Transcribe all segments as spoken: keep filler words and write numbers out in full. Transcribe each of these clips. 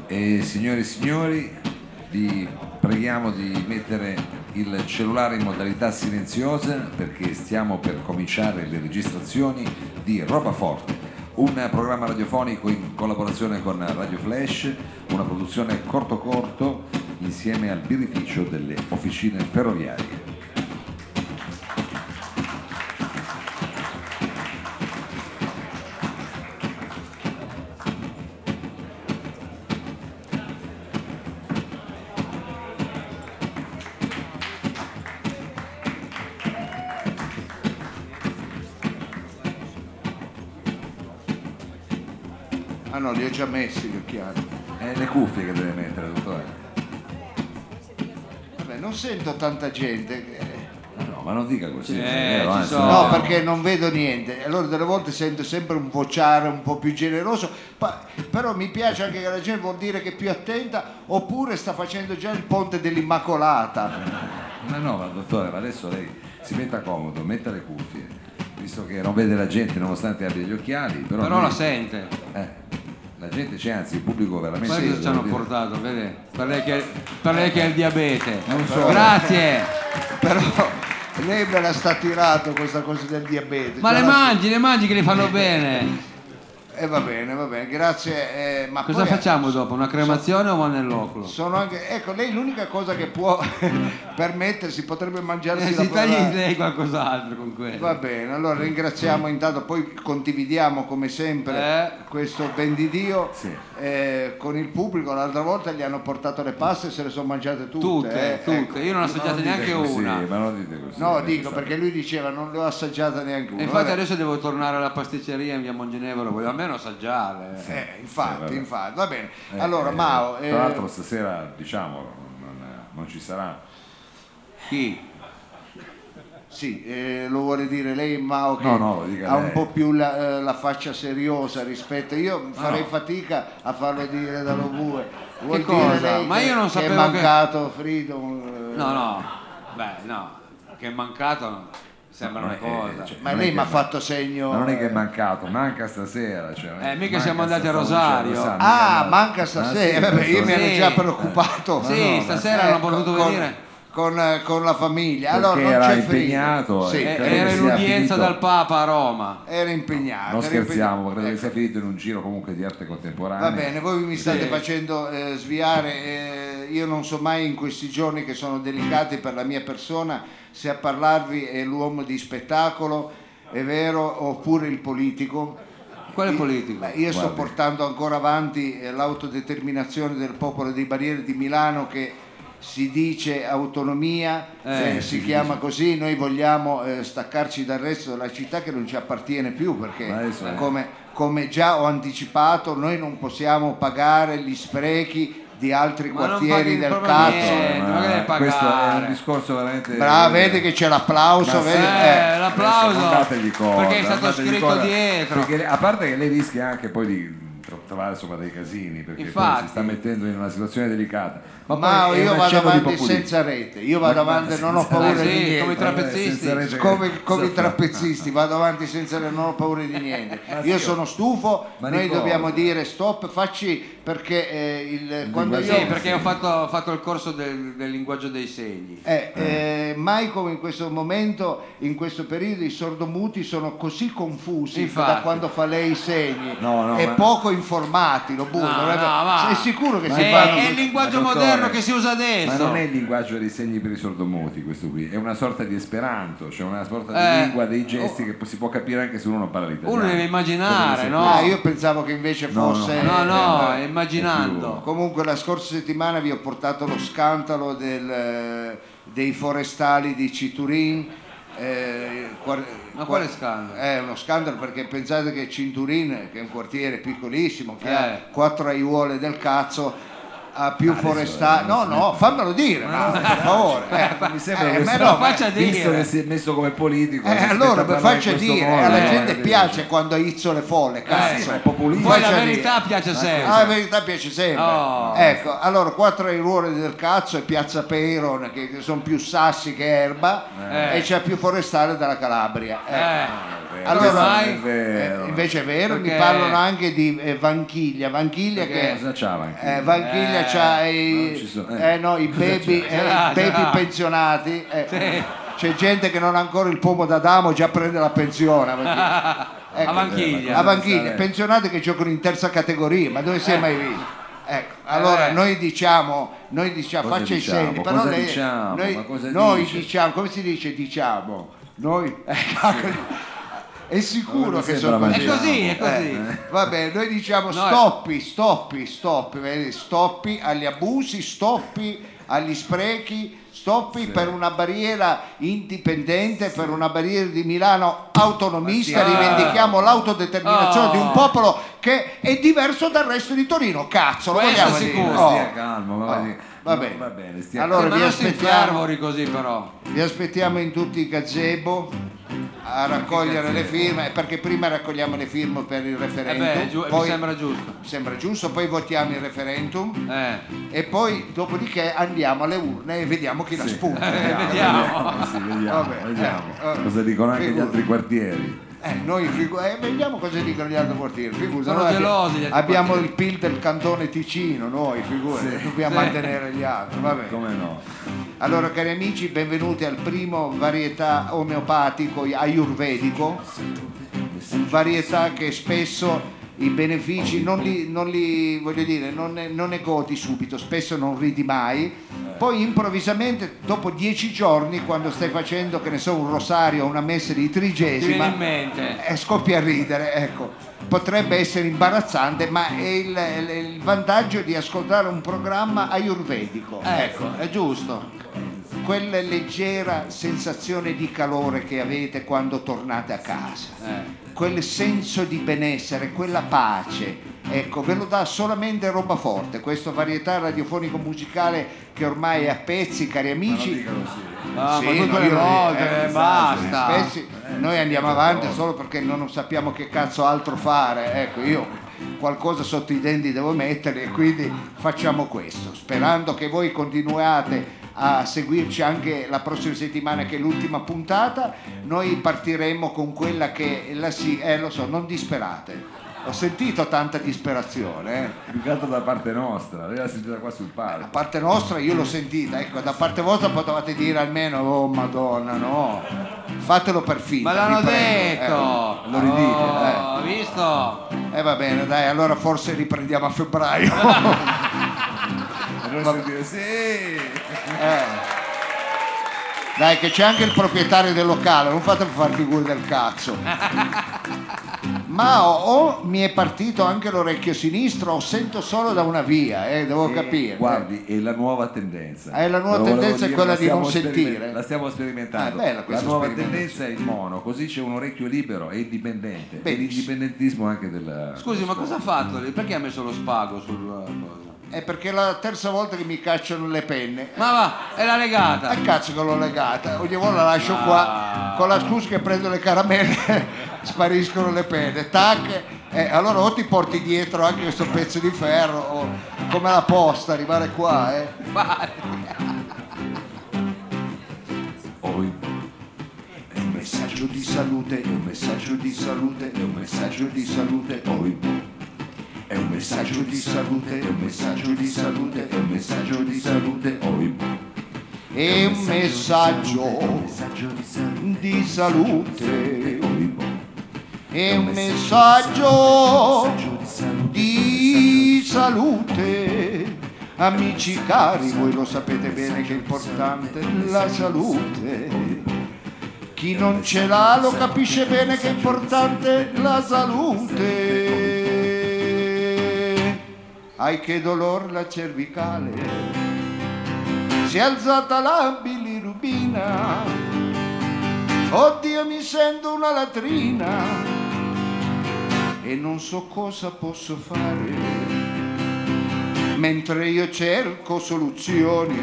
E signore e signori, vi preghiamo di mettere il cellulare in modalità silenziosa perché stiamo per cominciare le registrazioni di Roba Forte, un programma radiofonico in collaborazione con Radio Flash, una produzione corto corto insieme al birrificio delle officine ferroviarie. Ah no, li ho già messi gli occhiali. È le cuffie che deve mettere, dottore. Vabbè, non sento tanta gente. No, no, ma non dica così. Eh, è vero, ci anzi, sono. No, perché non vedo niente. Allora delle volte sento sempre un vociare un po' più generoso, pa- però mi piace anche che la gente vuol dire che è più attenta, oppure sta facendo già il ponte dell'Immacolata. Ma no, ma dottore, ma adesso lei si metta comodo, metta le cuffie, visto che non vede la gente nonostante abbia gli occhiali, però, Però noi- la sente. eh, la gente c'è, anzi il pubblico veramente. Guarda sì, cosa ci hanno devo dire. portato, vede? Per lei che, per lei che ha il diabete. Non so. Grazie. Però lei me la sta tirato questa cosa del diabete. Ma Già le la- mangi, le mangi che le fanno bene. E va bene, va bene, grazie. eh, ma Cosa poi- facciamo dopo? Una cremazione o va nell'oculo? Sono anche, ecco, lei l'unica cosa che può permettersi, potrebbe mangiarsi Eh, la si tagli parola- lei qualcos'altro con quello. Va bene, allora ringraziamo intanto, poi condividiamo come sempre Eh. questo ben di Dio Sì. eh, con il pubblico. L'altra volta gli hanno portato le paste e se le sono mangiate tutte. Tutte, eh, tutte. ecco. Io non ho Ma assaggiato non dite neanche così, una. ma non dite così. No, eh, dico ci perché lui diceva non le ho assaggiate neanche una. E infatti Vabbè. adesso devo tornare alla pasticceria in via Mongenevolo, voglio almeno assaggiarle. Eh, infatti, vabbè. infatti, va bene. sta- Allora, eh, Mao, tra eh, l'altro stasera diciamo non, non ci sarà. Chi? sì, eh, lo vuole dire lei, Mao, che No, no, lo dica ha lei. un po' più la, eh, la faccia seriosa rispetto. Io farei no. fatica a farlo dire da Lobue. Vuol Che dire cosa? lei Ma che, io non che sapevo è che- mancato Freedom. eh, No, no. Beh, no. Che è mancato sembra una Ma è- cosa. cioè, Ma non lei è mi ha che- fatto segno. Ma non è che è eh, mancato, manca stasera. Cioè, Eh, mica manca siamo andati a stasera, Rosario. lo sa, Ah, mica- manca Ah, stasera. sì, Vabbè, io mi ero sì. già preoccupato. Sì, no, ma- stasera Eh, hanno potuto con, venire. Con, eh, con la famiglia. Perché Allora non era c'è impegnato, Freedom. Sì, eh, Eh, credo Era che in sia udienza finito- dal Papa a Roma. era impegnato. Non era scherziamo, impegnato. credo che Ecco. sia finito in un giro comunque di arte contemporanea. Va bene, voi mi state Sì. facendo eh, sviare, eh, io non so mai in questi giorni che sono delicati per la mia persona se a parlarvi è l'uomo di spettacolo, è vero, oppure il politico. Quale Io- politico? beh, Io sto Guardi. portando ancora avanti eh, l'autodeterminazione del popolo dei Barrieri di Milano che si dice autonomia, Eh, eh, si si chiama dice. così, noi vogliamo eh, staccarci dal resto della città che non ci appartiene più perché Ma adesso è- come, come già ho anticipato noi non possiamo pagare gli sprechi di altri Ma non quartieri paghi del proprio cazzo. niente. ma che deve questo è pagare? un discorso veramente. Brava, vedi che c'è l'applauso, Ma vedi? sì. Eh. Eh, l'applauso. Adesso non dategli corda, Perché è non stato dategli scritto corda, dietro. perché a parte che lei rischia anche poi di tro- trovare insomma dei casini perché poi Infatti. si sta mettendo in una situazione delicata. Ma poi è io un vado accenno di avanti populismo. senza rete, io vado Ma- avanti ma e non ho senza- paura Ah, di sì, niente. come i trapezzisti. senza rete- Come, come i senza- trapezzisti, vado avanti senza non ho paura di niente. Ma Io sì, sono stufo, ma noi di dobbiamo cosa? dire stop, facci perché eh, il, quando io Sì, perché ho fatto, ho fatto il corso del, del linguaggio dei segni. Eh, eh, mai come in questo momento, in questo periodo, i sordomuti sono così confusi Infatti. da quando fa lei i segni No, no, e ma- poco informati. Lo bue, No, dovrebbe- no, ma- sei sicuro che Ma si È, fanno è il così? linguaggio Ma dottore, moderno che si usa adesso. Ma non è il linguaggio dei segni per i sordomuti questo qui, è una sorta di esperanto, cioè una sorta di Eh. lingua dei gesti che si può capire anche se uno non parla l'italiano. Uno deve immaginare, no? Ah, io pensavo che invece No, fosse No, no, eh, immaginando. comunque la scorsa settimana vi ho portato lo scandalo del, eh, dei forestali di Citurin. eh, quar- Ma qua- quale scandalo? È uno scandalo perché pensate che Cinturin, che è un quartiere piccolissimo, che Eh. ha quattro aiuole del cazzo, ha più adesso, forestali. eh, No, non si no, fammelo dire, ma, per favore. eh. Mi sembra Eh, che ma sto- no, lo faccia visto dire. che si è messo come politico, Eh, si allora aspetta a mi parlare faccia in questo dire, modo, alla eh, gente eh, piace quando izzo le folle, cazzo. sì, ma è populista. Poi la Faccia verità dire. piace Ah, sempre. la verità piace sempre. Oh. Ecco, allora quattro aiuole del cazzo e Piazza Peyron che, che sono più sassi che erba Eh. e c'è più forestale della Calabria. Ecco. Eh, Allora, è vero. eh, invece è vero, Perché- mi parlano anche di eh, Vanchiglia, Vanchiglia Perché che Cosa c'ha Vanchiglia? eh, Vanchiglia Eh, c'ha non i, ci sono- eh. eh, no, i baby, eh, C'era, i baby c'era. pensionati. eh. Sì. C'è gente che non ha ancora il pomo d'Adamo, già prende la pensione. perché- ecco, A Vanchiglia. a Vanchiglia, Sarebbe? pensionati che giocano in terza categoria, ma dove si è mai visto? Ecco, allora Eh. noi diciamo, noi diciamo, Cosa faccia i diciamo? segni, però Cosa lei- diciamo? noi, Ma cosa noi dice? diciamo, come si dice diciamo? Noi è sicuro Non che sembra sono così. È così, è così. Eh, vabbè, noi diciamo Noi- stoppi, stoppi, stoppi, vedi? Stoppi agli abusi, stoppi agli sprechi, stoppi per una barriera indipendente, per una barriera di Milano autonomista, Ma sì, rivendichiamo l'autodeterminazione Oh. di un popolo che è diverso dal resto di Torino, cazzo, lo Questo vogliamo sicuro. dire? Ma Oh. stia calmo, ma Oh, va, va bene. va bene, stia Allora, Ma vi non si aspettiamo. infervori così però. Vi aspettiamo in tutti i gazebo a raccogliere le firme, perché prima raccogliamo le firme per il Eh referendum, beh, giu- mi poi, sembra giusto. sembra giusto, poi votiamo il referendum Eh. e poi dopodiché andiamo alle urne e vediamo chi la spunta. Eh, vediamo. Eh, sì, vediamo, Vabbè, vediamo. eh, eh, Cosa dicono anche gli figura. altri quartieri. Eh, noi figu- eh, vediamo cosa dicono gli altri quartieri. Figura, Sono noi abbi- gelosi gli altri abbiamo quartieri. il P I L del cantone Ticino, noi figura, dobbiamo Sì. mantenere gli altri. Vabbè. Come no? Allora cari amici, benvenuti al primo varietà omeopatico ayurvedico, un varietà che spesso i benefici non li, non li voglio dire, non ne, non ne godi subito, spesso non ridi mai, poi improvvisamente dopo dieci giorni quando stai facendo, che ne so, un rosario o una messa di Ti viene trigesima, in mente. e scoppia a ridere, ecco. Potrebbe essere imbarazzante, ma è il, il- il vantaggio di ascoltare un programma ayurvedico. Ecco, è giusto. Quella leggera sensazione di calore che avete quando tornate a casa, Eh. quel senso di benessere, quella pace, ecco, ve lo dà solamente roba forte, questa varietà radiofonico musicale che ormai è a pezzi, cari amici. Ah, Sì, ma tutte no, le io- volte, eh, basta. Spessi- noi andiamo avanti solo perché non sappiamo che cazzo altro fare, ecco, io qualcosa sotto i denti devo mettere e quindi facciamo questo, sperando che voi continuate a seguirci anche la prossima settimana, che è l'ultima puntata. Noi partiremo con quella che è la sì, eh lo so, non disperate. Ho sentito tanta disperazione, eh. Più che altro da parte nostra, lei l'ha sentita qua sul Da palco. parte nostra io l'ho sentita, ecco, da parte vostra potevate dire almeno oh madonna, no, fatelo per finta. Ma l'hanno vi prego, detto. eh. Lo ridico, Oh, visto? eh. Eh, va bene, dai, allora forse riprendiamo a febbraio. E noi sentire, sì! Eh. Dai, che c'è anche il proprietario del locale, non fatemi fare figure del cazzo. Ma o, o mi è partito anche l'orecchio sinistro o sento solo da una via, eh, devo capire. Guardi, è la nuova tendenza. Eh, la nuova Lo volevo tendenza è dire, quella la di non stiamo sentire. speriment- La stiamo sperimentando. Ah, bella la questa nuova sperimentazione. tendenza è il mono, così c'è un orecchio libero e indipendente. E Benissimo. l'indipendentismo anche del. Scusi, ma cosa ha fatto lì? Perché ha messo lo spago sul cosa? È perché è la terza volta che mi cacciano le penne. Ma va, è la legata. Ah, cazzo che l'ho legata, ogni volta la lascio Ah. qua, con la scusa che prendo le caramelle spariscono le penne, tac, eh, allora o ti porti dietro anche questo pezzo di ferro, o come la posta, arrivare qua, eh. Oh, È un messaggio di salute, è un messaggio di salute, è un messaggio di salute, oh. È un messaggio di salute, è un messaggio di salute, è un messaggio di salute, oh. È un messaggio di salute, è un messaggio di salute. Amici cari, voi lo sapete bene che è importante la salute. Chi non ce l'ha lo capisce bene che è importante la salute. Ai che dolor la cervicale, si è alzata la bilirubina, oddio mi sento una latrina e non so cosa posso fare, mentre io cerco soluzioni,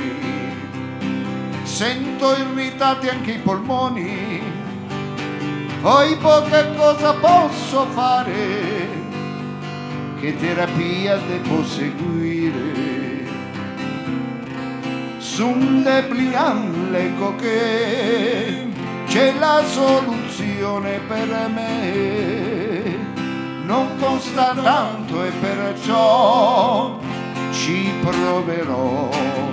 sento irritati anche i polmoni, poi poca cosa posso fare, che terapia devo seguire? Sun depliant le coche, c'è la soluzione per me, non costa tanto e perciò ci proverò.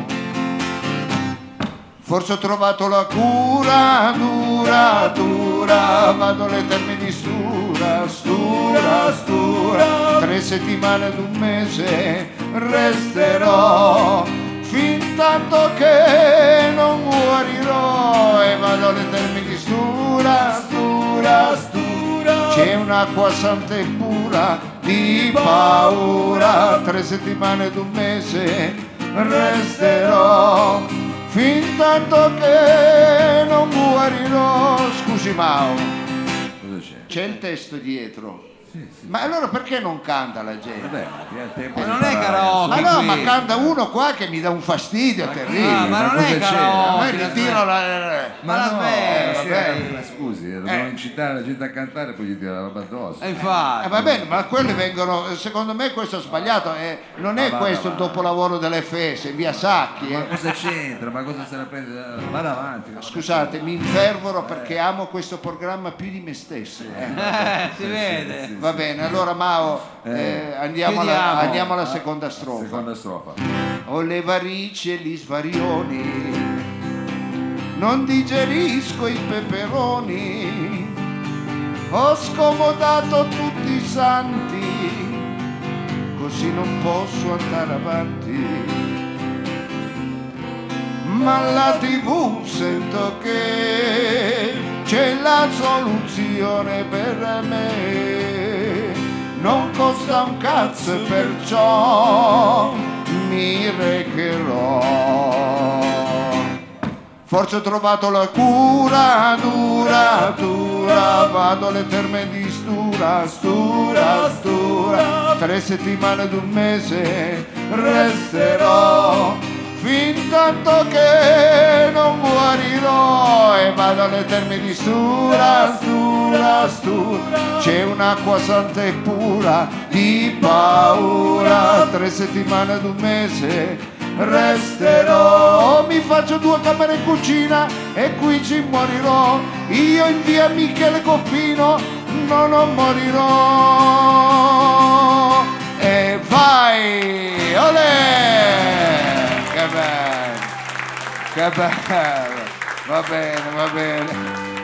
Forse ho trovato la cura, dura, dura, vado alle termini stura, stura, stura, tre settimane ed un mese resterò, fin tanto che non morirò, e vado alle termini stura, stura, stura, c'è un'acqua santa e pura di paura, tre settimane ed un mese resterò, fin tanto che non morirò. Scusi Mao, Cosa c'è? c'è il testo dietro. Ma allora perché non canta la gente? Vabbè, via il tempo Ma di non è imparare. karaoke. Ma no, qui. ma canta uno qua che mi dà un fastidio terribile. Ah, ma non cosa è c'era? karaoke. Ma ritiro la... Ma la no, smetti. sì, vabbè. ma scusi, eh, dobbiamo Eh. incitare la gente a cantare e poi gli tira la roba addosso. E infatti. Eh, va bene, ma quelli vengono, secondo me questo è sbagliato, eh, non è Ma vada questo il avanti. dopolavoro dell'F S, in via Sacchi. Ma eh. cosa c'entra? Ma cosa se ne prende? Vada avanti. Scusate, mi infervoro perché amo questo programma più di me stesso. eh. Eh, si vede. Va bene, allora Mao, eh, andiamo, alla, Chiudiamo. andiamo alla seconda strofa. Seconda strofa. Ho le varici e gli svarioni, non digerisco i peperoni, ho scomodato tutti i santi, così non posso andare avanti. Ma alla tivù sento che c'è la soluzione per me, non costa un cazzo e perciò mi recherò. Forse ho trovato la cura, dura, dura, vado alle terme di stura, stura, stura, tre settimane ed un mese resterò, fin tanto che non morirò, e vado alle terme di stura, stura, stura, c'è un'acqua santa e pura di paura, tre settimane ed un mese resterò, mi faccio due camere in cucina e qui ci morirò, io in via Michele Coppino no, non morirò. E vai, olè, che bello, che bello, va bene, va bene,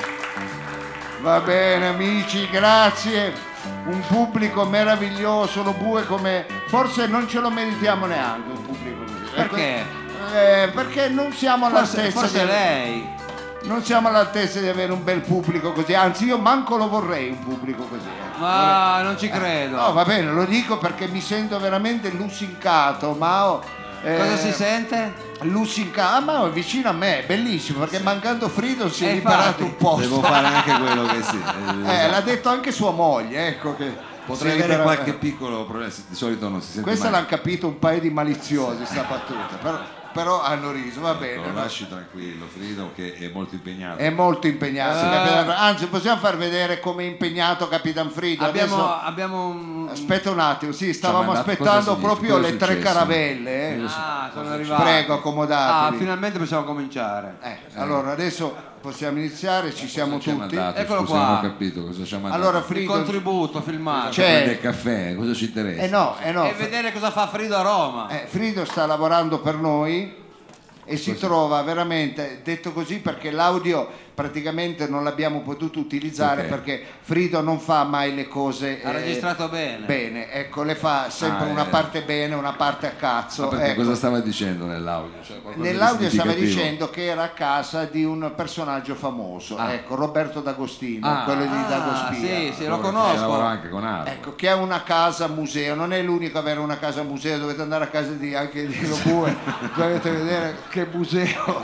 va bene amici, grazie. Un pubblico meraviglioso, lo bue come forse non ce lo meritiamo neanche un pubblico così. Perché? Eh, perché non siamo Forse, all'altezza forse di, lei. non siamo all'altezza di avere un bel pubblico così, anzi io manco lo vorrei un pubblico così. eh. Ma non ci credo. No, va bene, lo dico perché mi sento veramente lusincato, Mao. eh, Cosa si sente? Lusincato, ah, Mao è vicino a me, bellissimo, perché mancando Frido si è Eh, liberato infatti. un posto. Devo fare anche quello che sì. Eh, l'ha detto anche sua moglie, ecco che Potrei si avere libera- qualche piccolo problema, di solito non si sente Questa mai. l'hanno capito un paio di maliziosi sta battuta, però, però hanno riso, va bene. Lo no? lasci tranquillo, Frido, che è molto impegnato. È molto impegnato, Eh. Capitan- anzi possiamo far vedere come è impegnato Capitan Frido. Abbiamo, Adesso, abbiamo un... aspetta un attimo, sì, Ci ha stavamo mandato- aspettando cosa si dice? proprio Cosa è le tre successo? caravelle. eh. Ah, sono arrivati. Prego, Ah, accomodatevi. finalmente possiamo cominciare. Eh, allora adesso possiamo iniziare, ci siamo Cosa ci ha tutti. mandato? Eccolo Scusa, qua. non ho capito cosa ci ha mandato. Allora Il Frido, contributo filmato. C'è- Prende il caffè, cosa ci interessa? eh no, eh no, E vedere cosa fa Frido a Roma. Eh, Frido sta lavorando per noi e si trova veramente, detto così perché l'audio praticamente non l'abbiamo potuto utilizzare Ok. perché Frido non fa mai le cose Ha registrato bene. bene, ecco, le fa sempre Ah, una eh. parte bene, una parte a cazzo. Ma perché ecco. cosa stava dicendo nell'audio? Cioè, qualcosa di Nell'audio stava significativo? dicendo che era a casa di un personaggio famoso, Ah. ecco, Roberto D'Agostino, Ah. quello di Ah, Dagospia. sì, sì, lo Che conosco. lavora anche con Aro. Ecco, che ha una casa museo, non è l'unico ad avere una casa museo, dovete andare a casa di, anche di Lobue, dovete vedere che museo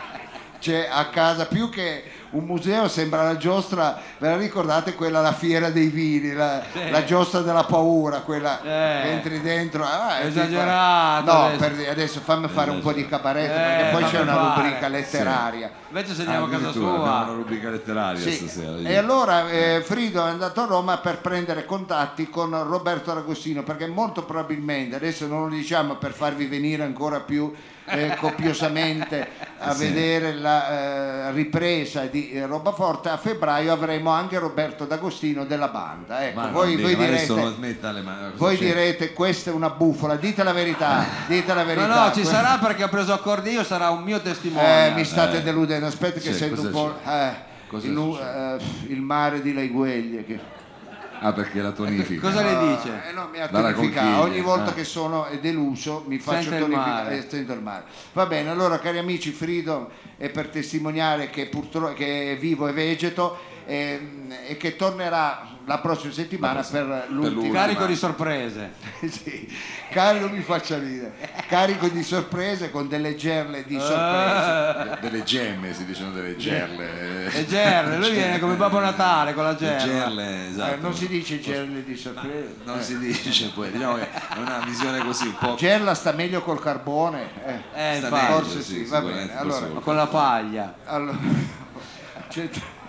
c'è a casa, più che un museo sembra la giostra, ve la ricordate quella, la fiera dei vini, la, Sì. la giostra della paura, quella Eh. che entri dentro, ah, è Esagerato tipo- no, adesso. per dire, adesso fammi fare un po' di cabaret Eh, perché poi c'è fammi una fare. rubrica letteraria. Invece se andiamo a casa Addirittura, abbiamo una sua. rubrica letteraria Sì. stasera. E allora eh, Frido è andato a Roma per prendere contatti con Roberto D'Agostino perché molto probabilmente, adesso non lo diciamo per farvi venire ancora più eh, copiosamente a Sì. vedere la eh, ripresa di di eh, Robaforte, a febbraio avremo anche Roberto D'Agostino della banda. Ecco, Ma voi, no, voi ma adesso non direte, smetta le mani, cosa voi c'è? direte questa è una bufala, dite la verità, dite la verità. No, no, ci Que- sarà perché ho preso accordi io, sarà un mio testimone. Eh, mi state deludendo, aspetta che Sì, sento cosa un po' c'è? eh, Cosa il, succede? eh, il mare di Laigueglie che Ah, perché la tonifica. Cosa le dice? Eh, no, mi ha Dalla tonificato. conchiglia. Ogni volta Ah. che sono deluso mi faccio Sente il tonificare mare. e sento il mare. Va bene, allora cari amici, Freedom è per testimoniare che purtroppo che è vivo e vegeto e, e che tornerà la prossima settimana per l'ultima. l'ultima. Carico di sorprese. Sì, carico mi faccia ridere. Carico di sorprese con delle gerle di Eh. sorprese. Delle gemme, si dicono delle gerle. E Gerle, lui viene come Babbo Natale con la Le Gerle. gerle, esatto. Eh, non si dice gerle di sorprese. Non si dice poi, diciamo che è una visione così un po'. Gerla sta meglio col carbone. Eh. Eh, sta infatti, meglio, forse sì, va sicuramente, bene, allora- forse- ma con la paglia. Allora, c'è-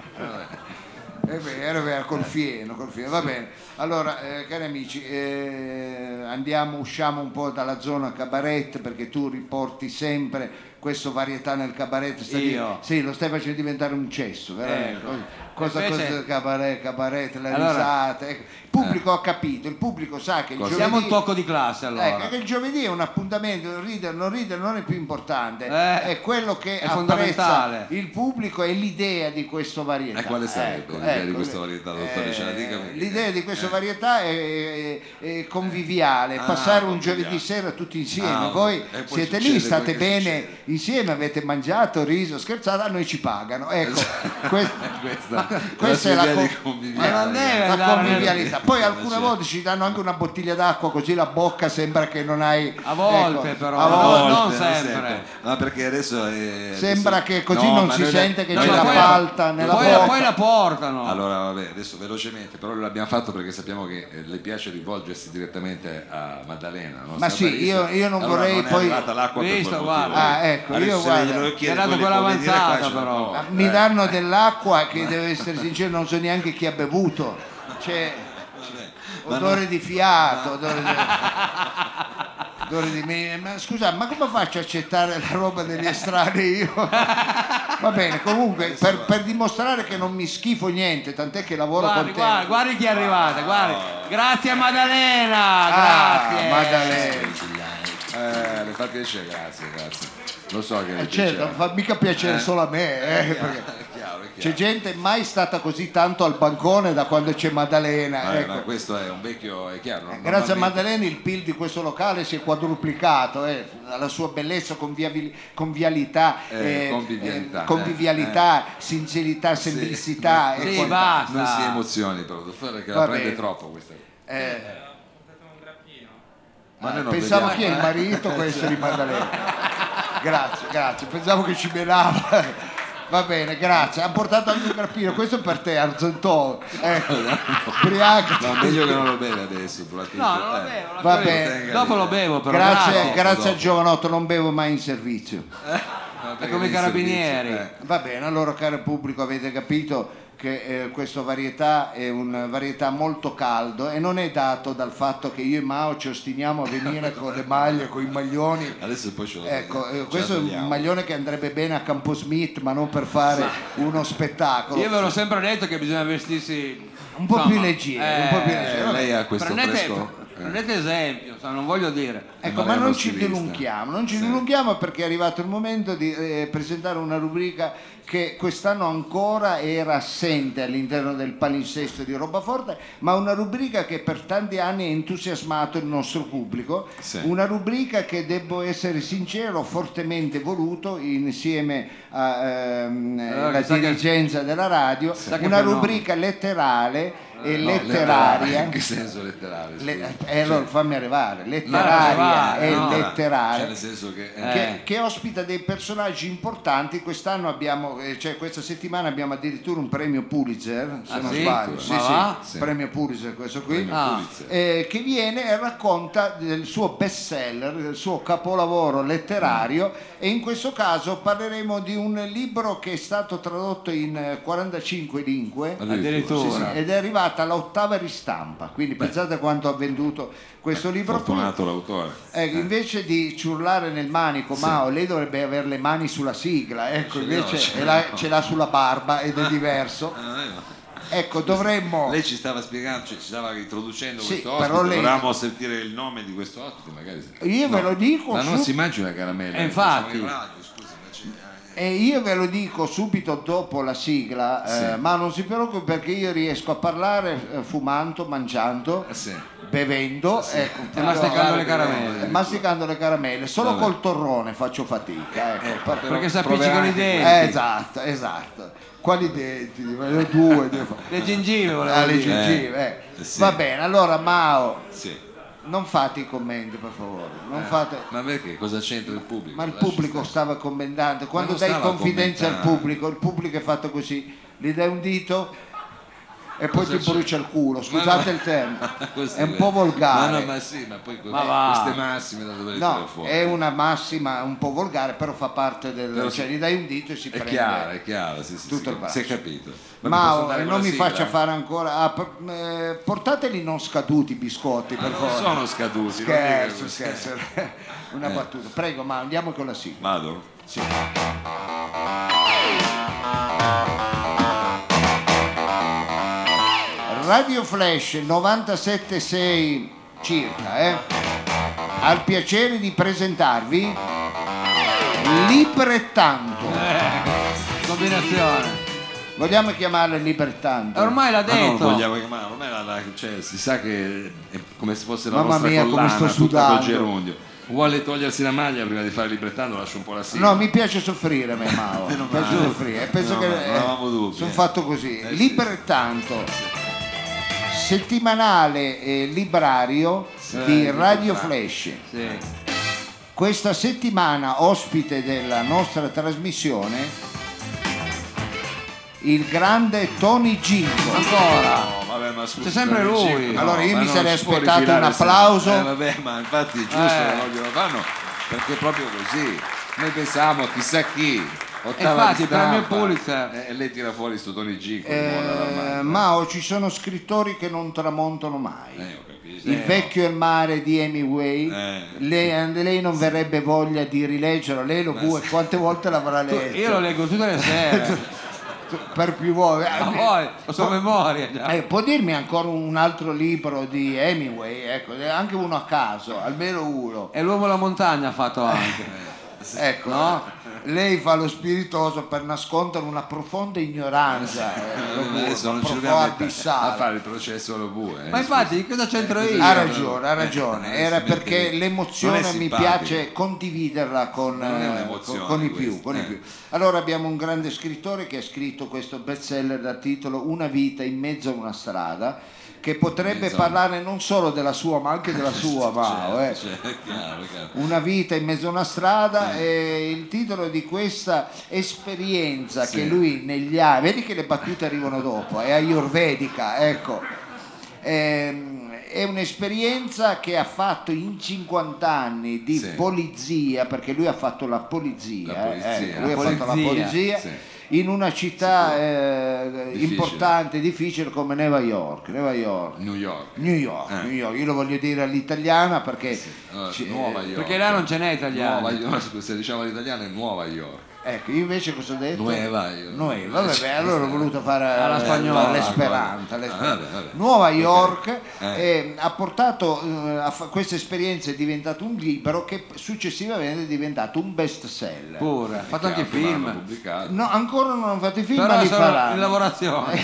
è vero, è vero, col fieno, col fieno. Va bene. Allora, eh, cari amici, eh, andiamo, usciamo un po' dalla zona cabaret perché tu riporti sempre questo varietà nel cabaret. Stai- Io? Sì, lo stai facendo diventare un cesso, veramente. Ecco. Cosa, Invece- cosa cabaret, cabaret, le Allora- risate. Ecco. Il pubblico ha capito, il pubblico sa che il Cosa- Siamo un giovedì... tocco di classe allora. Ecco, che il giovedì è un appuntamento, ridere, non ridere non è più importante, Eh, è quello che è apprezza fondamentale. il pubblico e l'idea di questo varietà. E quale sarebbe Ecco, l'idea di ecco, questa varietà, dottore? Ce la eh, dica, perché- l'idea di questa eh. varietà è, è- è conviviale, Ah, passare un conviviale. giovedì sera tutti insieme. Ah, Voi e poi siete succede lì, state quel che bene succede. insieme, avete mangiato, riso, scherzato, a noi ci pagano. Ecco, que- Questa, questa è la, idea co- di conviviale. Ma non deve la andare nel- convivialità. Poi alcune Cioè, volte ci danno anche una bottiglia d'acqua, così la bocca sembra che non hai. A volte ecco, però, a no, volte. non sempre. Ma perché adesso è, Sembra adesso- che così No, non ma si noi sente che noi c'è la l'abbiamo- palta nella poi, bocca. poi la portano. Allora vabbè, adesso velocemente, però l'abbiamo fatto perché sappiamo che eh, le piace rivolgersi direttamente a Maddalena. la nostra Ma sì, barista. io- io non Allora, vorrei non è poi- arrivata l'acqua per Visto, quel guarda. motivo. Ah, ecco, Adesso io se guarda- glielo chiedo, Mi ha dato poi quella può venire qua, avanzata, ce la però. porta. Mi Eh. danno dell'acqua che devo essere sincero, non so neanche chi ha bevuto. C'è Ma odore no. di fiato, odore di... odore di me. Ma scusa, ma come faccio a accettare la roba degli estranei io? Va bene, comunque per, per dimostrare che non mi schifo niente, tant'è che lavoro Guardi, con te. guardi, guardi chi è arrivata, guardi. Grazie Maddalena, Ah, grazie. Maddalena. Eh, le fa piacere, grazie, grazie. Lo so che le Eh, certo, non piace. fa mica piacere Eh. solo a me, eh, È perché chiaro, è c'è chiaro. gente mai stata così tanto al bancone da quando c'è Maddalena. Eh, ecco. ma questo è un vecchio, è chiaro. Eh, Grazie a normalmente- Maddalena il P I L di questo locale si è quadruplicato, eh, la sua bellezza, conviavi- convivialità, Eh, convivialità, eh, convivialità, sincerità, Sì. semplicità. Sì, e quant'altro. basta. Non si emozioni però, dottore, che Va la prende bene. troppo questa. Eh, Ma noi non pensavo vediamo. che il marito questo di Maddalena. Grazie, grazie, pensavo che ci menava. Va bene, grazie. Ha portato anche un grappino, questo è per te, Argentò. Ecco, ubriacati. No, meglio che non lo beve adesso. probabilmente. No, non lo Eh. bevo. lo Va bevo. bene. Dopo lo bevo però. Grazie, grazie. grazie dopo. al giovanotto, non bevo mai in servizio. Ma perché come i nei carabinieri. servizi, eh. Va bene, allora caro pubblico avete capito che eh, questa varietà è una varietà molto caldo e non è dato dal fatto che io e Mao ci ostiniamo a venire con le maglie, con i maglioni. Adesso poi ce lo Ecco, ce eh, la questo è un togliamo. maglione che andrebbe bene a Camposmith, ma non per fare uno spettacolo. Io ve l'ho sempre detto che bisogna vestirsi Un po' più leggeri, un po' più eh, leggeri. Eh, Vabbè. lei ha questo prendete, fresco. eh. prendete esempio, insomma, non voglio dire. Ecco, Ma ma lei è non uno ci stilista. dilunghiamo, non ci Sì. dilunghiamo perché è arrivato il momento di eh, presentare una rubrica che quest'anno ancora era assente all'interno del palinsesto di Robaforte, ma una rubrica che per tanti anni ha entusiasmato il nostro pubblico, Sì. una rubrica che, devo essere sincero, ho fortemente voluto insieme alla Allora, sa che- dirigenza della radio, Sa che una fenomeno. rubrica letterale e No, letteraria. In che senso letterale? Le- scusi? eh, allora Cioè, fammi arrivare, letteraria arrivare, e no. letteraria. Cioè nel senso che... eh, Che, che ospita dei personaggi importanti. Quest'anno abbiamo, eh, cioè questa settimana abbiamo addirittura un premio Pulitzer, se Ah, non sì? sbaglio, sì, Ma sì, va? Sì. premio Pulitzer questo qui, Premio Ah. Pulitzer. eh, che viene e racconta del suo best seller, del suo capolavoro letterario e in questo caso parleremo di un libro che è stato tradotto in eh, quarantacinque lingue Addirittura. sì, sì, ed è arrivato arrivata all'ottava ristampa, quindi Beh. pensate quanto ha venduto questo libro. Fortunato l'autore. Eh, invece di ciurlare nel manico, sì. Mao, lei dovrebbe avere le mani sulla sigla, ecco, invece ce, ce, l'ha, ce l'ha sulla barba ed è diverso. Ecco, dovremmo. Lei ci stava spiegando, cioè ci stava introducendo sì, questo ospite, lei... volevamo sentire il nome di questo ospite, magari. Io no, ve lo dico. Ma su... non si immagina caramella. Eh, infatti. Radio, scusi, e io ve lo dico subito dopo la sigla, sì. eh, ma non si preoccupi perché io riesco a parlare eh, fumando, mangiando, eh sì. bevendo sì. ecco, e masticando le caramelle. Masticando le caramelle, solo Vabbè. col torrone faccio fatica. Ecco, eh, per, perché si appiccicano i denti. Eh, esatto, esatto. Quali denti? Due, due. Le gengive volevo ah, dire. le gengive, eh. Eh, sì. Va bene, allora Mao. Sì. Non fate i commenti, per favore. Non eh, fate... Ma perché? Cosa c'entra il pubblico? Ma il Lasci pubblico stare. stava commentando. Quando dai confidenza al pubblico, il pubblico è fatto così: gli dai un dito e poi Cosa ti c'è? brucia il culo. Scusate no. il termine. Così, è un po' volgare. Ma, no, ma sì, ma poi ma queste massime da dove le no, fuori? è una massima un po' volgare, però fa parte del. Però cioè, sì. gli dai un dito e si è prende. Chiaro, è chiaro, sì, sì, tutto sì, il braccio. si è capito. Ma non mi sigla? faccia fare ancora. Ah, per, eh, portateli non scaduti i biscotti, per non favore. sono scaduti. Scherzo, scherzo. Una eh. battuta. Prego, ma andiamo con la sigla. Vado? Sì. Radio Flash novantasette sei circa, eh, ha il piacere di presentarvi Librettanto. Eh, combinazione. Vogliamo chiamarlo Librettanto? Ormai l'ha detto. Ma non vogliamo chiamarlo, ormai la, la, cioè, si sa che è come se fosse la Mamma nostra mia, collana, come sto tutta col sudando. gerundio. Vuole togliersi la maglia prima di fare Librettanto, lascio un po' la sigla. No, mi piace soffrire, me Mao. Mi piace soffrire. Penso no, che eh, sono eh. fatto così. Eh, Librettanto. Sì. Settimanale eh, librario sì, di eh, Radio Flash. Flash. Sì. Questa settimana ospite della nostra trasmissione il grande Tony Ginko. Ancora. No, vabbè, ma scusi, c'è sempre Tony lui. Ginko, allora io no, mi sarei aspettato un sempre. applauso. Eh, vabbè, ma infatti è giusto Eh. che non glielo fanno perché è proprio così. Noi pensiamo chissà chi. Ottava infatti, di il premio stampa, Pulitzer. eh, e lei tira fuori sto Tony Ginko. Eh, Mao, ci sono scrittori che non tramontano mai. Eh, ho capito. Il vecchio e il mare di Hemingway, Eh. lei, lei non verrebbe voglia di rileggerlo, lei lo vuole, quante volte l'avrà Tu, letto? io lo leggo tutte le sere. Per più volte. Ma poi, lo so a memoria già. Eh, può dirmi ancora un altro libro di Hemingway, ecco, anche uno a caso, almeno uno. E l'uomo alla montagna ha fatto anche. Ecco, no? Lei fa lo spiritoso per nascondere una profonda ignoranza, eh, lo Eh, bue, adesso non una ci profonda dobbiamo mettere abissale. a fare il processo allo bue. Eh, Ma infatti, cosa c'entro io? Ha ragione, ha ragione, Eh, era si mette- perché non l'emozione è mi simpatico. piace condividerla con, Non è eh, un'emozione con, con i più, questa, con i eh. più. Allora abbiamo un grande scrittore che ha scritto questo bestseller dal titolo Una vita in mezzo a una strada, che potrebbe Insomma. parlare non solo della sua ma anche della sua, Mao, eh. Cioè, è chiaro, è chiaro. Una vita in mezzo a una strada è il titolo di questa esperienza Sì. che lui negli anni, vedi che le battute arrivano dopo, è ayurvedica, ecco. Ehm, è un'esperienza che ha fatto in cinquanta anni di Sì. polizia, perché lui ha fatto la polizia, La polizia, eh, lui la ha fatto la polizia. polizia Sì. in una città eh, Difficile. importante, difficile come New York, New York. New York. New York, Eh. New York, io lo voglio dire all'italiana perché Allora, ci- Nuova York. Perché là non ce n'è italiano. Nuova York, scusa, se diciamo l'italiano è Nuova York. ecco, io invece cosa ho detto? Nueva York. Nueva, vabbè, beh, allora ho voluto fare Alla eh, spagnola. l'esperanta, Ah, l'esperanta. vabbè, vabbè. Nuova York Eh. eh, ha portato eh, a fa- questa esperienza è diventato un libro che successivamente è diventato un best seller. Pure. Ha fatto anche Chiaro, l'hanno film. pubblicato. No, ancora non hanno fatto i film, Però ma li sono faranno. in lavorazione.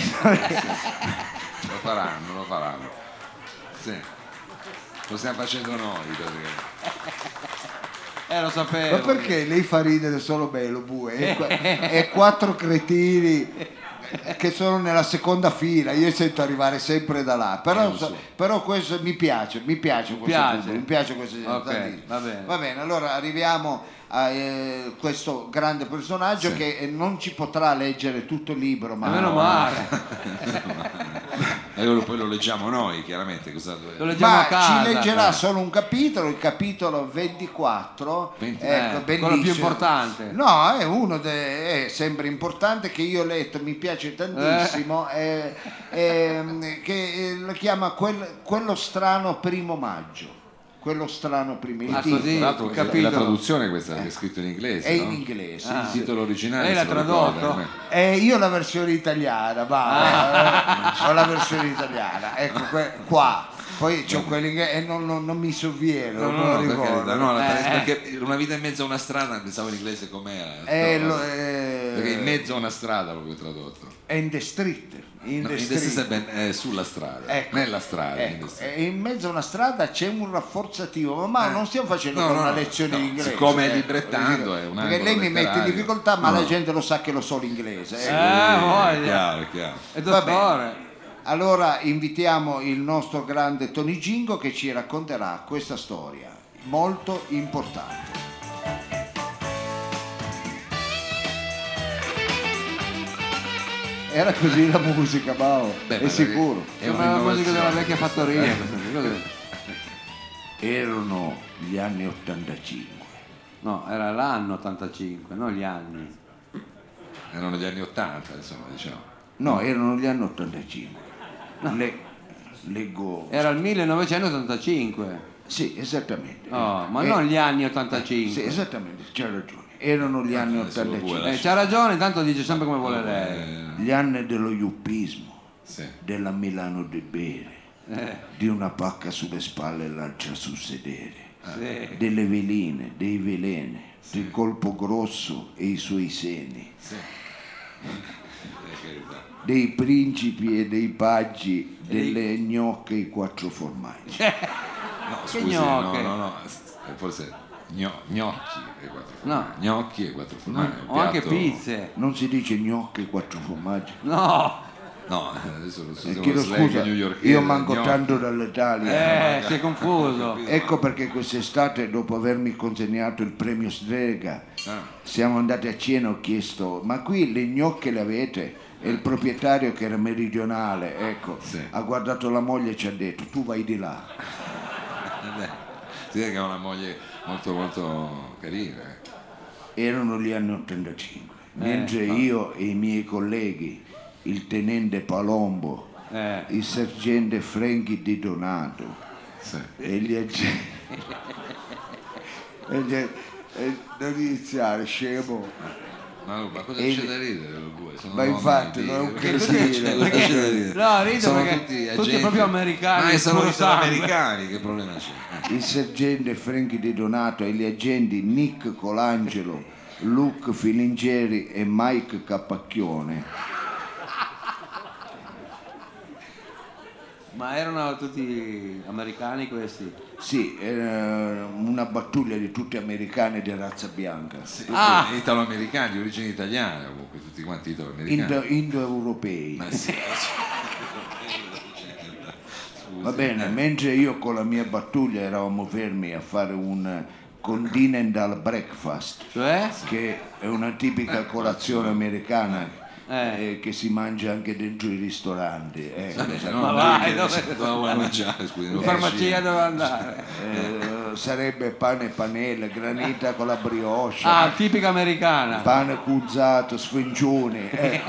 Lo faranno, lo faranno. Sì. Lo stiamo facendo noi perché. Eh, lo sapevo. Ma perché lei fa ridere solo me, lo bue? E, qua- e quattro cretini che sono nella seconda fila, io sento arrivare sempre da là. Però, Eh, lo so. però questo mi piace, mi piace questo piace? pubblico, mi piace questo Ok, tantissimo. va bene. Va bene, allora arriviamo a eh, questo grande personaggio Sì. che eh, non ci potrà leggere tutto il libro, ma Ma meno male. È allora poi lo leggiamo noi, chiaramente. Cosa... Lo leggiamo Ma a casa. ci leggerà eh. solo un capitolo, il capitolo ventiquattro, venti ecco, eh, quello bellissimo. più importante. No, è uno de- è sempre importante, che io ho letto, mi piace tantissimo, Eh. è- è- che eh, lo chiama quel- quello strano primo maggio. Quello strano primo il Ah, titolo. così? Tra l'altro il è la capitolo. traduzione questa che è scritto in inglese, È no? in inglese. Ah. Il titolo originale Lei l'ha se lo tradotto? ricorda, eh. Eh, io la versione italiana, va, eh, ho la versione italiana, ecco que- qua, poi c'ho quelli inglese e non, non- non mi sovviene, No, non no, me lo no, per ricordo. carità, no, la- Eh. perché una vita in mezzo a una strada pensavo in inglese com'era. Eh, no, lo- eh, perché in mezzo a una strada l'avevo tradotto. è in the street, in No, the in the street. senso è ben- è sulla strada, Ecco, nella strada. in ecco, the street. e in mezzo a una strada c'è un rafforzativo, ma non stiamo facendo No, no, una no, lezione no, di inglese. siccome è ecco, librettando, è un perché angolo lei mi mette in letterario. difficoltà, ma No. la gente lo sa che lo so l'inglese. ecco. Eh, È voglia. chiaro, è chiaro. E Va dottore. Allora invitiamo il nostro grande Tony Gingo che ci racconterà questa storia molto importante. Era così la musica, Mao, Beh, è ma sicuro. è Sembra la musica della un'innovazione. vecchia fattoria. questa qui, cos'è? Erano gli anni ottantacinque. No, era l'anno ottantacinque, non gli anni. Erano gli anni ottanta, insomma, diciamo. No, erano gli anni ottantacinque. Le- leggo. Era il millenovecentottantacinque. Sì, esattamente. Oh, ma Eh, non gli anni ottantacinque. Sì, esattamente, c'ha ragione. Erano gli anni adesso lo vuole ottantacinque. Eh, c'ha ragione, intanto dice sempre come vuole lei. Eh, Gli anni dello iuppismo, sì. della Milano de bere, Eh, di una pacca sulle spalle e lancia sul sedere, sì. delle veline, dei veleni, del colpo grosso e i suoi seni, Per carità. dei principi e dei paggi, delle gnocche e i quattro formaggi. No, Che scusi, no, gnocche? no, no, eh, forse gno- gnocchi e quattro No. formaggi. Gnocchi e quattro formaggi. un O anche piatto- pizze. Non si dice gnocche e quattro formaggi? No, No, adesso lo so, Eh, uno chiedo slang scusa, newyorkese, io manco gnocchi. tanto dall'Italia. eh, si è confuso. Ecco perché quest'estate, dopo avermi consegnato il premio Strega, Ah. siamo andati a cena e ho chiesto: ma qui le gnocche le avete? E il proprietario, che era meridionale, ecco, Sì. ha guardato la moglie e ci ha detto: tu vai di là. Eh beh, si vede che ha una moglie molto molto carina. eh. Erano gli anni ottantacinque, Eh, mentre no. io e i miei colleghi, il tenente Palombo, Eh. il sergente Franchi Di Donato Sì. e gli agenti... e gli... e non iniziare, scemo. Ma, ma cosa E- c'è da ridere? Due? Sono Ma nomi infatti, di- non è un Che cosa casino. c'è- cosa c'è da ridere? No, rido Sono perché tutti, tutti agenti. proprio americani, Ma sono puro i sono sangue. americani, che problema c'è? Il sergente Franchi Di Donato e gli agenti Nick Colangelo, Luke Filingeri e Mike Capacchione. Ma erano tutti americani questi? Sì, era una battaglia di tutti americani di razza bianca, Sì, Ah. italo-americani, di origine italiana, comunque, tutti quanti italo-americani. indo- indoeuropei. Ma sì, Va bene, mentre io con la mia battaglia eravamo fermi a fare un continental breakfast, Cioè? che è una tipica colazione americana Eh. eh, che si mangia anche dentro i ristoranti. eh. no, Ma no, vai, perché dove- dove vuoi mangiare, scusi, In non farmacia faccio- dove andare? Eh, sarebbe pane e panelle, granita con la brioche, Ah, tipica americana. pane cuzzato, sfincioni. eh.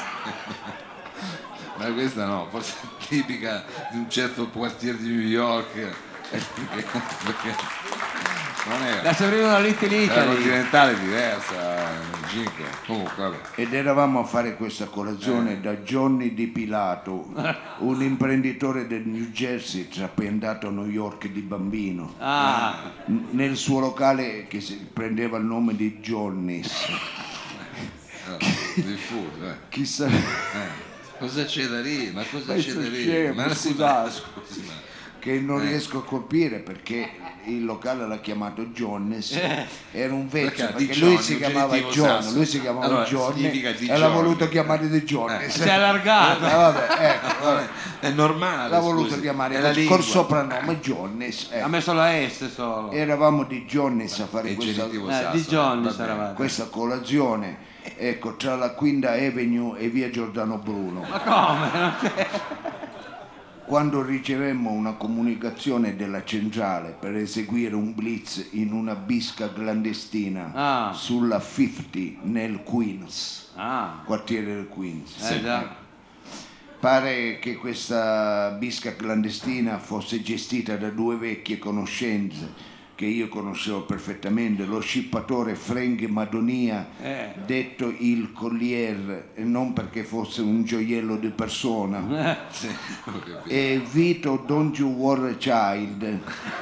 Ma questa no, forse è tipica di un certo quartiere di New York. eh, Perché, perché non La è sembrava una Little la Italy. continentale è diversa, Ginko. Comunque, vabbè. Ed eravamo a fare questa colazione da Johnny Di Pilato, un imprenditore del New Jersey trapiantato a New York di bambino, Ah, n- nel suo locale che si prendeva il nome di Johnny's. No, diffuso, eh. Chissà, Eh, Cosa c'è da ridere? Ma cosa Ma c'è da sei ridere? scemo, sì, scusate. ma- scusi, ma- che non Eh. riesco a colpire perché il locale l'ha chiamato Johnny's, Eh. era un vezzo Perché perché, di lui Johnny, si un chiamava genitivo John, sasso. lui si chiamava Allora, Johnny significa di e l'ha Johnny. voluto chiamare di Johnny. si è allargato. Eh, vabbè, ecco, vabbè. È normale. L'ha voluto scusi, chiamare è la col, lingua. col soprannome Johnny's. Ha ecco. messo la S solo. Eravamo di Johnny's a È fare il questa, genitivo Eh, sasso. di Johnny va sarà. bene. questa colazione, ecco, tra la Quinta Avenue e via Giordano Bruno. Ma come? Non c'è. quando ricevemmo una comunicazione della centrale per eseguire un blitz in una bisca clandestina Ah. sulla cinquanta nel Queens, Ah, quartiere del Queens. eh già. Pare che questa bisca clandestina fosse gestita da due vecchie conoscenze che io conoscevo perfettamente, lo scippatore Frank Madonia, Eh. detto il Collier, e non perché fosse un gioiello di persona, Eh, Sì, ho capito. e Vito Don't You Worry Child,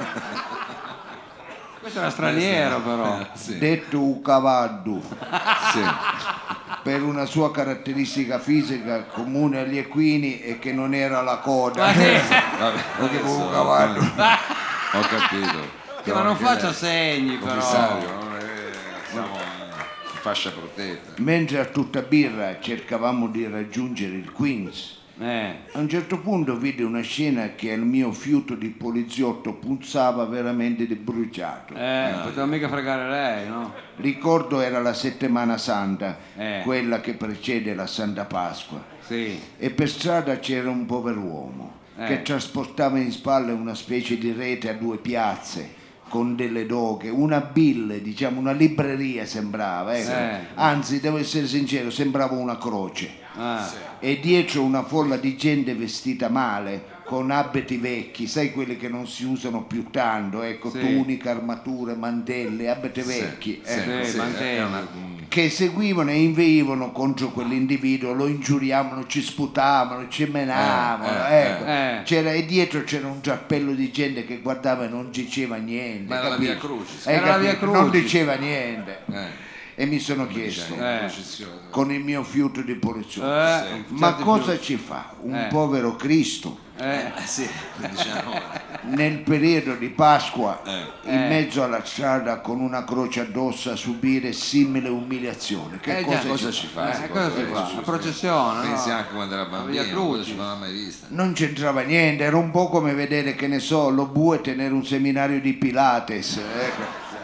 questo era straniero però. Eh, sì, detto Ucavaddu, sì. per una sua caratteristica fisica comune agli equini e che non era la coda. Ma sì, Vabbè, adesso- un cavallo. Ho capito. sì, ma non faccia segni però. Commissario, non è- siamo in fascia protetta. Mentre a tutta birra cercavamo di raggiungere il Queens, Eh, a un certo punto vidi una scena che al mio fiuto di poliziotto punzava veramente di bruciato. eh, non poteva mica fregare lei, no? Ricordo era la settimana santa, Eh. quella che precede la Santa Pasqua, Sì. e per strada c'era un pover'uomo Eh. che trasportava in spalle una specie di rete a due piazze con delle doghe, una bill, diciamo una libreria sembrava, ecco. Eh. Anzi devo essere sincero, sembrava una croce. Ah, E dietro una folla di gente vestita male, con abiti vecchi, sai quelli che non si usano più tanto, ecco, Sì. tuniche, armature, mantelli, abiti vecchi, Sì, ecco, sì, sì, mantelli. è una- che seguivano e inveivano contro quell'individuo, lo ingiuriavano, ci sputavano, ci menavano, Eh, eh, ecco. eh. C'era, e dietro c'era un drappello di gente che guardava e non diceva niente. Ma era la capito? Via Crucis. Hai Era la capito? Via Non Crucis. diceva niente. Eh, E mi sono chiesto, diciamo, Eh. processione. con il mio fiuto di poliziotto, eh, ma certi cosa più- ci fa un Eh. povero Cristo Eh, Eh, sì, diciamo. nel periodo di Pasqua Eh. in Eh. mezzo alla strada con una croce addosso a subire simile umiliazione? Che Eh, cosa, già. Cosa ci ci fa? fa? eh, cosa si Eh, fa? giusto. La processione, Pensi no? anche quando era Via bambino, Crucis. cosa ci non l'ha mai vista. Non c'entrava niente, era un po' come vedere, che ne so, lo bue tenere un seminario di Pilates, ecco.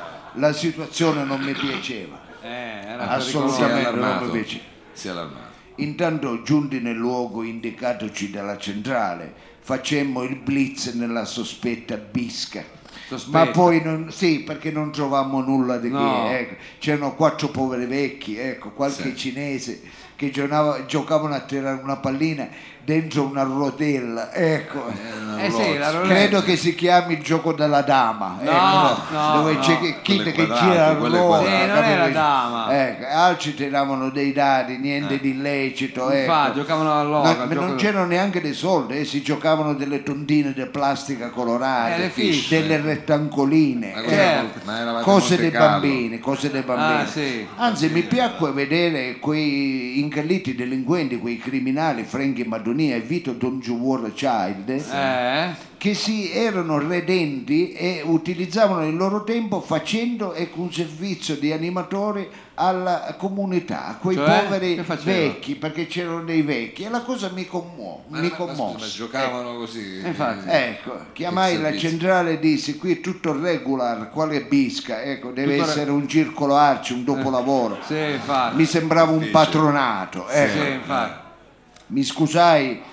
La situazione non mi piaceva, Eh, era assolutamente Si è non mi allarmato. piaceva. Si è allarmato. Intanto, giunti nel luogo indicatoci dalla centrale, facemmo il blitz nella sospetta bisca. Sospetta. Ma poi non, sì, perché non trovammo nulla di che, No. ecco. C'erano quattro poveri vecchi, ecco, qualche Sì. cinese che giocava- giocavano a tirare una pallina dentro una rotella, ecco. Eh sì, la roulette. Credo che si chiami il gioco della dama, No, ecco, no, dove no. c'è chi- chi Quelle che quadrate, gira quelle l'uomo, quadrate. Sì, non capito? era dama. Ecco, altri tiravano dei dadi, niente di illecito, ecco. Infatti, giocavano all'oca, No, il non gioco- c'erano neanche dei soldi, eh, si giocavano delle tondine di plastica colorate, Eh, le fiche. delle rettangoline, Ma, eh, cosa- Certo. ma eravate cose a dei Monte Carlo. bambini, cose dei bambini. Ah, sì. Anzi, mi piacque vedere quei incalliti delinquenti, quei criminali, Frankie Madonia e Vito Don Giovanni Child, Eh, che si erano redenti e utilizzavano il loro tempo facendo ecco, un servizio di animatori alla comunità, a quei Cioè? poveri Che facevano? vecchi, perché c'erano dei vecchi, e la cosa mi commuove, Ma, mi ma- ma scusa, ma commosse. giocavano così. infatti. Ecco, chiamai Che la servizio. centrale e dissi: qui è tutto regular, quale bisca, ecco, deve Tutto re- essere un circolo arci, un dopolavoro. sì, infatti. Mi sembrava un Difficile. patronato, ecco. Sì, infatti. Mi scusai,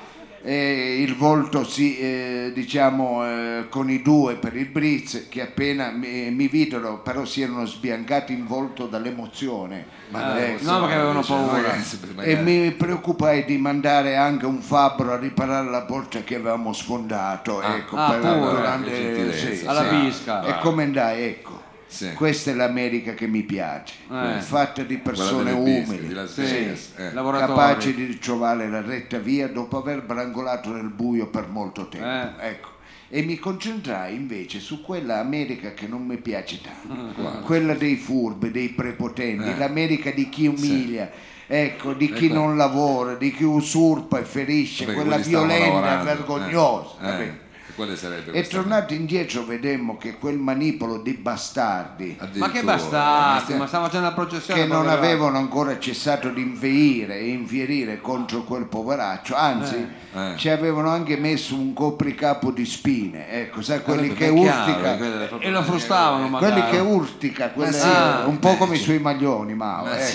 eh, il volto si, eh, diciamo, eh, con i due per il blitz, che appena mi, mi videro, però si erano sbiancati in volto dall'emozione. Ma Ecco. no, perché avevano Dice, paura. magari- E magari- mi preoccupai di mandare anche un fabbro a riparare la porta che avevamo sfondato, Ah, ecco, ah, per- pure, durante- che gentilezza. sì, Alla sì. bisca. E come andai, ecco. Sì. Questa è l'America che mi piace, Eh. fatta di Quella persone delle bische, umili, di Las Sì, Vegas, eh. lavoratori. capaci di ritrovare la retta via dopo aver brangolato nel buio per molto tempo. Eh. Ecco. E mi concentrai invece su quella America che non mi piace tanto, Quale? quella dei furbi, dei prepotenti, Eh. l'America di chi umilia, ecco, di chi Ecco. non lavora, di chi usurpa e ferisce, Perché quella quelli stavano violenta e lavorando. vergognosa. Eh, capito? eh. E quale sarebbe E questa? tornati indietro vedemmo che quel manipolo di bastardi Ma che Addirittura. bastardi, ma stiamo facendo la processione. che non povero- avevano ancora cessato di inveire e infierire contro quel poveraccio, anzi Eh. ci avevano anche messo un copricapo di spine, ecco, sai, quelli che Ben chiaro, urtica, quelle proprio- E lo frustavano magari. quelli che urtica, quelle- sì, un po' eh, come i sì. suoi maglioni, Mao, Ma sì, ecco. ma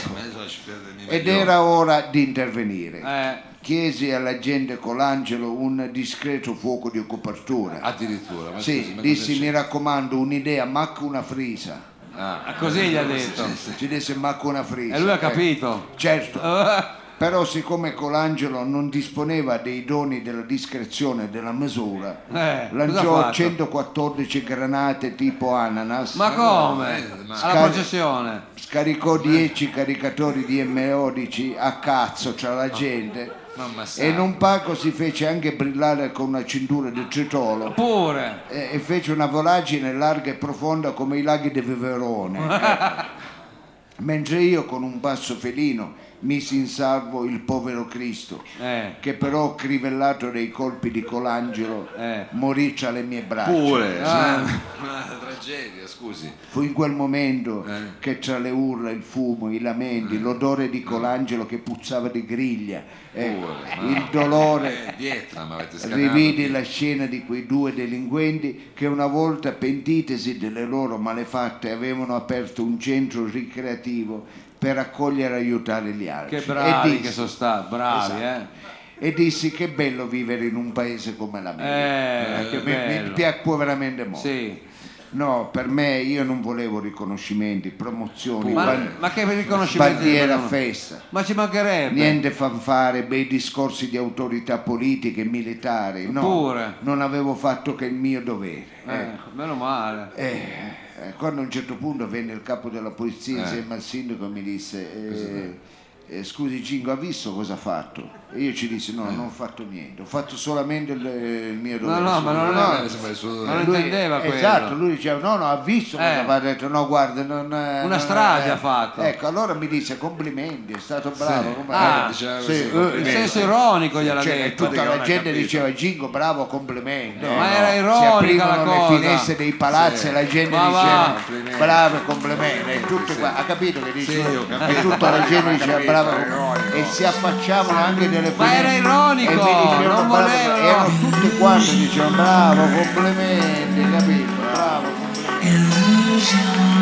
lasci perdere, mi ed meglio. era ora di intervenire. Eh, Chiesi all'agente Colangelo un discreto fuoco di copertura. Addirittura, ma Sì, scusi, ma dissi cosa mi c'è? raccomando un'idea, manca una frisa. Ah, così gli ha detto. Ci disse manca una frisa. E lui ha Eh, capito. certo. Eh, Però siccome Colangelo non disponeva dei doni della discrezione e della misura, Eh, cosa ha lanciò fatto? centoquattordici granate tipo ananas, Ma come? eh, ma- Alla Scari- processione. scaricò dieci caricatori di emme dodici a cazzo tra la gente mamma e santa. in un pacco si fece anche brillare con una cintura di tritolo Pure. e, e fece una voragine larga e profonda come i laghi di Viverone. Ecco. Mentre io con un passo felino misi in salvo il povero Cristo, Eh, che però crivellato dai colpi di Colangelo Eh. morì tra le mie braccia. Pure, Ah. sì, una tragedia, scusi. Fu in quel momento Eh. che tra le urla, il fumo, i lamenti, l'odore di Colangelo che puzzava di griglia, eh, Pure, il dolore, Eh, Vietnam avete scatenato. rividi la scena di quei due delinquenti che una volta pentitesi delle loro malefatte avevano aperto un centro ricreativo per accogliere e aiutare gli altri. che bravi e dissi, che sono stati, bravi, Esatto. e dissi che bello vivere in un paese come la mia. Eh, che mi, mi bello. piacque veramente eh. molto. Sì. No, per me io non volevo riconoscimenti, promozioni, Ma, ban- ma che riconoscimento? bandiera a no? festa. Ma ci mancherebbe. Niente fanfare, bei discorsi di autorità politiche e militari. No, Pure. non avevo fatto che il mio dovere. Eh, ecco. meno male. Eh, eh, quando a un certo punto venne il capo della polizia Eh. insieme al sindaco e mi disse eh, eh, scusi Gingo, ha visto cosa ha fatto? E io ci dissi no, non ho fatto niente, ho fatto solamente il, il mio No, dovere. no, ma non, No, è- mi sembra il suo ma dovere. non Lui- intendeva quello. esatto, lui diceva no no ha visto cosa Eh. aveva detto, no guarda non, eh, Una non- strage eh. ha fatto. Ecco, allora mi disse complimenti, è stato bravo. Sì. come- Ah, eh, diceva sì, così, eh, In complimenti. senso ironico gliel'ha cioè, detto. tutta che la non ha gente capito. diceva Gingo bravo complimenti. Ma Eh, era no, ironica si aprivano la le cosa. finestre dei palazzi Sì. e la gente Ma diceva va. Complimenti. bravo e complimenti e tutti Sì. qua- ha capito che dice Sì, ho capito. e tutta la gente Ho diceva capito, bravo era ironico. e si affacciavano anche delle Ma era finestre ironico, e mi dicevano non bravo, volevano. erano tutti quanti dicevano bravo complimenti capito bravo complimenti.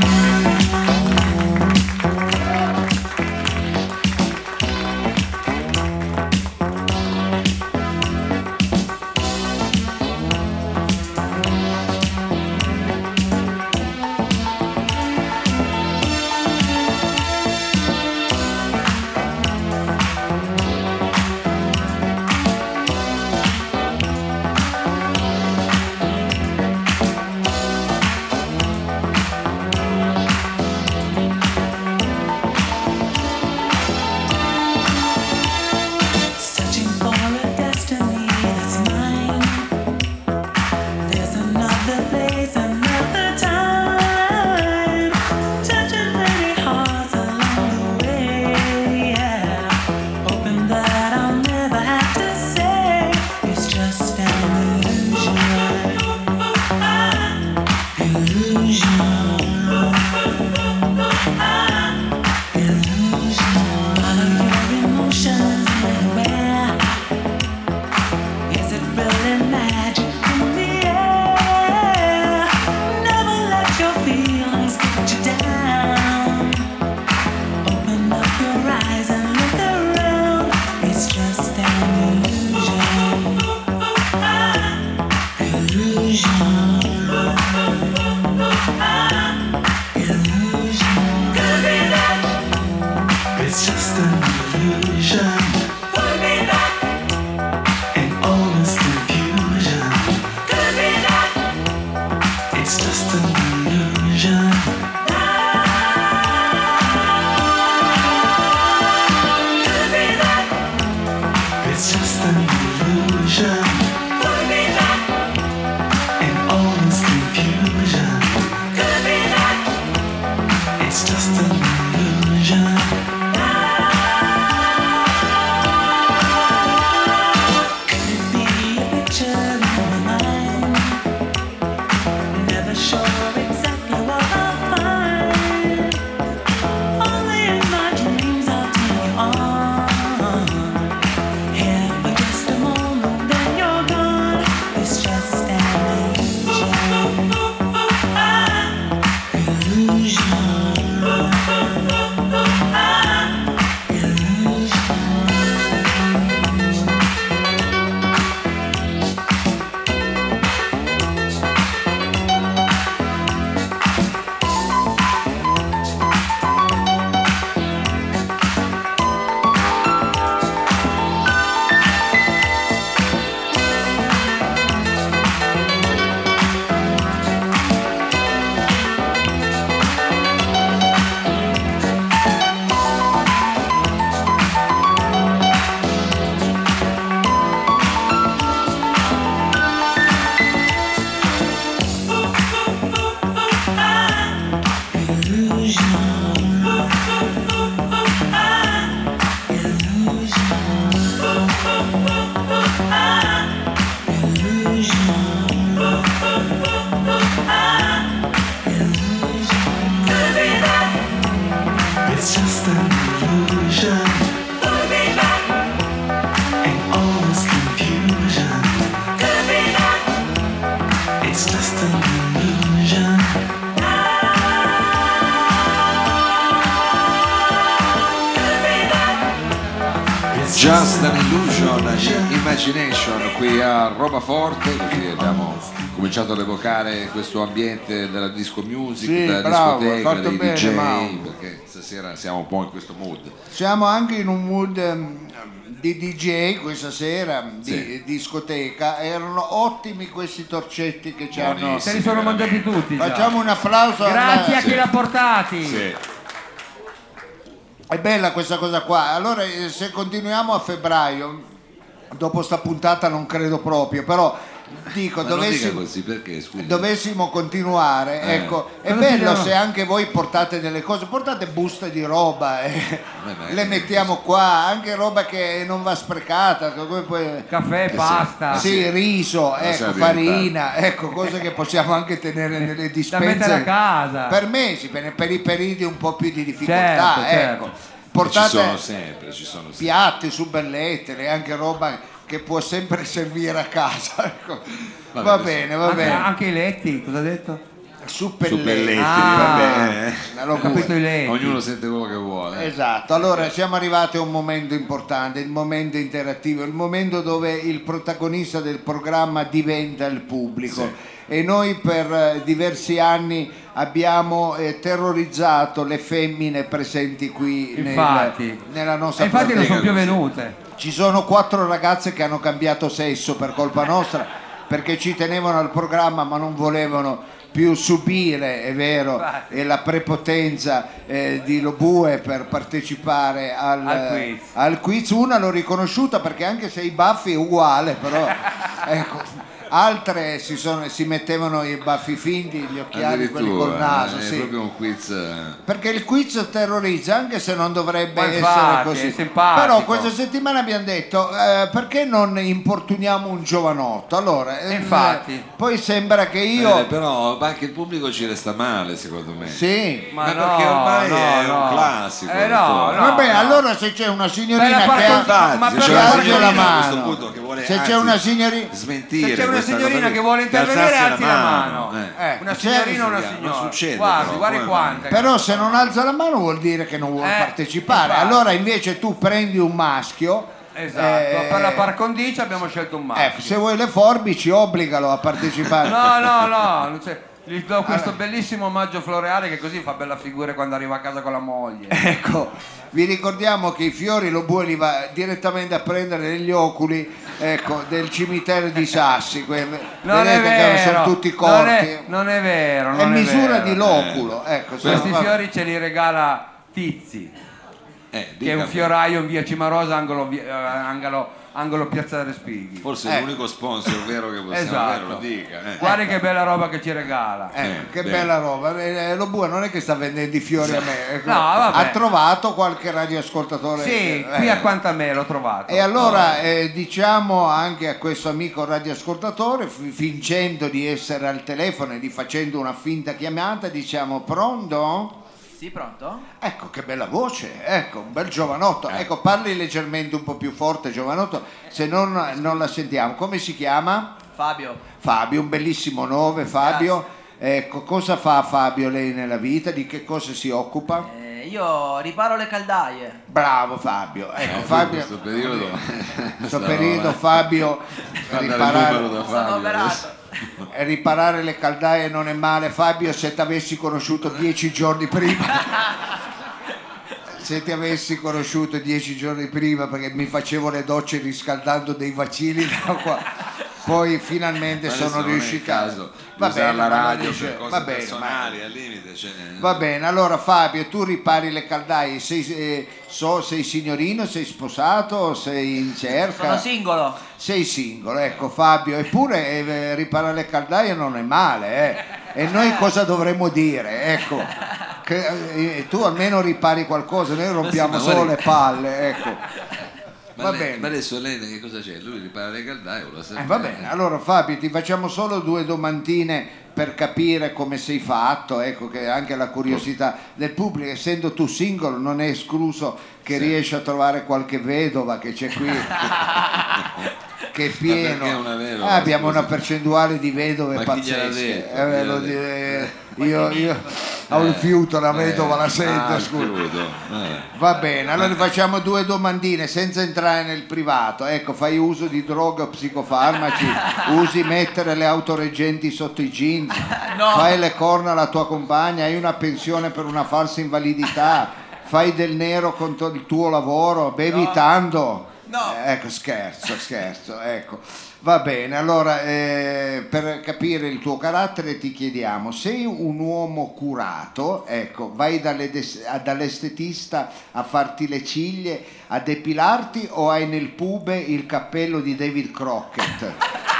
Searching for a destiny that's mine. There's another place, another time. Touching many hearts along the way. Yeah. Hoping that I'll never have to say it's just an illusion. Illusion. Follow your emotions anywhere. Is it really magic in the air? Never let your feelings get you down. Open up your eyes and look around. It's just an illusion. Illusion. Just an Illusion, Imagination qui a Roma Forte, così abbiamo cominciato ad evocare questo ambiente della disco music, Sì, della bravo, hai discoteca, fatto dei bene, D J, Mauro. perché stasera siamo un po' in questo mood. Siamo anche in un mood ehm, di D J questa sera, di Sì. discoteca. Erano ottimi questi torcetti che ci hanno. Buonissimi. Se li sono mangiati tutti già. Facciamo un applauso. Grazie alla- a chi l'ha portati. Sì. È bella questa cosa qua. Allora, eh, se continuiamo a febbraio, dopo sta puntata non credo proprio, però dico, Ma non dica dovessimo, così, perché scusi? dovessimo continuare, Eh. ecco, è Cosa bello si se anche voi portate delle cose, portate buste di roba e beh, le mettiamo qua, anche roba che non va sprecata, come poi- Caffè, pasta. sì, riso, Eh, ecco, sì, farina, ecco, cose che possiamo anche tenere nelle Da dispense mettere a casa. per mesi, per, per i periodi un po' più di difficoltà, Certo, certo. ecco. Ci Portate sono sempre, ci sono sempre. piatti, subellettere, anche roba che può sempre servire a casa, ecco. Vabbè, Va adesso- bene, va Anche, bene. anche i letti, cosa ha detto? Suppelletti, Suppelletti, Ah. va bene. Lo Ho capito pure. i letti. Ognuno sente quello che vuole. Esatto, allora siamo arrivati a un momento importante, il momento interattivo, il momento dove il protagonista del programma diventa il pubblico. E noi per eh, diversi anni abbiamo eh, terrorizzato le femmine presenti qui nel- Infatti. nella nostra E infatti non sono più così. venute. Ci sono quattro ragazze che hanno cambiato sesso per colpa nostra perché ci tenevano al programma ma non volevano più subire, è vero, Infatti. e la prepotenza eh, di Lobue per partecipare al, Al quiz. al quiz. Una l'ho riconosciuta perché anche se i baffi è uguale, però ecco. Altre si, sono- si mettevano i baffi finti, gli occhiali, quelli col Addirittura, naso, è sì. proprio un quiz. eh, Perché il quiz terrorizza anche se non dovrebbe Ma essere infatti, così. è simpatico. Però questa settimana abbiamo detto eh, perché non importuniamo un giovanotto? Allora, eh, Infatti. poi sembra che io eh, però anche il pubblico ci resta male, secondo me. sì. Ma, Ma no, perché ormai no, è no. un classico, Eh no, dottore. no. Vabbè, allora se c'è una signorina Per la che par- ha Infatti, ma se per c'è la una par- signorina la a questo mano. punto che vuole, Se c'è anzi, una signori- smentire Se c'è una questa signorina cosa che vuole qui, intervenire, alzarsi alzi la mano. eh. Eh, Una certo, signorina o una non signora? succede, Guardi, però, guardi come quante. Però se non alza la mano vuol dire che non vuole Eh, partecipare. infatti. Allora invece tu prendi un maschio. Esatto, eh, per la par condicio abbiamo scelto un maschio. ecco, se vuoi le forbici obbligalo a partecipare. No, no, no, non c'è- gli do questo bellissimo omaggio floreale che così fa bella figura quando arriva a casa con la moglie. Ecco, vi ricordiamo che i fiori lo Bue li va direttamente a prendere negli oculi, ecco, del cimitero di Sassi. que- Non vedete è che vero, sono tutti non corti. è, non è vero, è non misura vero. di loculo. Ecco, sono- Questi vabbè. fiori ce li regala Tizi, Eh, che è un dica. fioraio in via Cimarosa, angolo, via- eh, angolo, angolo Piazza Respighi. Forse è Eh. l'unico sponsor vero che possiamo Esatto. avere, lo dica. eh. Guardi che bella roba che ci regala. Eh, Eh, che bene. bella roba. Eh, Lo Bue non è che sta vendendo i fiori a me. ecco. No, vabbè. Ha trovato qualche radioascoltatore. Sì, eh, qui a Quantamè l'ho trovato. E allora eh, diciamo anche a questo amico radioascoltatore, fi- fingendo di essere al telefono e di facendo una finta chiamata, diciamo pronto? Sì, pronto? Ecco che bella voce, ecco, un bel giovanotto. Ecco, parli leggermente un po' più forte, giovanotto, se non, non la sentiamo. Come si chiama? Fabio. Fabio, un bellissimo nome, Fabio. Ecco, cosa fa Fabio lei nella vita? Di che cosa si occupa? Eh, io riparo le caldaie. Bravo Fabio. Ecco, Eh, Fabio. in questo periodo In questo periodo Fabio Guarda il riparare, numero da Sono Fabio operato. adesso. e riparare le caldaie non è male. Fabio, se ti avessi conosciuto dieci giorni prima se ti avessi conosciuto dieci giorni prima, perché mi facevo le docce riscaldando dei vaccini da qua. Poi finalmente Adesso sono non è il riuscito a caso di va usare bene, la ma non radio dice- per cose va bene, personali ma- al limite, cioè, Va bene, allora Fabio, tu ripari le caldaie, sei, eh, so, sei signorino, sei sposato, sei in cerca? Sono singolo. Sei singolo, ecco Fabio, eppure eh, riparare le caldaie non è male, eh. E noi cosa dovremmo dire? Ecco, che eh, tu almeno ripari qualcosa, noi rompiamo ma solo guardi- le palle, ecco. Ma, Va lei- bene. ma adesso lei che cosa c'è? Lui ripara le caldaie, vuole Eh, sapere. va bene, allora Fabio ti facciamo solo due domandine per capire come sei fatto, ecco che anche la curiosità del pubblico, essendo tu singolo non è escluso che Sì. riesci a trovare qualche vedova che c'è qui che è pieno. perché una vedova, Ah, abbiamo scusi? una percentuale di vedove Ma chi gliel'ha pazzesche. detto? Eh, ve Chi lo gliel'ha dire- io, io, Ha un fiuto, la Eh, vedova la sente, ah, il scusa. fiuto, eh. Va bene, allora facciamo due domandine senza entrare nel privato. Ecco, fai uso di droga o psicofarmaci? Usi mettere le autoreggenti sotto i jeans? No. Fai le corna alla tua compagna? Hai una pensione per una falsa invalidità? Fai del nero contro il tuo lavoro? Bevi tanto? No. Eh, ecco, scherzo, scherzo, ecco. Va bene, allora eh, per capire il tuo carattere ti chiediamo, sei un uomo curato, ecco, vai dalle des- a- dall'estetista a farti le ciglia, a depilarti o hai nel pube il cappello di David Crockett?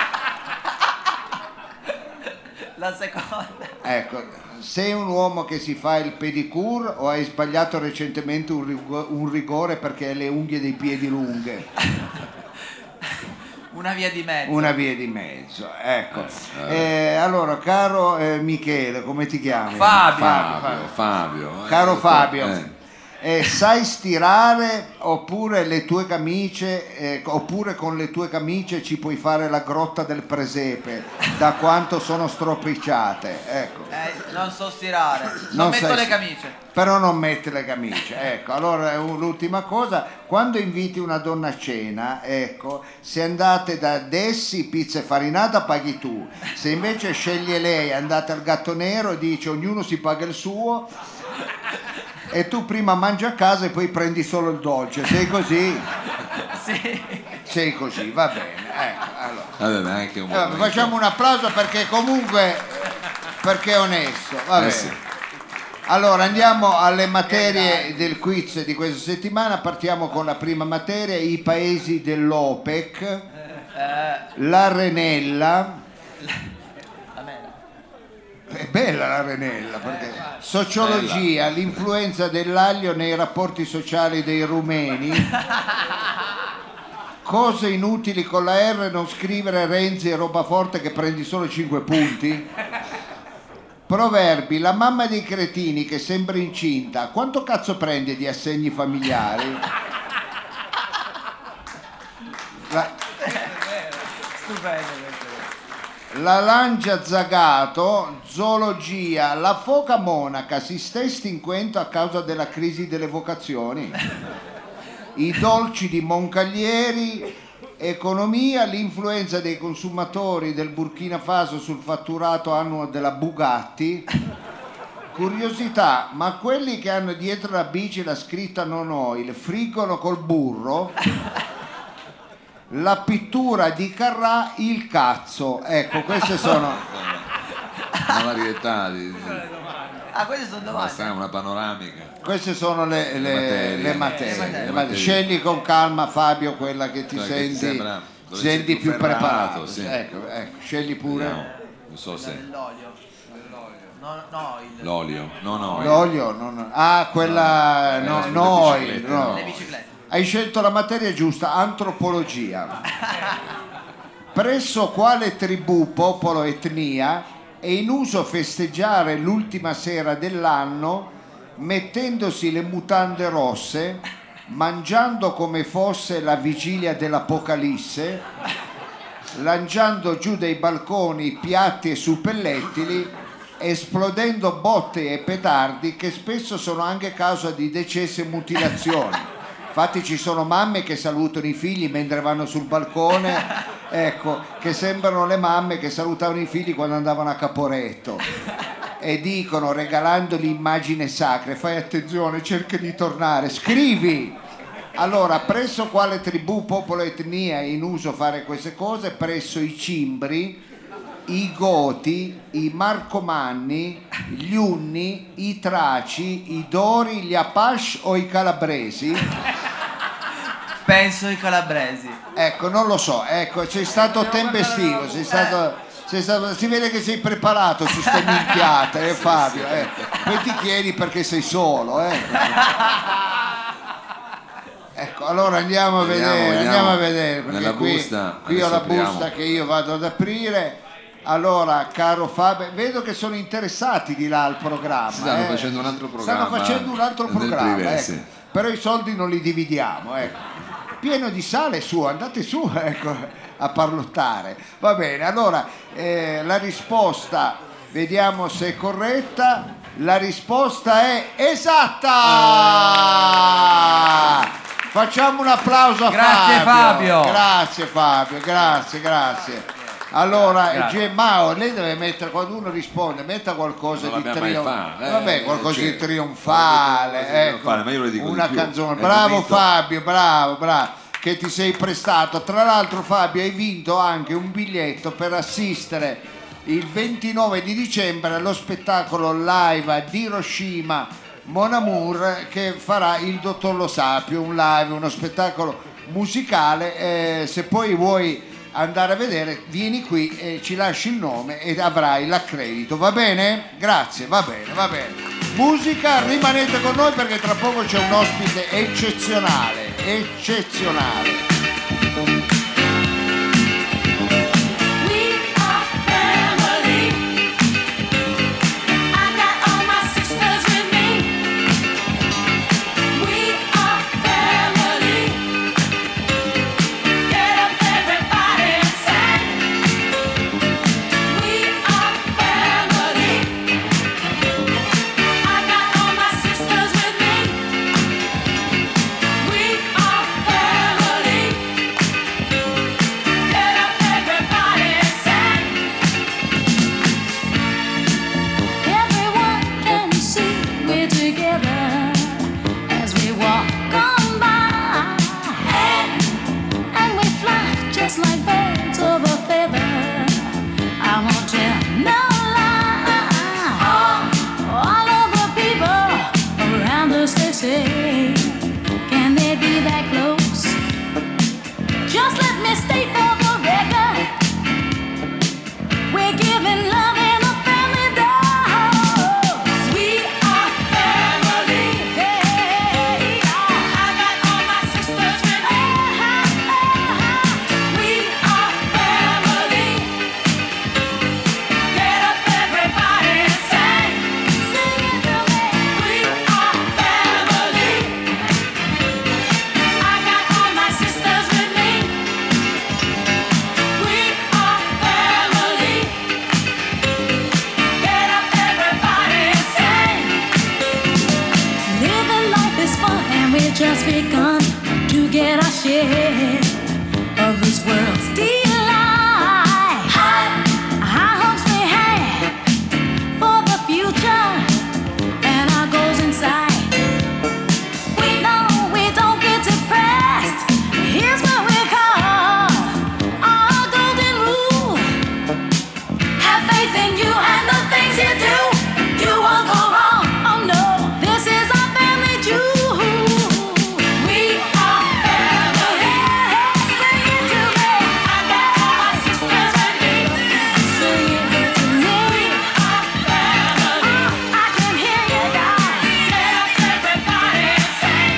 La seconda. Ecco, sei un uomo che si fa il pedicure o hai sbagliato recentemente un, rigo- un rigore perché hai le unghie dei piedi lunghe? Una via di mezzo. Una via di mezzo, ecco. Eh, allora, caro eh, Michele, come ti chiami? Fabio. Fabio, Fabio. eh, Caro Fabio, eh. eh, sai stirare oppure le tue camicie, eh, oppure con le tue camicie ci puoi fare la grotta del presepe, da quanto sono stropicciate, ecco. Eh, non so stirare. Non, Non metto sai le sti- camicie. Però non mette le camicie, ecco. Allora un- l'ultima cosa, quando inviti una donna a cena, ecco, se andate da Dessi, pizza e farinata paghi tu, se invece sceglie lei, andate al Gatto Nero e dice ognuno si paga il suo e tu prima mangi a casa e poi prendi solo il dolce, sei così? Sì. Sei così, va bene, ecco, allora. Vabbè, ma anche un Eh, momento. facciamo un applauso perché comunque perché è onesto, va Eh, bene. sì. Allora andiamo alle materie del quiz di questa settimana, partiamo con la prima materia, i paesi dell'OPEC, la Renella, La mela. è bella la Renella, perché sociologia, l'influenza dell'aglio nei rapporti sociali dei rumeni, cose inutili con la R, non scrivere Renzi e roba forte che prendi solo cinque punti. Proverbi, la mamma dei cretini che sembra incinta, quanto cazzo prende di assegni familiari? La, Stupendo questo. la lancia Zagato, zoologia, la foca monaca si sta estinguendo a causa della crisi delle vocazioni. I dolci di Moncaglieri, economia, l'influenza dei consumatori del Burkina Faso sul fatturato annuo della Bugatti. Curiosità, ma quelli che hanno dietro la bici la scritta non oil friggono col burro? La pittura di Carrà, il cazzo. Ecco, queste sono Una varietà di, di Ah, queste sono domande. basta, una panoramica. queste sono le, le- materie. le materie. Le materie. Le materie. Scegli con calma, Fabio, quella che ti Quella che ti senti, sembra- ti dove senti sei più più ferrato, preparato. sì. Ecco, ecco, scegli pure. Vediamo. Non so se Dell'olio. No, no, il... l'olio. No, no. L'olio, no, no. Ah, quella No, no, sulle noi, biciclette, no. no. Le biciclette. Hai scelto la materia giusta, antropologia. Presso quale tribù, popolo, etnia è in uso festeggiare l'ultima sera dell'anno mettendosi le mutande rosse, mangiando come fosse la vigilia dell'Apocalisse, lanciando giù dai balconi piatti e suppellettili, esplodendo botte e petardi che spesso sono anche causa di decessi e mutilazioni. Infatti ci sono mamme che salutano i figli mentre vanno sul balcone, ecco, che sembrano le mamme che salutavano i figli quando andavano a Caporetto e dicono, regalandogli immagini sacre, fai attenzione, cerca di tornare, scrivi. Allora, presso quale tribù, popolo, etnia è in uso fare queste cose? Presso i Cimbri, i Goti, i Marcomanni, gli Unni, i Traci, i Dori, gli Apache o i Calabresi? Penso i calabresi. Ecco, non lo so, ecco, sei stato tempestivo, sei stato, sei stato- si vede che sei preparato su ste minchiate, eh, Fabio, eh. Poi ti chiedi perché sei solo, eh. Ecco, allora andiamo a Vediamo, vedere, vediamo. andiamo a vedere, perché Nella qui, busta, qui ho adesso la apriamo. busta che io vado ad aprire. Allora, caro Fabio, vedo che sono interessati di là al programma. Stanno eh. facendo un altro programma Stanno facendo un altro nel programma, privé, ecco. sì. Però i soldi non li dividiamo, ecco. Pieno di sale su, andate su, ecco, a parlottare. Va bene, allora eh, la risposta vediamo se è corretta. La risposta è esatta! Facciamo un applauso a Grazie, Fabio. Fabio. Grazie Fabio, grazie, grazie. Allora, Grazie. Ge- Mao, lei deve mettere, quando uno risponde, metta qualcosa Non di l'abbiamo mai trionfale. fatto, eh, Vabbè, qualcosa cioè, di trionfale. qualcosa di Ecco. trionfale, ma io le dico di Una più. canzone. Ecco, Bravo vinto. Fabio, bravo, bravo, che ti sei prestato. Tra l'altro Fabio hai vinto anche un biglietto per assistere il ventinove di dicembre allo spettacolo live di Hiroshima Mon Amour che farà il dottor Lo Sapio, un live, uno spettacolo musicale. Eh, se poi vuoi andare a vedere, vieni qui e ci lasci il nome ed avrai l'accredito, va bene? Grazie, va bene, va bene. Musica, rimanete con noi perché tra poco c'è un ospite eccezionale, eccezionale. We are family. I got all my sisters with me. We are family. Get up, everybody, and sing. We are family. I got all my sisters with me. We are family. Get up, everybody, and sing. Everyone can see we're together as we walk on by, and, and we fly just like birds of a feather. I won't tell no lie. All, all of the people around us, they say, can they be that close? Just let me state for the record, we're giving love in a family dose. We are family. Hey, I got all my sisters with me. We are family. Get up, everybody, and sing. Sing it to me. We are family. I got all my sisters with me. We are family. Get up, everybody, and sing. Living life is fun, and we've just begun to get our share of this world's delight. Our hopes we have for the future, and our goals in sight. We know we don't get depressed. Here's what we call our golden rule. Have faith in you and the things you do. You won't go wrong. Oh no, this is our family jewel. We are family. Sing it to me. I got all my sisters with me. Sing it to me. We are family. I can hear you guys. Get up, everybody, and sing.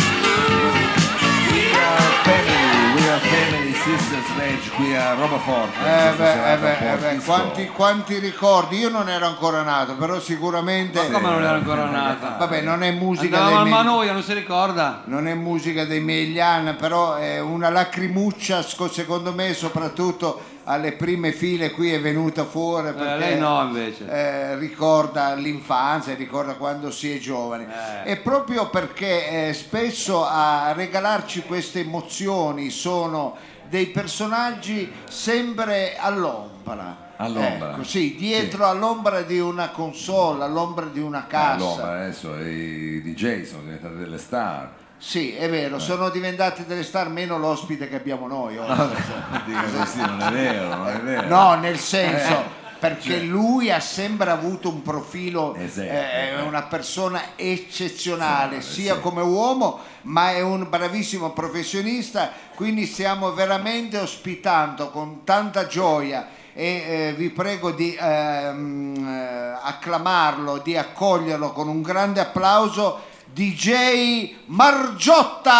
Ooh, we are Family, we are family, sisters Reg qui a Roma Forte. Eh in questa beh, serata eh beh, un po' eh beh, disco. quanti, quanti ricordi, io non ero ancora nato, però sicuramente Ma come non era ancora nata? vabbè, non è musica Andavamo al dei miei, Manoia, non si ricorda? non è musica dei miei anni, però è una lacrimuccia sco- secondo me, soprattutto alle prime file qui è venuta fuori perché lei no, invece. eh, ricorda l'infanzia, ricorda quando si è giovani. Eh. E proprio perché eh, spesso a regalarci queste emozioni sono dei personaggi sempre all'ombra. All'ombra. Ecco, sì, dietro all'ombra di una console, all'ombra di una cassa. Allora, adesso i D J sono diventati delle star. Sì, è vero, sono diventati delle star, meno l'ospite che abbiamo noi oggi. Dico così, non è vero, non è vero. No, nel senso, Eh, perché cioè- lui ha sempre avuto un profilo, Esatto, eh, è una persona eccezionale, Sì, sia sì. come uomo, ma è un bravissimo professionista, quindi stiamo veramente ospitando con tanta gioia e eh, vi prego di ehm, eh, acclamarlo, di accoglierlo con un grande applauso, D J Margiotta!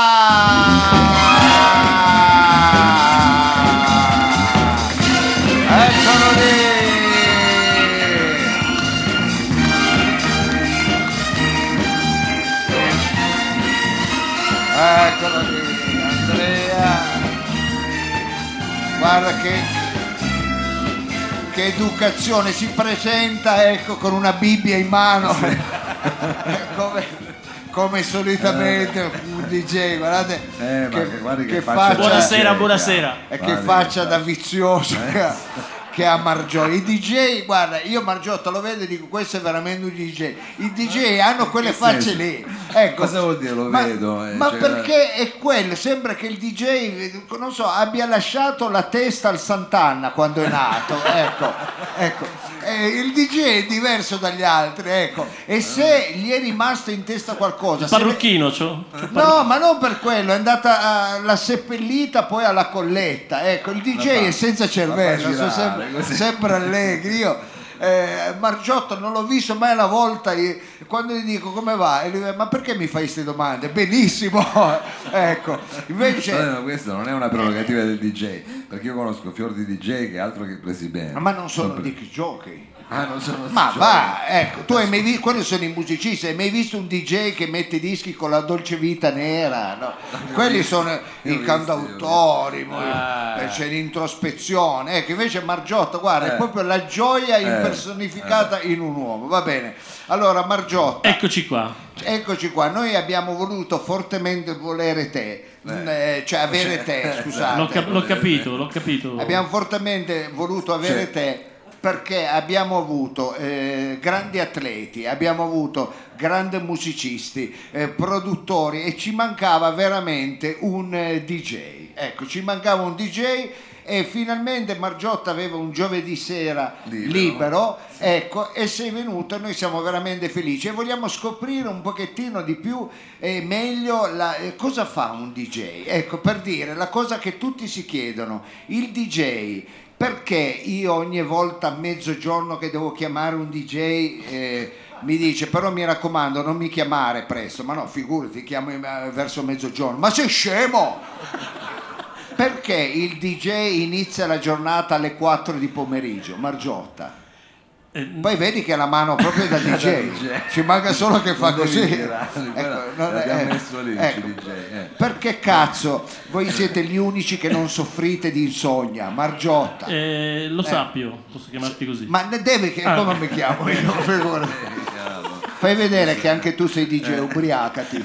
Eccolo lì! Eccolo lì, Andrea! Guarda che che educazione, si presenta ecco con una Bibbia in mano come, come solitamente un D J, guardate Eh, ma che, che- guardi che che faccia- faccia Buonasera, buonasera. e che Guardi faccia che da vizioso che, che ha Margiotta. I D J, guarda, io Margiotta lo vedo e dico questo è veramente un D J. I D J hanno quelle facce lì. Ecco. Cosa vuol dire? Lo ma, vedo, eh, ma cioè- perché è quello? Sembra che il D J, non so, abbia lasciato la testa al Sant'Anna quando è nato. Ecco, ecco. Eh, il D J è diverso dagli altri, ecco. E se gli è rimasto in testa qualcosa, se le- Parrucchino, c'ho? no, ma non per quello, è andata alla seppellita, poi alla colletta. Ecco, il D J è senza cervello, girare, sono sempre, così. sempre allegri. Io eh, Margiotto non l'ho visto mai una volta, io- quando gli dico come va, e lui ma perché mi fai queste domande? Benissimo, ecco. Invece, Vabbè, ma questo non è una prerogativa del D J, perché io conosco fior di D J che altro che presi bene. ma non sono disc jockey. Ah, non sono Ma giovani. va, ecco, tu hai mai visto, quelli sono i musicisti, hai mai visto un D J che mette i dischi con la dolce vita nera? No? Quelli sono Io ho i visto, cantautori, eh, c'è l'introspezione, ecco, invece Margiotto, guarda, è Eh. proprio la gioia Eh. impersonificata in un uomo, va bene. Allora Margiotto, Eccoci qua. eccoci qua, noi abbiamo voluto fortemente volere te, eh, cioè avere te, scusate. L'ho, cap- l'ho capito, l'ho capito. Abbiamo fortemente voluto avere Sì. te perché abbiamo avuto eh, grandi atleti, abbiamo avuto grandi musicisti, eh, produttori e ci mancava veramente un eh, D J. Ecco, ci mancava un D J e finalmente Margiotta aveva un giovedì sera libero, Libero. ecco, e sei venuto e noi siamo veramente felici e vogliamo scoprire un pochettino di più e meglio la- eh, cosa fa un D J. Ecco, per dire la cosa che tutti si chiedono, il D J. Perché io ogni volta a mezzogiorno che devo chiamare un D J eh, mi dice però mi raccomando non mi chiamare presto, ma no figurati chiamo eh, verso mezzogiorno, ma sei scemo? Perché il D J inizia la giornata alle quattro di pomeriggio, Margiotta? Eh, Poi vedi che la mano proprio da D J, ci manca solo che fa Non devi così. tirare, Ecco, quella non è- l'abbiamo eh, messo lì, ecco. il D J, eh. Perché cazzo voi siete gli unici che non soffrite di insonnia, Margiotta? eh, lo sappio, posso chiamarti così. Ma ne deve che Ah. come mi chiamo io? Figurati. Fai vedere che anche tu sei D J, ubriacati.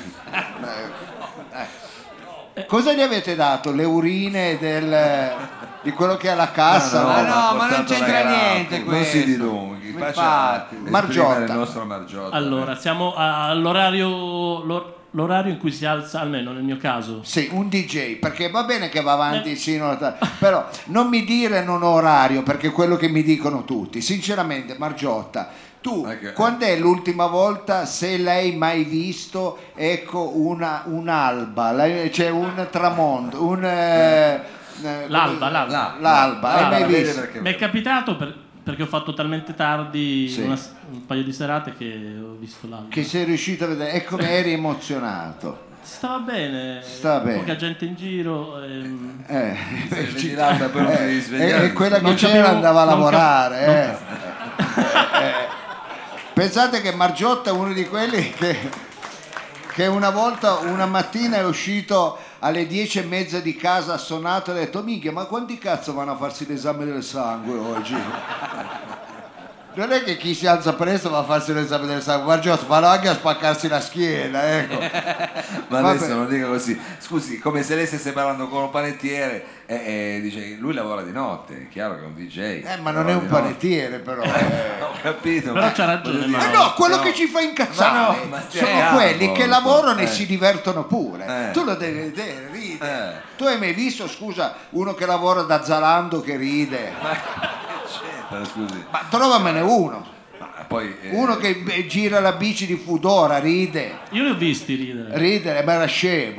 Eh. Cosa gli avete dato? Le urine del, di quello che ha la cassa? Ma no, ha ma non portato c'entra la graffa, niente Non questo. si dilunghi, faccia Infatti. esprimere Margiotta. il nostro Margiotta. Allora, siamo a- all'orario l'or- l'orario in cui si alza, almeno nel mio caso. Sì, un D J, perché va bene che va avanti sino a... però non mi dire non ho orario, perché è quello che mi dicono tutti. Sinceramente, Margiotta, tu Ecco. quando è l'ultima volta, se l'hai mai visto, ecco una, un'alba, la- cioè un tramonto, un... eh, eh, L'alba, come- l'alba. l'alba, hai mai vedi visto? perché- Mi è capitato per- perché ho fatto talmente tardi Sì. una- un paio di serate che ho visto l'alba. Che sei riuscito a vedere, e come eri emozionato. Stava bene, Stava bene. poca gente in giro. ehm, Eh, Se vedi l'alba poi non ti devi e, svegliare. e quella che Non c'era capivo- andava a non lavorare. cap- eh. Eh, eh. Pensate che Margiotta è uno di quelli che, che una volta, una mattina è uscito alle dieci e mezza di casa, ha suonato e ha detto minchia ma quanti cazzo vanno a farsi l'esame del sangue oggi? Non è che chi si alza presto va a farsi l'esame del sangue, Margiotta vanno anche a spaccarsi la schiena, ecco. Ma Vabbè. adesso non dica così. Scusi, come se lei stesse parlando con un panettiere e, e dice lui lavora di notte, è chiaro che è un D J. Eh, ma non è lavora un di notte. panettiere però. eh. Ho capito. Però ma- c'ha ragione, voglio ma dire- Ma no, quello no. che ci fa incazzare Ma no, ma c'è sono altro, quelli che lavorano e eh. si divertono pure. Eh. Tu lo devi vedere, ride. Eh. Tu hai mai visto, scusa, uno che lavora da Zalando che ride? C'entra, scusi. Ma trovamene uno. Ma poi, eh, Uno che eh, gira la bici di Foodora, ride. Io li ho visti ridere. Ridere, ma era scemo.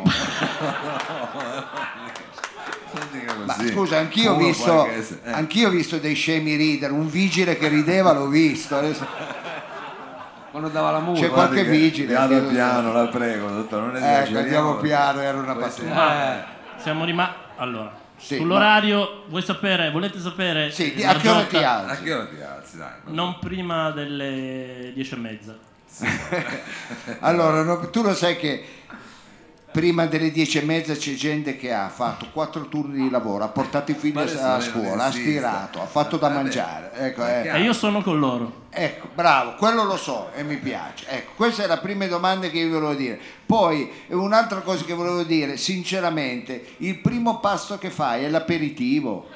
non dica Ma così. scusa, anch'io ho Uno visto, può anche essere- eh. anch'io ho visto dei scemi ridere. Un vigile che rideva l'ho visto. Adesso Quando dava la musica. c'è qualche Guardi che- vigile. Vada che- piano, la prego, dottore, non Ecco, esageriamo. andiamo perché piano, era una poi battuta. si- Ma siamo rimasti. Allora, Sì, sull'orario, vuoi sapere, volete sapere? Sì, di- eh, a che ora ti Margiotta? A alzi? che ora ti alzi, dai? Non prima delle dieci e mezza. Allora, no, tu lo sai che prima delle dieci e mezza c'è gente che ha fatto quattro turni di lavoro, ha portato i figli Ma adesso a non scuola, ha esiste. stirato, ha fatto da Vabbè. mangiare. Ecco, Ma eh. chiaro. E io sono con loro. Ecco, bravo, quello lo so e mi piace. Ecco, queste sono le prime domande che io volevo dire. Poi un'altra cosa che volevo dire, sinceramente, il primo pasto che fai è l'aperitivo.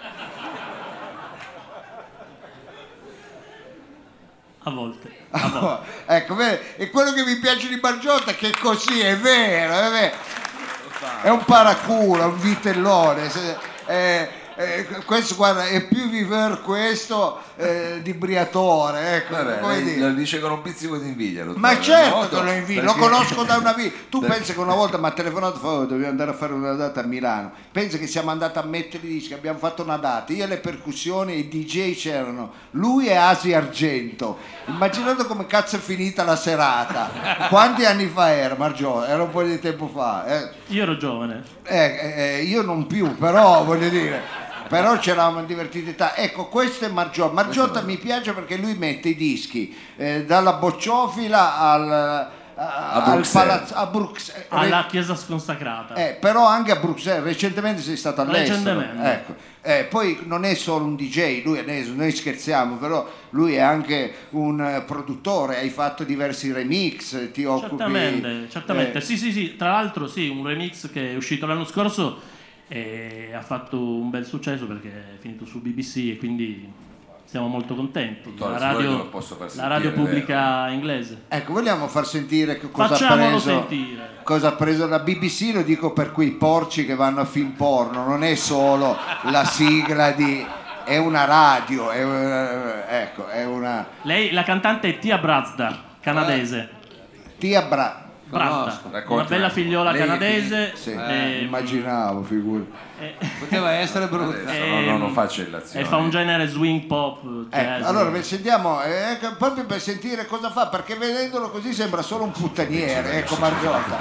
A volte. A volte. Ecco, vedi? E quello che mi piace di Margiotta è che così è vero, è vero. È un paraculo, è un vitellone. se- eh, eh, questo guarda è più viver questo eh, di Briatore, ecco, Vabbè, come lei dire. lo dice con un pizzico di invidia. dottore. Ma certo Noto, che lo invidio, perché- lo conosco da una vita. Tu perché- pensi che una volta mi ha telefonato e fa, oh, dobbiamo andare a fare una data a Milano. Pensa che siamo andati a mettere i dischi, abbiamo fatto una data, io alle percussioni e i D J c'erano, lui e Asi Argento. Immaginate come cazzo è finita la serata. Quanti anni fa era, Margio? Era un po' di tempo fa. Eh, Io ero giovane. eh, eh, io non più, però voglio dire. Però ci eravamo divertiti. ta- Ecco, questo è Margiotta. Margiotta mi piace perché lui mette i dischi eh, dalla bocciofila al, a, al Bruxelles. palazzo a Bruxelles. Alla chiesa sconsacrata. Eh, però anche a Bruxelles, recentemente sei stato all'estero. Recentemente. Ecco. Eh, poi non è solo un D J, lui adesso noi scherziamo, però lui è anche un eh, produttore, hai fatto diversi remix, ti occupi. Certamente, certamente. eh, Sì, sì, sì. Tra l'altro, sì, un remix che è uscito l'anno scorso e ha fatto un bel successo perché è finito su B B C e quindi siamo molto contenti. Dottore, La se vuole radio, lo posso far la radio sentire, pubblica inglese. Ecco, vogliamo far sentire che cosa ha Facciamolo preso. sentire. Cosa ha preso la B B C, lo dico per quei porci che vanno a film porno, non è solo la sigla di. È una radio, è, eh, ecco, è una. Lei, la cantante è Tia Brazda, canadese. Tia Bra. Brazda, racconti una bella un- figliola lei- canadese. Sì, e- immaginavo, figurati. e- Poteva essere brutta. Adesso Eh, no, no, non faccio illazioni. e fa un genere swing pop, jazz. Ecco, allora beh, sentiamo, eh, ecco, proprio per sentire cosa fa, perché vedendolo così sembra solo un puttaniere, ecco Margiotta.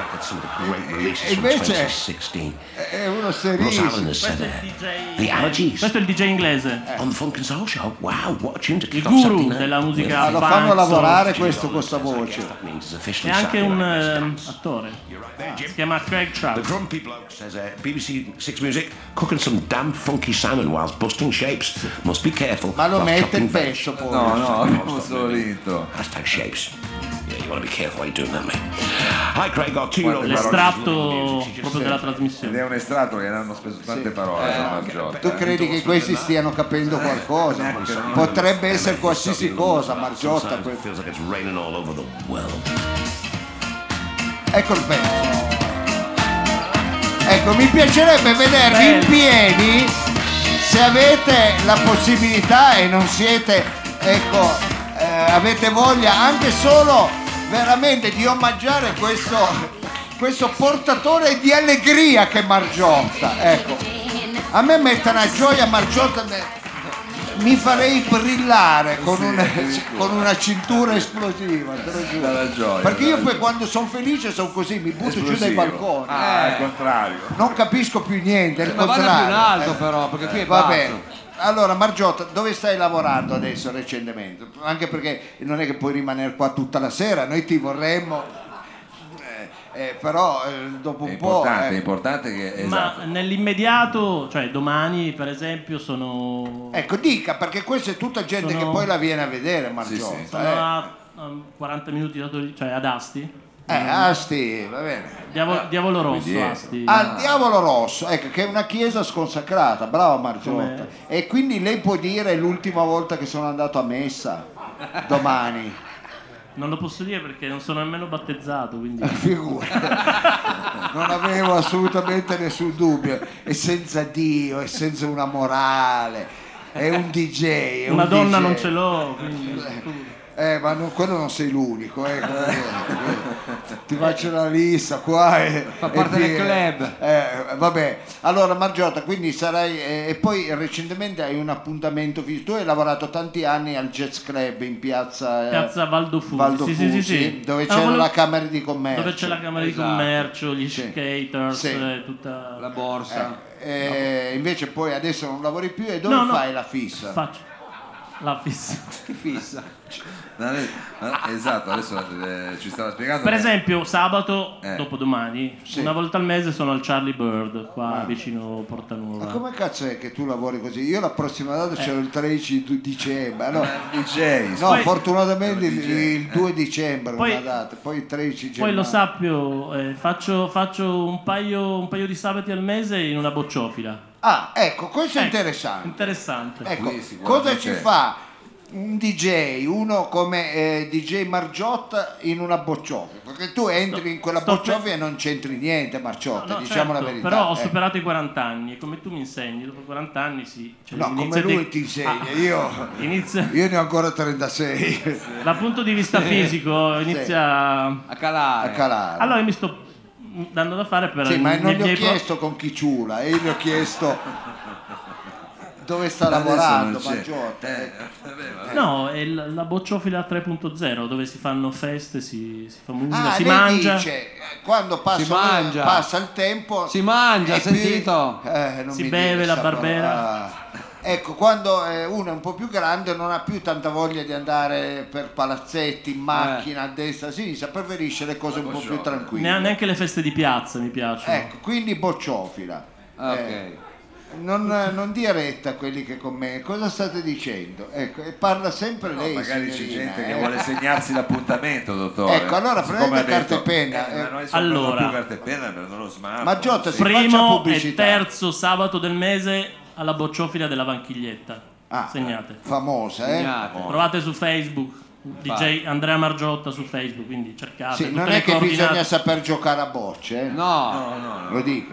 E invece è uno serissimo. Questo è il The D J. Allergies. Questo è il D J inglese, On the Funk and Soul Show. Wow, what a tune to il kick off guru Saturday night. della musica Ah, lo punk, fanno soul. lavorare questo con sta voce. That means it's È officially anche Saturday un night. ehm, attore. Si chiama Craig The Trout. grumpy bloke says uh, B B C Six Music cooking some damn funky salmon whilst busting shapes. Must be careful. Ma lo whilst mette chopping il veg. pezzo poi. No, no, abbiamo solo l'intro. Hashtag shapes. Yeah, you want to be careful how you're doing that, mate. Hi, Craig. Got two year old L'estratto proprio della trasmissione. Ed è un estratto che ne hanno speso tante parole per Margiotta. Tu credi che questi stiano capendo qualcosa? Potrebbe essere qualsiasi cosa, Margiotta. Sometimes que- it feels like it's raining all over the world. Ecco il pezzo. Ecco, mi piacerebbe vedervi in piedi se avete la possibilità e non siete, ecco, eh, avete voglia anche solo veramente di omaggiare questo, questo portatore di allegria che è Margiotta. Ecco, a me mette una gioia Margiotta, ne- mi farei brillare con una, con una cintura esplosiva, te lo giuro. Dalla gioia, Perché io dalla poi gioia. quando sono felice sono così, mi butto giù dai Esplosivo. balconi. Ah, Eh, al contrario. non capisco più niente, è il Ma vada contrario. più in alto Eh, però, perché qui è Va basso. bene. Allora Margiotta, dove stai lavorando adesso recentemente? Anche perché non è che puoi rimanere qua tutta la sera, noi ti vorremmo, eh, eh, però eh, dopo È un po'... importante, è eh. importante che Ma esatto. nell'immediato, cioè domani per esempio, sono, Ecco, dica, perché questa è tutta gente Sono- che poi la viene a vedere Margiotta. Sì, sì. sono eh. a a quaranta minuti da Torino, cioè ad Asti. Eh, Asti, va bene. Diavolo, Diavolo Rosso, quindi è- Asti. Al Diavolo Rosso, ecco, che è una chiesa sconsacrata, brava Margiotta. Com'è? E quindi lei può dire l'ultima volta che sono andato a messa, domani. Non lo posso dire perché non sono nemmeno battezzato, quindi Figura. Non avevo assolutamente nessun dubbio. È senza Dio, è senza una morale, è un D J. È una un donna D J. non ce l'ho, quindi Eh, ma non- quello non sei l'unico, eh. Ti faccio la lista qua e, Fa parte e del ti- club. eh, vabbè, allora Margiotta, quindi sarai eh, e poi recentemente hai un appuntamento fisico. Tu hai lavorato tanti anni al Jazz Club in piazza, eh, Piazza Valdofusi, Valdo sì, sì, sì, Fusi, sì. dove Ah, c'era volevo- la Camera di Commercio. dove c'è la Camera di Esatto. Commercio, gli Sì. skaters, Sì. eh, tutta La borsa. Eh, invece poi adesso non lavori più e dove No, no, fai la fissa? Faccio. La fissa. Che fissa. Non è- non è- esatto, adesso eh, ci stava spiegando. Per che- esempio, sabato, Eh. dopodomani, Sì. una volta al mese sono al Charlie Bird, qua vicino Porta Ma Nuova. come cazzo è che tu lavori così? Io la prossima data Eh. c'ero il tredici di dicembre. No, D J, no Poi- fortunatamente il, D J, il due dicembre Poi- una data, poi il tredici Poi gennaio. lo sappio, eh, faccio, faccio un, paio, un paio di sabati al mese in una bocciofila. Ah, ecco, questo è Ecco, interessante. Interessante. Ecco, Qui sicuramente- cosa ci fa un D J, uno come eh, D J Margiotta in una bocciofila? Perché tu entri in quella sto bocciofila e non c'entri niente, Margiotta, No, diciamo certo, la verità. però ho eh. superato i quaranta anni e come tu mi insegni, dopo quaranta anni sì. Cioè, No, come inizia lui te- ti insegna, Ah, io, inizia, io ne ho ancora trentasei dal punto di vista fisico inizia A calare. a calare. allora io mi sto dando da fare per Sì, ma i non gli ho miei pro- chiesto con chi ciula, e io gli ho chiesto dove sta Adesso lavorando non c'è. Margiotta. Eh, ecco. vabbè, vabbè. No, è la, la bocciofila tre punto zero dove si fanno feste, si, si fa musica, Ah, si lei mangia. dice, eh, quando passa, Si mangia. passa il tempo Si mangia, e ha sentito? più- eh, non Si mi beve dire la sta Barbera. parola. Ah. Ecco, quando eh, uno è un po' più grande non ha più tanta voglia di andare per palazzetti, in macchina, a destra, a sinistra, preferisce le cose un po' più tranquille. Ne- neanche le feste di piazza mi piacciono. Ecco, quindi bocciofila. Ok. Eh, non, non dia retta a quelli che commenti. Cosa state dicendo? Ecco, e parla sempre No, lei, magari c'è signorina, gente eh. che vuole segnarsi l'appuntamento, dottore. Ecco, allora Siccome prendete ha carta e detto- penna, eh, eh. ma noi siamo Allora. non più carta e penna, prendono lo smartphone. Maggiotta, sì. si faccia Primo e pubblicità. terzo sabato del mese alla bocciofila della Vanchiglietta. Ah, Segnate. famosa, eh? Segnate. Provate su Facebook, D J Andrea Margiotta su Facebook, quindi cercate Sì, tutte non le è che coordinate. bisogna saper giocare a bocce, eh? No. No, no, no. Lo dica.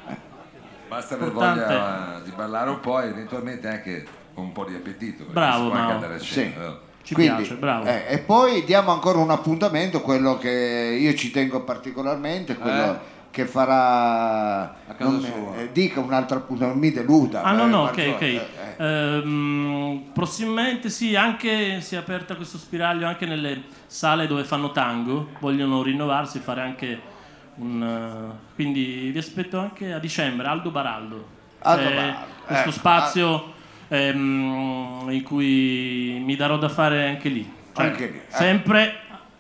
Basta aver Importante. voglia di ballare un po' e eventualmente anche con un po' di appetito. perché Bravo, si può anche Mao. andare a Sì. cena, vero? Ci Quindi, piace, bravo. eh, e poi diamo ancora un appuntamento, quello che io ci tengo particolarmente, quello Eh. che farà A casa non- sua. eh, dica un altro appuntamento, non mi deluda. Ah no eh, no, ok Margiotta, ok. eh, eh. Ehm, prossimamente sì, anche si è aperta questo spiraglio anche nelle sale dove fanno tango, vogliono rinnovarsi, fare anche un... eh, quindi vi aspetto anche a dicembre, Aldo Baraldo. Aldo C'è Baraldo, questo ecco. spazio ehm, in cui mi darò da fare anche lì. Cioè, Anche lì, eh. sempre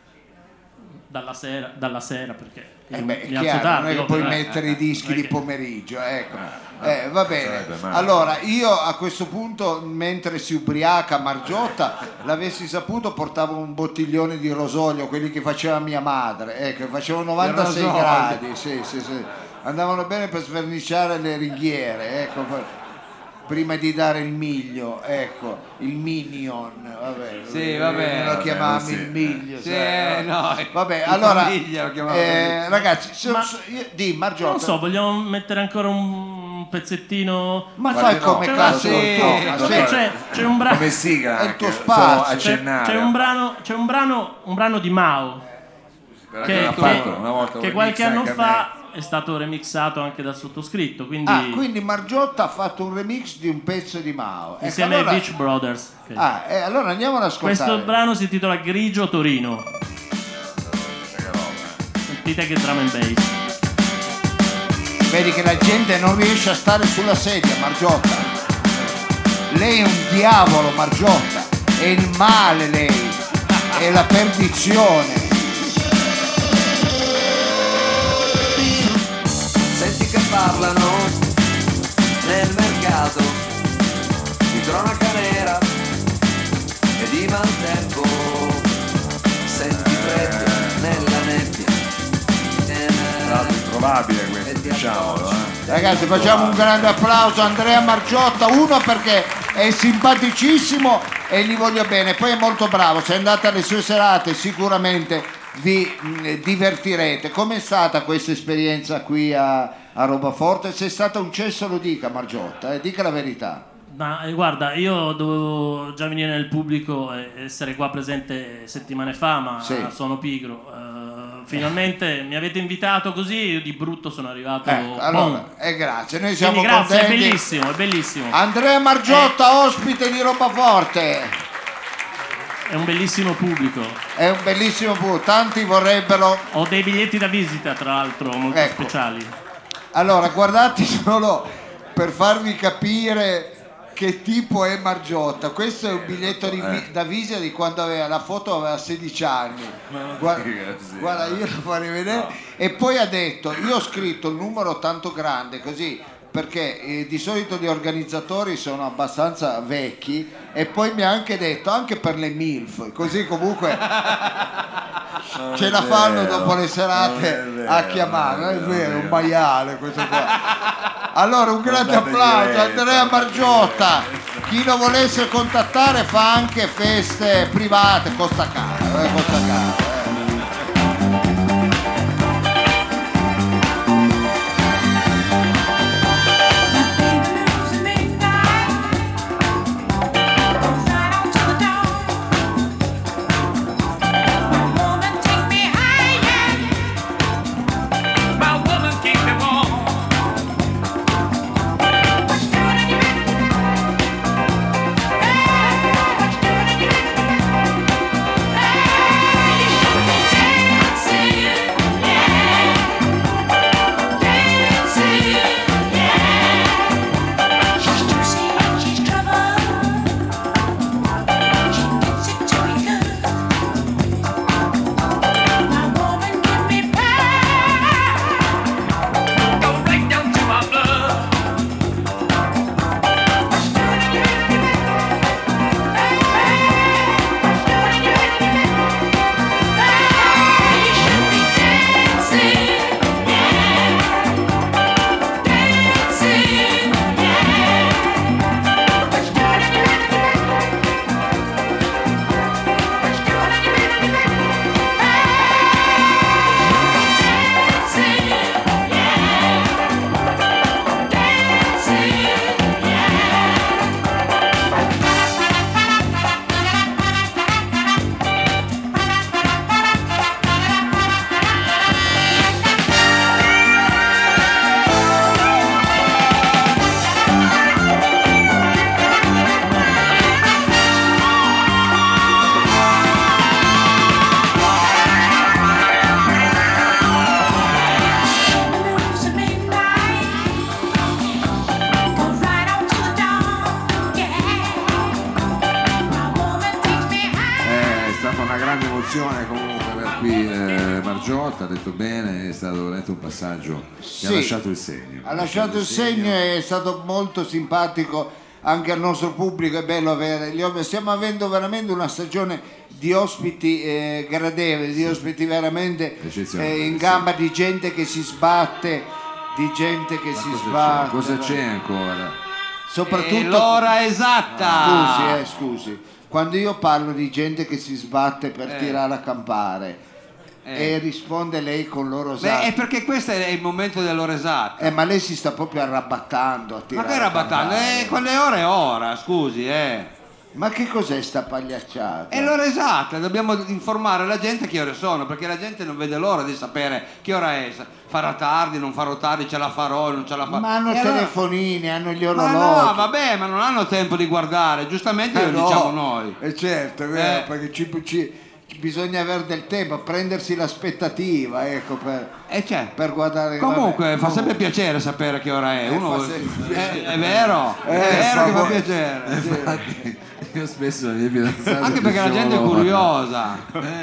dalla sera, dalla sera perché Eh io beh, è mi alzo chiaro, tardi. non è che ovvio, puoi eh. mettere i dischi non è di che- pomeriggio, ecco. Eh, va bene. sarebbe male. Allora, io a questo punto, mentre si ubriaca Margiotta, l'avessi saputo, portavo un bottiglione di rosolio, quelli che faceva mia madre, ecco, che facevano novantasei rosolio. gradi, sì, sì, sì. Andavano bene per sverniciare le ringhiere, ecco, poi- prima di dare il miglio, ecco, il minion, vabbè, Sì, vabbè. lo chiamavamo Vabbè, il sì. miglio, Sì, sai, no. vabbè, in allora, famiglia lo chiamavamo eh, ragazzi, se- Ma- se- io- di Margiotta, Non so, vogliamo mettere ancora un pezzettino. ma Guardi, fai come no, cazzo sì, tu, ma sì. se- Perché c'è, c'è un brano. Come sigla È il anche, tuo solo spazio. C'è, accennare. c'è un brano, c'è un brano, un brano di Mao Però che, l'ha che- fatto una volta che un qualche remix anno anche a fa è stato remixato anche dal sottoscritto, quindi, Ah, quindi Margiotta ha fatto un remix di un pezzo di Mao. Ecco, insieme allora- ai Beach Brothers. Ok. Ah, eh, allora andiamo ad ascoltare. Questo brano si intitola Grigio Torino. Sentite che drum and bass. Vedi che la gente non riesce a stare sulla sedia, Margiotta. Lei è un diavolo, Margiotta. È il male lei. È la perdizione. Senti che parlano nel mercato di cronaca nera e di maltempo. Senti freddo nella nebbia. e Tra l'altro nel- improbabile questo, diciamolo. Eh. Ragazzi, facciamo un grande applauso a Andrea Margiotta, uno perché è simpaticissimo e gli voglio bene, poi è molto bravo, se andate alle sue serate sicuramente vi mh, divertirete. Com'è stata questa esperienza qui a, a Robaforte? Se è stata un cesso lo dica Margiotta, eh, dica la verità. Ma eh, guarda, io dovevo già venire nel pubblico e essere qua presente settimane fa, ma Sì. sono pigro. Eh, finalmente mi avete invitato così, io di brutto sono arrivato. Ecco, allora, boom. eh, grazie, noi siamo Quindi grazie, è contenti. bellissimo, è bellissimo. Andrea Margiotta, ospite di Robaforte. È un bellissimo pubblico. È un bellissimo pubblico, tanti vorrebbero. Ho dei biglietti da visita, tra l'altro, molto Ecco. speciali. Allora, guardate solo per farvi capire che tipo è Margiotta. Questo è un biglietto di vi- da visita di quando aveva la foto, aveva sedici anni. Guarda, guarda, io lo farei vedere. E poi ha detto: io ho scritto il numero tanto grande così perché eh, di solito gli organizzatori sono abbastanza vecchi, e poi mi ha anche detto anche per le MILF, così comunque ce la fanno dopo le serate a chiamare. Non è vero, è un maiale questo qua. Allora un grande applauso a Andrea Margiotta. Chi lo volesse contattare fa anche feste private, costa caro, eh, costa caro. Comunque aver qui eh, Margiotta ha detto bene, è stato veramente un passaggio che Sì, ha lasciato il segno. Ha lasciato il segno, è stato molto simpatico anche al nostro pubblico, è bello avere gli ospiti. Stiamo avendo veramente una stagione di ospiti eh, gradevoli, di ospiti veramente eh, in gamba, di gente che si sbatte, di gente che Ma si cosa sbatte. c'è? Cosa c'è ancora? Soprattutto E l'ora esatta. Scusi, eh, scusi. Quando io parlo di gente che si sbatte per Eh. tirare a campare Eh. e risponde lei con l'ora Beh, esatta. è perché questo è il momento dell'ora esatta. Eh, ma lei si sta proprio arrabattando a Ma tirare che a rabattando? campare. Eh, quelle ore è ora, scusi, eh. Ma che cos'è sta pagliacciata? È l'ora esatta, dobbiamo informare la gente che ore sono, perché la gente non vede l'ora di sapere che ora è. Farà tardi, non farò tardi, ce la farò, non ce la farò. Ma hanno E allora- telefonini, hanno gli Ma orologi. no, vabbè, ma non hanno tempo di guardare, giustamente Eh lo no, diciamo noi. eh certo, è vero, Eh. perché ci, ci- bisogna avere del tempo, prendersi l'aspettativa, ecco, per, E c'è. per guardare. Comunque vabbè. fa sempre piacere sapere che ora è. Eh, Uno fa vuole- sempre Eh, piacere. è vero, Eh, è vero fa che fa voi- piacere. Infatti, io spesso la mia fidanzata Anche perché la gente è diciamo, curiosa.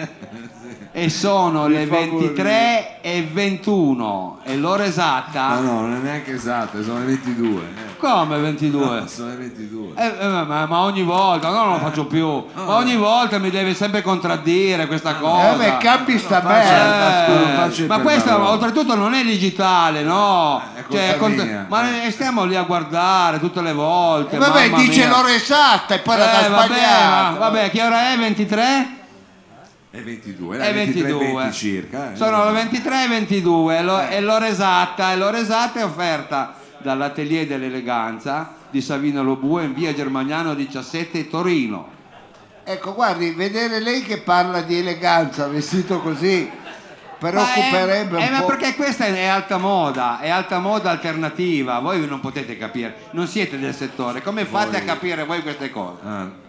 E sono Mi le fa ventitré e ventuno e l'ora esatta. Ma no, non è neanche esatto, sono le ventidue. eh. Come ventidue? No, sono le ventidue. Eh, eh, ma, ma ogni volta, no, non lo faccio più. Ma ogni volta mi deve sempre contraddire questa cosa. Eh, ma cambi sta faccia- merda, Eh, scusa, non faccio il ma questo permalone. oltretutto non è digitale, no? Eh, è Cioè, colpa cont- mia. ma ne- stiamo lì a guardare tutte le volte. Eh, vabbè, mamma dice mia. l'ora esatta e poi la dà Eh, vabbè, sbagliata. ma- vabbè, che ora è? ventitré? È ventidue, È è ventitré ventidue. venti circa. eh. Sono le ventitré e ventidue e lo- e l'ora esatta e l'ora esatta è offerta dall'Atelier dell'Eleganza di Savino Lobue in via Germaniano diciassette Torino. Ecco, guardi, vedere lei che parla di eleganza vestito così Ma preoccuperebbe è- eh, un ma po'. perché questa è alta moda, è alta moda alternativa, voi non potete capire, non siete del settore, come fate a capire voi queste cose? Ah,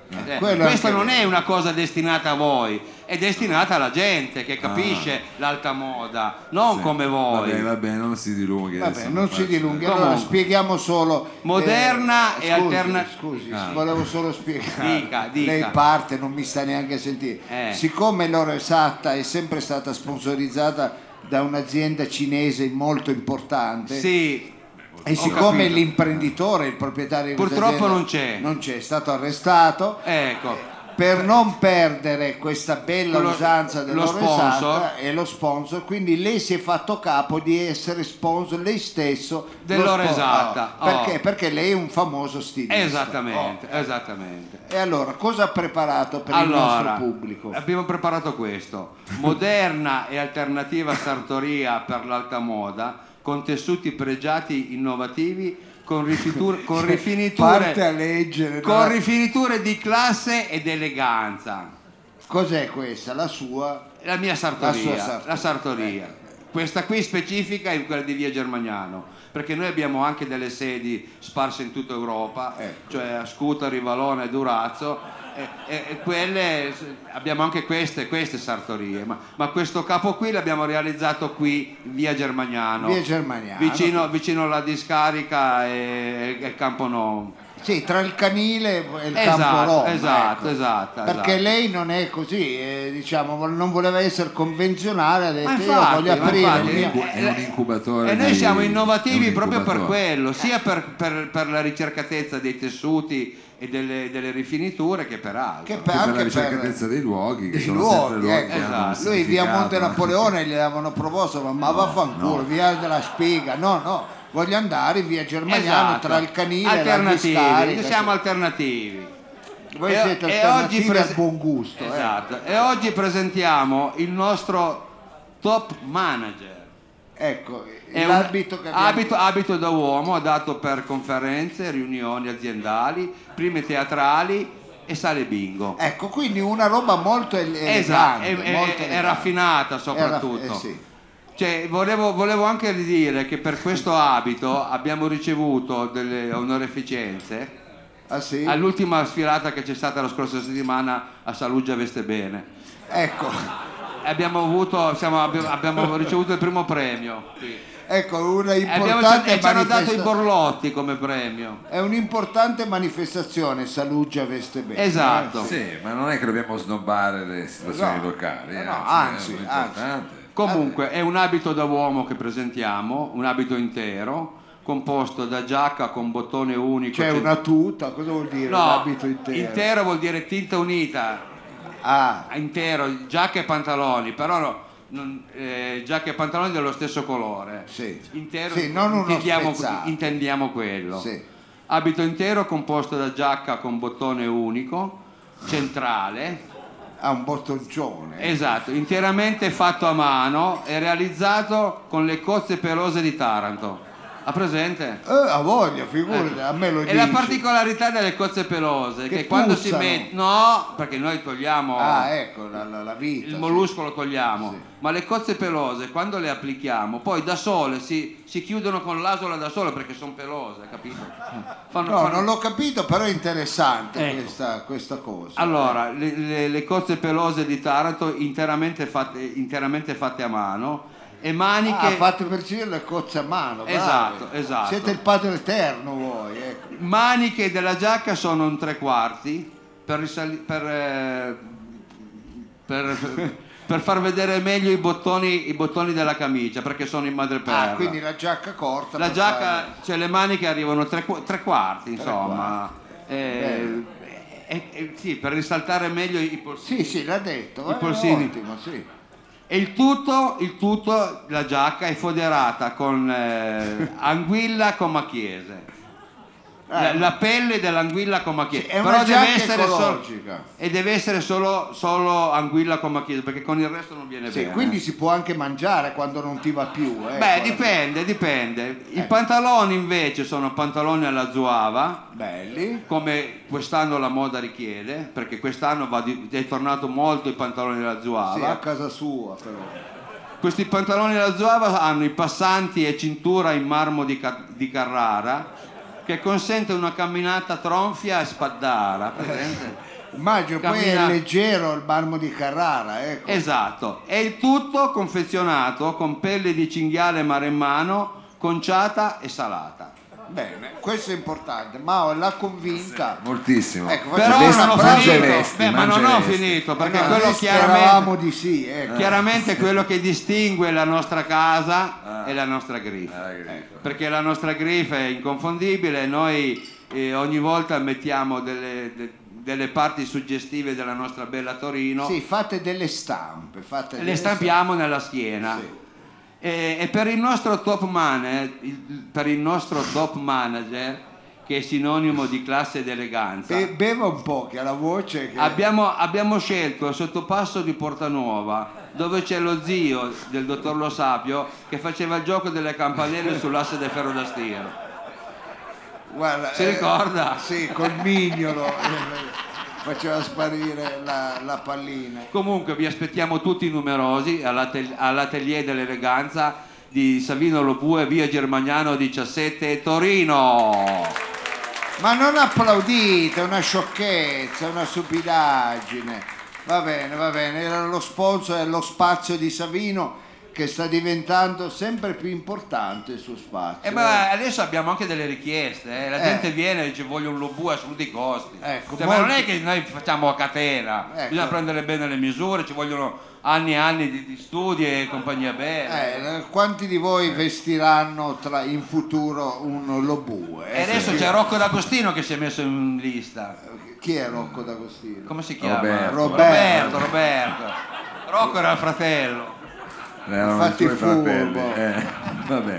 Eh, quello questa anche non vero. è una cosa destinata a voi, è destinata alla gente che capisce l'alta moda, non Sì. come voi. Vabbè, vabbè, non si dilunghi. Vabbè, adesso non faccio- si dilunghi, Comunque. allora spieghiamo solo Moderna eh, e scusi, alterna- Scusi, Ah. volevo solo spiegare. Dica, dica. Lei parte, non mi sta neanche a sentire. Eh. Siccome l'oro esatta è sempre stata sponsorizzata da un'azienda cinese molto importante, Sì, e ho siccome capito. l'imprenditore, il proprietario di questa Purtroppo azienda non c'è. non c'è, è stato arrestato. ecco. Per non perdere questa bella Lo- usanza lo dell'oro sponsor. esatta e lo sponsor, quindi lei si è fatto capo di essere sponsor lei stesso Dell'oro lo sponsor. esatta. Oh, perché? Oh. Perché lei è un famoso stilista. Esattamente, Oh. esattamente. E allora, cosa ha preparato per il Allora, nostro pubblico? abbiamo preparato questo: moderna e alternativa sartoria per l'alta moda, con tessuti pregiati innovativi, con, rifitur- con rifiniture Parte a leggere. con no? rifiniture di classe ed eleganza. Cos'è questa? La sua? La mia La sartoria, sua la sartoria. sartoria. Questa qui specifica è quella di via Germagnano, perché noi abbiamo anche delle sedi sparse in tutta Europa, Ecco. cioè a Scutari, Valona e Durazzo, e, e- e quelle abbiamo anche queste, queste sartorie, ma, ma questo capo qui l'abbiamo realizzato qui in via Germagnano, Via Germagnano. vicino, vicino alla discarica e, e il Campo Nou. Sì, tra il canile e il Esatto, campo Roma, esatto, ecco. esatto, Perché esatto. lei non è così, eh, diciamo, non voleva essere convenzionale, ha detto Ma io infatti, voglio ma aprire infatti, il mio... È un incubatore. E noi di- siamo è innovativi un proprio per incubatore. quello, sia per, per- per la ricercatezza dei tessuti e delle, delle rifiniture che per altro. Che Che per anche la ricercatezza dei luoghi, che dei sono luoghi, sempre luoghi ecco. che hanno un Esatto. Lui via significato Monte anche- Napoleone gli avevano proposto, ma, ma vaffanculo, via della Spiga, no, no, voglio andare in via Germagnano Esatto. tra il canile e la alternativi, discarica. noi siamo alternativi. Voi E- siete e alternativi oggi prese- al buon gusto. eh. Esatto. E oggi presentiamo il nostro top manager. Ecco, È un l'abito che abbiamo... abito, abito da uomo adatto per conferenze, riunioni aziendali, prime teatrali e sale bingo. Ecco, quindi una roba molto ele- Esatto, elegante, è, è- molto è elegante. raffinata È raff- soprattutto. eh sì. Cioè, volevo, volevo anche dire che per questo abito abbiamo ricevuto delle onorificenze Ah, sì? all'ultima sfilata che c'è stata la scorsa settimana a Saluggia Veste Bene. Ecco, Abbiamo, avuto, siamo- abbiamo, abbiamo ricevuto il primo premio. Sì. ecco, una E abbiamo- importante e ci hanno dato i manifesta- borlotti come premio. è un'importante manifestazione Saluggia Veste Bene. Esatto. eh. Sì, ma non è che dobbiamo snobbare le situazioni No, locali. no, eh, anzi, è anzi. importante. Comunque è un abito da uomo che presentiamo, un abito intero, composto da giacca con bottone unico. C'è cent- una tuta, cosa vuol dire No, l'abito intero? intero vuol dire tinta unita, Ah, intero, giacca e pantaloni, però no, non- eh, giacca e pantaloni dello stesso colore. sì. Intero, Sì, non uno intendiamo, spezzato. intendiamo quello. Sì. Abito intero composto da giacca con bottone unico, centrale, Ha un bottoncione. esatto, interamente fatto a mano e realizzato con le cozze pelose di Taranto. Ha presente? Eh, a voglia, figurati, a me lo E dici. la particolarità delle cozze pelose Che che, quando si puzzano. mette, no, perché noi togliamo Ah, ecco, la, la, la vita. il sì. mollusco, lo togliamo, Sì. ma le cozze pelose quando le applichiamo poi da sole si, si chiudono con l'asola da sole perché sono pelose, capito? Fanno- No, fanno- non l'ho capito, però è interessante Ecco. questa, questa cosa. Allora, le, le- le cozze pelose di Taranto interamente fatte, interamente fatte a mano e maniche. Ah, fate persino le cozze a mano. bravi. Esatto, esatto. Siete il padre eterno voi, ecco. Maniche della giacca sono un tre quarti per, risali- per, eh, per- per far vedere meglio i bottoni, i bottoni della camicia perché sono in madreperla. Ah, quindi la giacca corta. la per giacca, fare- cioè le maniche arrivano tre, qu- tre quarti, insomma. Eh, eh, eh, sì, per risaltare meglio i polsini. Sì, sì, l'ha detto. I eh, polsini. Ottimo, sì. E il tutto, il tutto, la giacca è foderata con eh, anguilla con macchiese. La, la pelle dell'anguilla con macchiese. Sì, è una Però deve giacca essere solo, ecologica. e deve essere solo, solo anguilla con macchiese perché con il resto non viene Sì, bene. quindi si può anche mangiare quando non ti va più. eh, Beh, ecco. dipende, dipende. I Eh. pantaloni invece sono pantaloni alla zuava, Belli. come quest'anno la moda richiede, perché quest'anno va di- è tornato molto i pantaloni alla zuava. Sì, a casa sua però. Questi pantaloni alla zuava hanno i passanti e cintura in marmo di, Ca- di Carrara che consente una camminata tronfia e spaddara, presente? Immagino, poi Cammina- è leggero il marmo di Carrara, ecco. Esatto, e il tutto confezionato con pelle di cinghiale maremmano, conciata e salata. Bene, questo è importante. Mao l'ha convinta. Moltissimo. Ecco, Però facciamo non un ho applauso. finito, vesti, Beh, ma non ho mangeresti. finito perché Eh no, quello noi chiaramente, speravamo di sì, ecco. chiaramente quello che distingue la nostra casa è la nostra griffe. Ah, che- Perché la nostra griffe è inconfondibile, noi eh, ogni volta mettiamo delle, de- delle parti suggestive della nostra bella Torino Sì, fate delle stampe, fate e delle le stampiamo nella schiena. Sì. E, e per il nostro top man- il- per il nostro top manager, che è sinonimo di classe ed eleganza, Be- beva un po' che ha la voce che... abbiamo, abbiamo scelto il sottopasso di Portanuova, dove c'è lo zio del dottor Lo Sapio che faceva il gioco delle campanelle sull'asse del ferro da stiro. Guarda, Si ricorda? Sì, col mignolo eh, faceva sparire la, la pallina. Comunque vi aspettiamo tutti numerosi all'atel- all'atelier dell'eleganza di Savino Lobue, via Germagnano diciassette, Torino. Ma non applaudite, è una sciocchezza, è una stupidaggine. Va bene, va bene, era lo sponsor e lo spazio di Savino che sta diventando sempre più importante il suo spazio. E ma adesso abbiamo anche delle richieste, eh. la Eh. gente viene e dice voglio un Lobue a tutti i costi. Ecco, Cioè, ma non molti- è che noi facciamo a catena, Ecco. bisogna prendere bene le misure, ci vogliono anni e anni di, di studi e compagnia bella. Eh, quanti di voi vestiranno tra, in futuro un Lobue? E adesso c'è Rocco D'Agostino che si è messo in lista. Chi è Rocco D'Agostino? Come si chiama? Roberto. Roberto, Roberto. Rocco era il fratello. Erano Fatti i suoi furbo. fratelli. Eh, vabbè.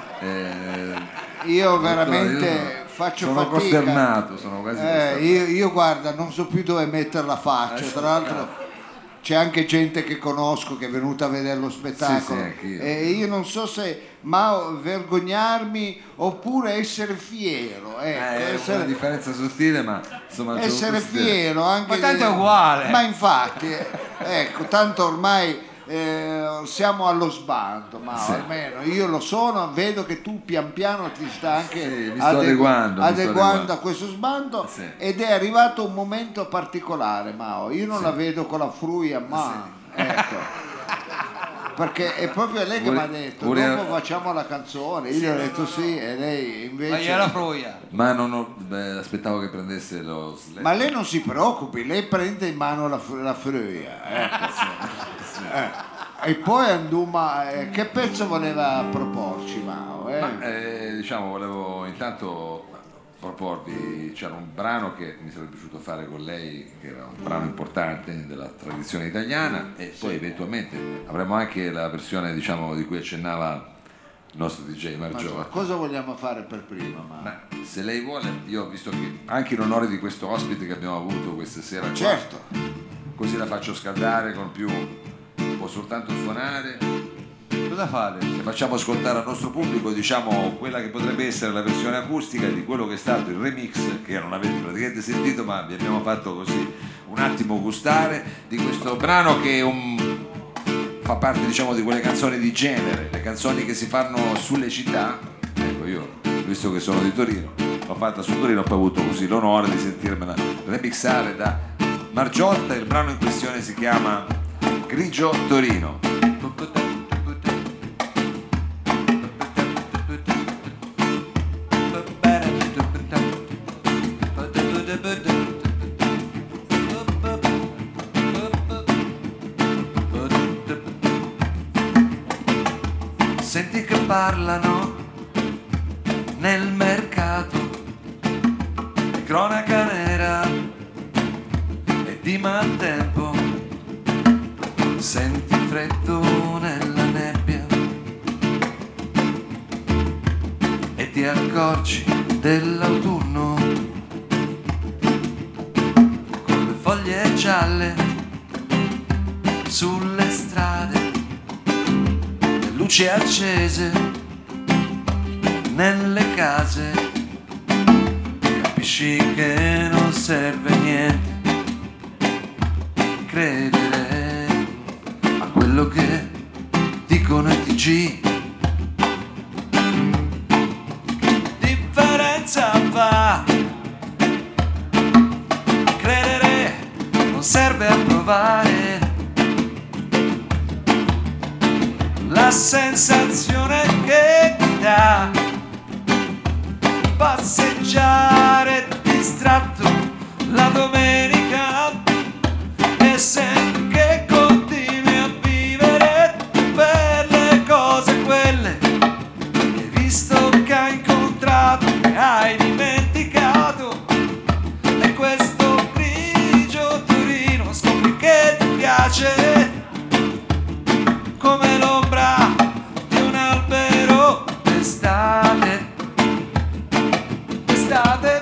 Eh, Io dottore, veramente io sono- faccio sono fatica. costernato, sono quasi Eh, costernato. io, io guarda, non so più dove mettere la faccia. Tra l'altro c'è anche gente che conosco che è venuta a vedere lo spettacolo. Sì, sì, anch'io. E io non so se ma vergognarmi oppure essere fiero. Ecco, Eh, è essere, una differenza sottile, ma insomma c'è essere tutto questo- fiero anche Ma tanto è de- uguale. Ma infatti, eh, ecco, tanto ormai eh, siamo allo sbando, ma Sì. almeno io lo sono, vedo che tu pian piano ti sta anche Sì, mi sto adeguando, mi sto adeguando adeguando. a questo sbando Sì. ed è arrivato un momento particolare, Mao. Io non la vedo con la fruia, ma ecco. Perché è proprio lei che mi ha detto Uri- dopo facciamo la canzone, io gli ho detto sì e lei Ma invece gliela fruia. Ma non ho- beh, aspettavo che prendesse lo slap. ma lei non si preoccupi, lei prende in mano la, fr- la fruia, ecco. Eh, e poi Anduma, eh, che pezzo voleva proporci Mao? Eh? Ma, eh, diciamo, volevo intanto proporvi, c'era un brano che mi sarebbe piaciuto fare con lei, che era un brano importante della tradizione italiana, e poi eventualmente avremo anche la versione, diciamo, di cui accennava il nostro D J Ma Margiova. cosa vogliamo fare per prima? Mao? Ma se lei vuole, io ho visto che anche in onore di questo ospite che abbiamo avuto questa sera qua, Certo, così la faccio scaldare con più, può soltanto suonare. Cosa fare? E facciamo ascoltare al nostro pubblico, diciamo, quella che potrebbe essere la versione acustica di quello che è stato il remix, che non avete praticamente sentito, ma vi abbiamo fatto così un attimo gustare di questo brano che è un- fa parte, diciamo, di quelle canzoni di genere, le canzoni che si fanno sulle città. Ecco, io, visto che sono di Torino, l'ho fatta su Torino, ho poi avuto così l'onore di sentirmela remixare da Margiotta. Il brano in questione si chiama Grigio Torino. Senti che parlano nel mercato di cronaca nera e di maltempo. Senti freddo nella nebbia e ti accorgi dell'autunno con le foglie gialle sulle strade, luci accese nelle case, capisci che non serve niente credere a quello che dicono i T G. Che differenza fa credere la sensazione che ti dà passeggiare distratto la domenica e senti che continui a vivere per le cose quelle che hai visto, che hai incontrato, che hai dimenticato, e questo grigio Torino scopri che ti piace come l'ombra di un albero d'estate, d'estate.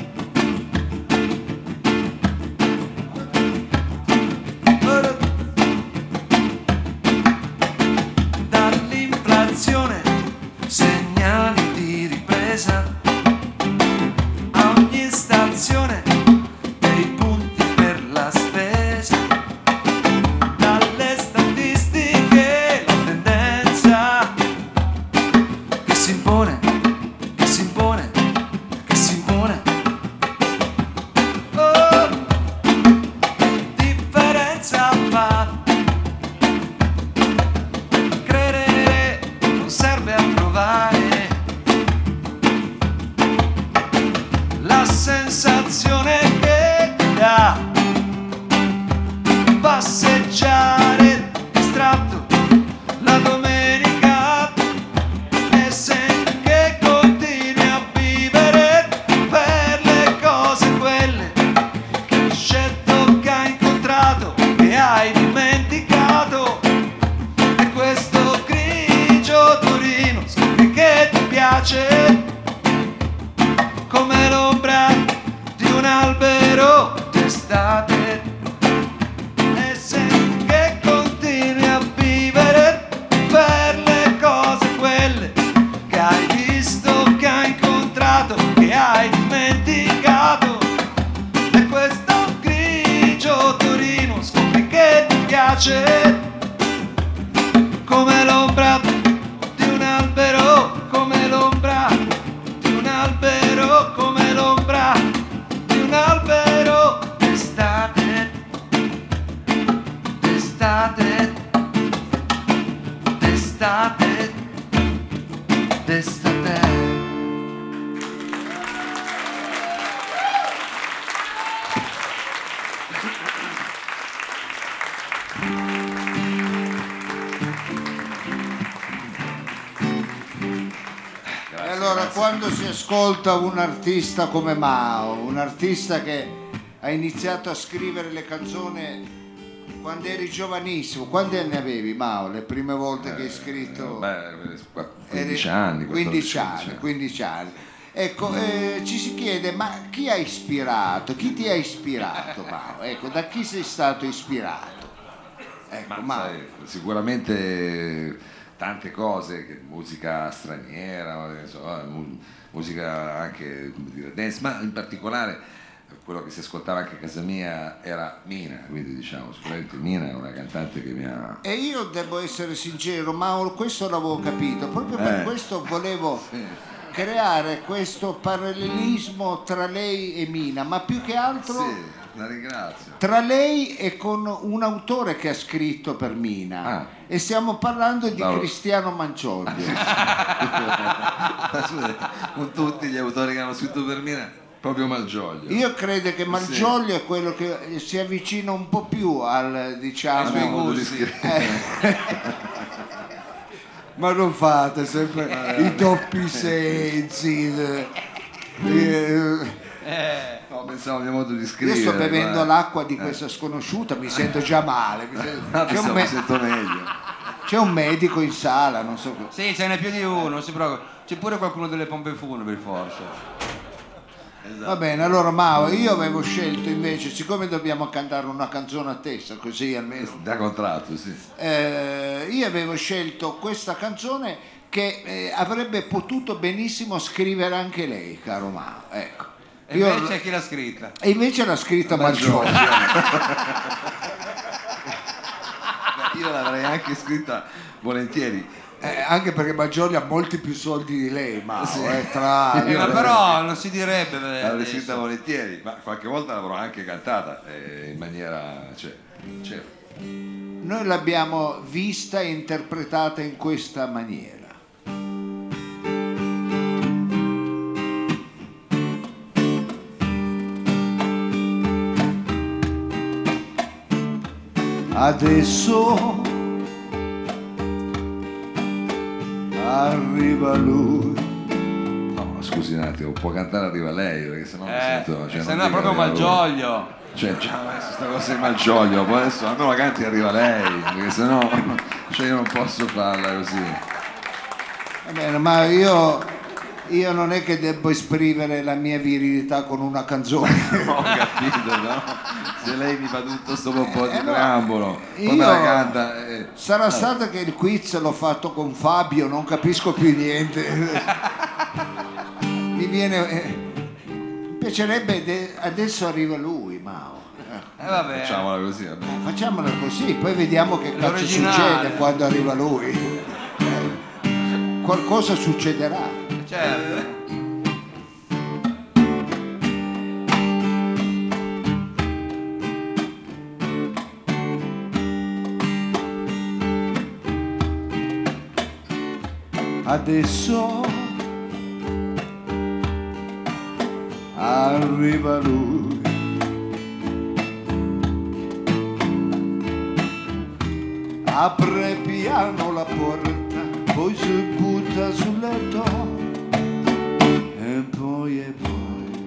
Dall'inflazione segnali di ripresa, a ogni stazione dei punti per la spesa, dalle statistiche la tendenza che si impone, che si impone, che si impone. Oh, differenza fa credere, non serve a provare. La sensazione che ti dà passeggiare distratto la domenica e senti che continui a vivere per le cose quelle che hai scelto, che hai incontrato, che hai dimenticato, e questo grigio Torino scopri che ti piace come l'ombra di un albero d'estate, e senti che continui a vivere per le cose quelle che hai visto, che hai incontrato, che hai dimenticato, e questo grigio Torino scopri che ti piace come l'ombra di un albero, come l'ombra di un albero, come l'ombra di un albero d'estate, d'estate, d'estate, d'estate. E allora quando si ascolta un artista come Mao, un artista che ha iniziato a scrivere le canzoni quando eri giovanissimo, quanti anni avevi Mao le prime volte che hai scritto? Beh, quindici anni. quindici anni, quindici anni. Ecco, eh, ci si chiede, ma chi ha ispirato? Chi ti ha ispirato Mao? Ecco, da chi sei stato ispirato? Ecco, Ma Mao. sai, sicuramente tante cose, che musica straniera, non so, mu- musica anche come dire, dance, ma in particolare quello che si ascoltava anche a casa mia era Mina, quindi diciamo sicuramente Mina è una cantante che mi ha... E io devo essere sincero, Mao, questo l'avevo capito, proprio per Eh. questo volevo Sì. creare questo parallelismo tra lei e Mina, ma più che altro Sì, la ringrazio. tra lei e con un autore che ha scritto per Mina. Ah. E stiamo parlando di Paolo. Cristiano Mangiolio. Con tutti gli autori che hanno scritto per Mina, proprio Malgioglio. Io credo che Malgioglio è quello che si avvicina un po' più al, diciamo, Al mio modo di scrivere. Eh. Ma non fate sempre i doppi sensi. eh, eh. No, pensavo al mio modo di Io scrivere. sto bevendo ma- l'acqua di Eh. questa sconosciuta, mi sento già male. mi sento- Ah, C'è un, pensavo me- mi sento meglio. c'è un medico in sala, non so. co- Sì, ce n'è più di uno, non si preoccupi. C'è pure qualcuno delle pompe funebri, forse. Va bene, allora Mao, io avevo scelto invece, siccome dobbiamo cantare una canzone a testa, così almeno. Da contratto, sì. Eh, io avevo scelto questa canzone che eh, avrebbe potuto benissimo scrivere anche lei, caro Mao. Ecco. E Io- invece chi l'ha scritta? e invece l'ha scritta Malgioglio. Malgioglio. Io l'avrei anche scritta volentieri. Eh, anche perché Malgioglio ha molti più soldi di lei, Mao, Sì. eh, tra... Eh, ma però non si direbbe. eh, L'avrei adesso. scritta volentieri, ma qualche volta l'avrò anche cantata eh, in maniera. Cioè, certo. noi l'abbiamo vista e interpretata in questa maniera. Adesso arriva lui. No, scusi un attimo, può cantare arriva lei, perché sennò mi Eh, sento. Cioè, se non no è dico proprio arriva lui. Malgioglio. Cioè, già messo sta cosa di Malgioglio, poi adesso quando la canti arriva lei, perché sennò cioè io non posso farla così. Va bene, ma io, io non è che devo esprimere la mia virilità con una canzone. Ho capito, no? Se lei mi fa tutto sto po' di Eh, no. preambolo, Io- come la canta? eh. Sarà stato che il quiz l'ho fatto con Fabio, non capisco più niente. Mi viene. eh, mi piacerebbe. de- adesso arriva lui, Mao. Eh vabbè. Facciamola così, vabbè. Facciamola così, poi vediamo che cazzo L'originale. succede quando arriva lui. Eh, Qualcosa succederà. Certo. Adesso arriva lui. Apre piano la porta, poi si butta sul letto e poi e poi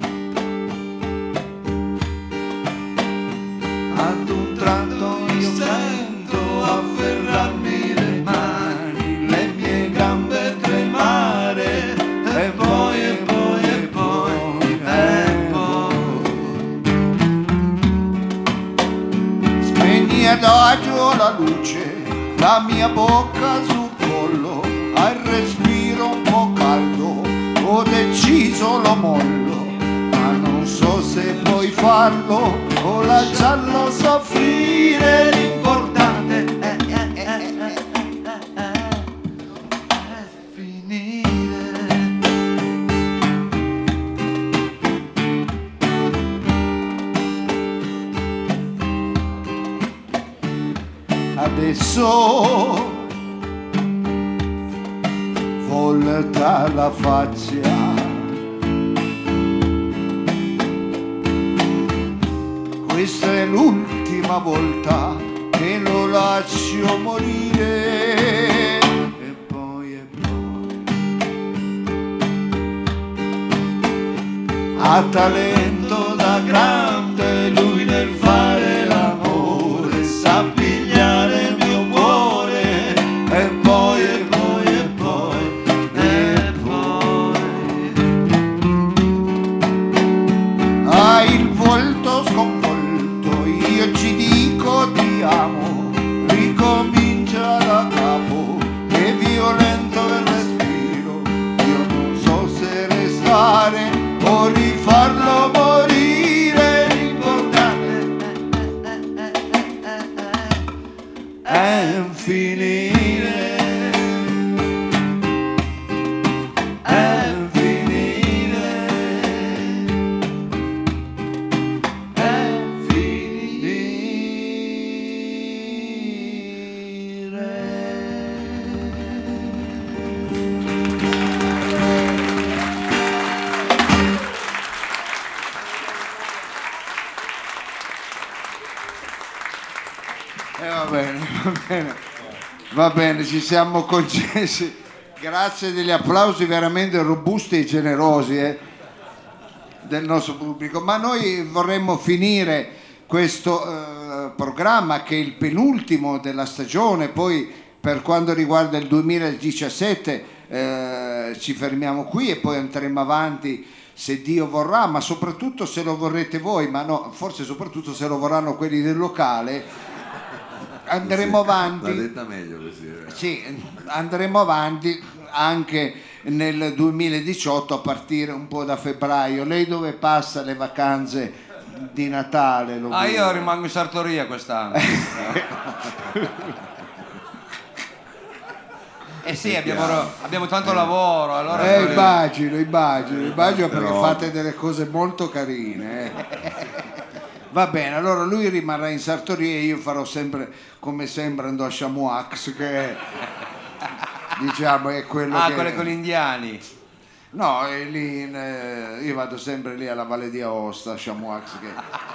ad un tratto io sento afferrarmi le mani, le mie gambe tremare e poi e poi e poi e poi spegni adagio la luce, la mia bocca sul collo, al respiro un po' caldo, ho deciso lo mollo, ma non so se puoi farlo o lasciarlo soffrire, l'importante è, è, è, è, è, è, è finire. Adesso volta la faccia, questa è l'ultima volta che lo lascio morire e poi e poi ha talento da grande lui nel fare l'amore, sa pigliare il mio cuore e poi e poi e poi e poi ha il volto sconvolto, io ci dico ti amo, ricomincia da capo, è violento il respiro, io non so se restare o rifarlo morire, l'importante è finire, è finire, è Eh, va bene, va bene, va bene, ci siamo concessi. Grazie degli applausi veramente robusti e generosi eh, del nostro pubblico. Ma noi vorremmo finire questo eh, programma che è il penultimo della stagione, poi per quanto riguarda il duemiladiciassette eh, ci fermiamo qui e poi andremo avanti se Dio vorrà, ma soprattutto se lo vorrete voi, ma no, forse soprattutto se lo vorranno quelli del locale. Andremo avanti. L'ha detta meglio così. eh. Sì, andremo avanti anche nel duemiladiciotto a partire un po' da febbraio. Lei dove passa le vacanze di Natale? Lo Ah, vedo. io rimango in sartoria quest'anno. Eh sì, abbiamo, abbiamo tanto lavoro, allora Eh, poi- immagino, immagino, immagino perché Però- fate delle cose molto carine. eh. Va bene, allora lui rimarrà in sartoria e io farò sempre come sempre andò a Chamoix, che diciamo è quello Ah, che... quelle con gli indiani. No, è lì in, eh, io vado sempre lì alla Valle di Aosta, a Chamoix, che,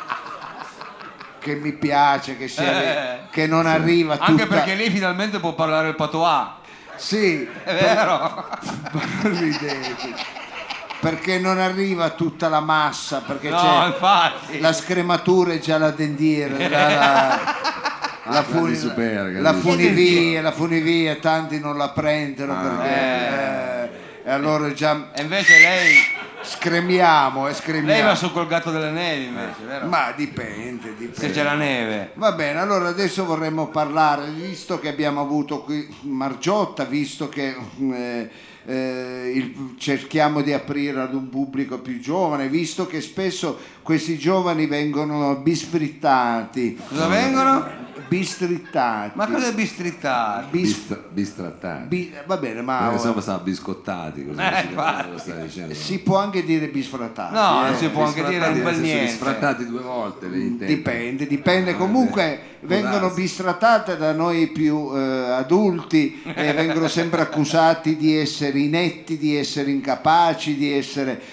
che mi piace, che, sia, Eh, che non arriva tutta... Anche perché lei finalmente può parlare il patois. Sì, È vero. ridete. Perché non arriva tutta la massa, perché No, c'è infatti. la scrematura è già la dendiera, la, la, la, funi- superga, la dici. funivia, la funivia, tanti non la prendono Ah, perché eh, e allora già E invece lei, scremiamo e scremiamo. lei va su col gatto delle nevi invece, vero? Ma dipende, dipende. Se c'è la neve. Va bene, allora adesso vorremmo parlare, visto che abbiamo avuto qui Margiotta, visto che eh, eh, il- cerchiamo di aprire ad un pubblico più giovane, visto che spesso questi giovani vengono bistrittati. Cosa vengono? Bistrittati. Ma cosa è bistrittare? Bis- Bist- bistrattati. bi- va bene, ma Noi siamo stati biscottati, così Eh, si- infatti. lo stai dicendo. si può anche dire bisfrattati. No, eh. non si può anche dire un bel niente. Sfrattati due volte, le intendo. Dipende, dipende. Comunque Può vengono darsi. bistrattate da noi più eh, adulti e vengono sempre accusati di essere inetti, di essere incapaci, di essere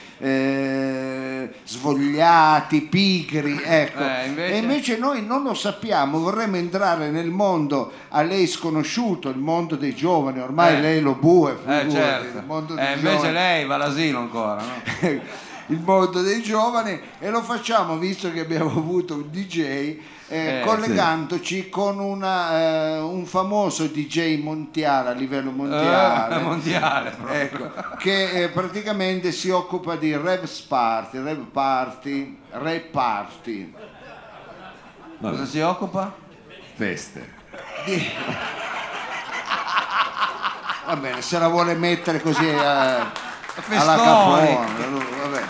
eh, svogliati, pigri, ecco. Eh, invece- E invece noi non lo sappiamo, vorremmo entrare nel mondo a lei sconosciuto, il mondo dei giovani, ormai Eh. lei lo bue, Eh figurati, certo. il mondo dei Eh, invece giovani. lei va all'asilo ancora, no? Il mondo dei giovani, e lo facciamo visto che abbiamo avuto un D J eh, Eh, collegandoci con una, eh, un famoso D J mondiale a livello mondiale, Eh, mondiale, proprio. ecco, che eh, praticamente si occupa di rave party, rave party, rave party. Cosa si occupa? Feste. Di- Va bene, se la vuole mettere così eh, alla Festoni. capone, allora, vabbè.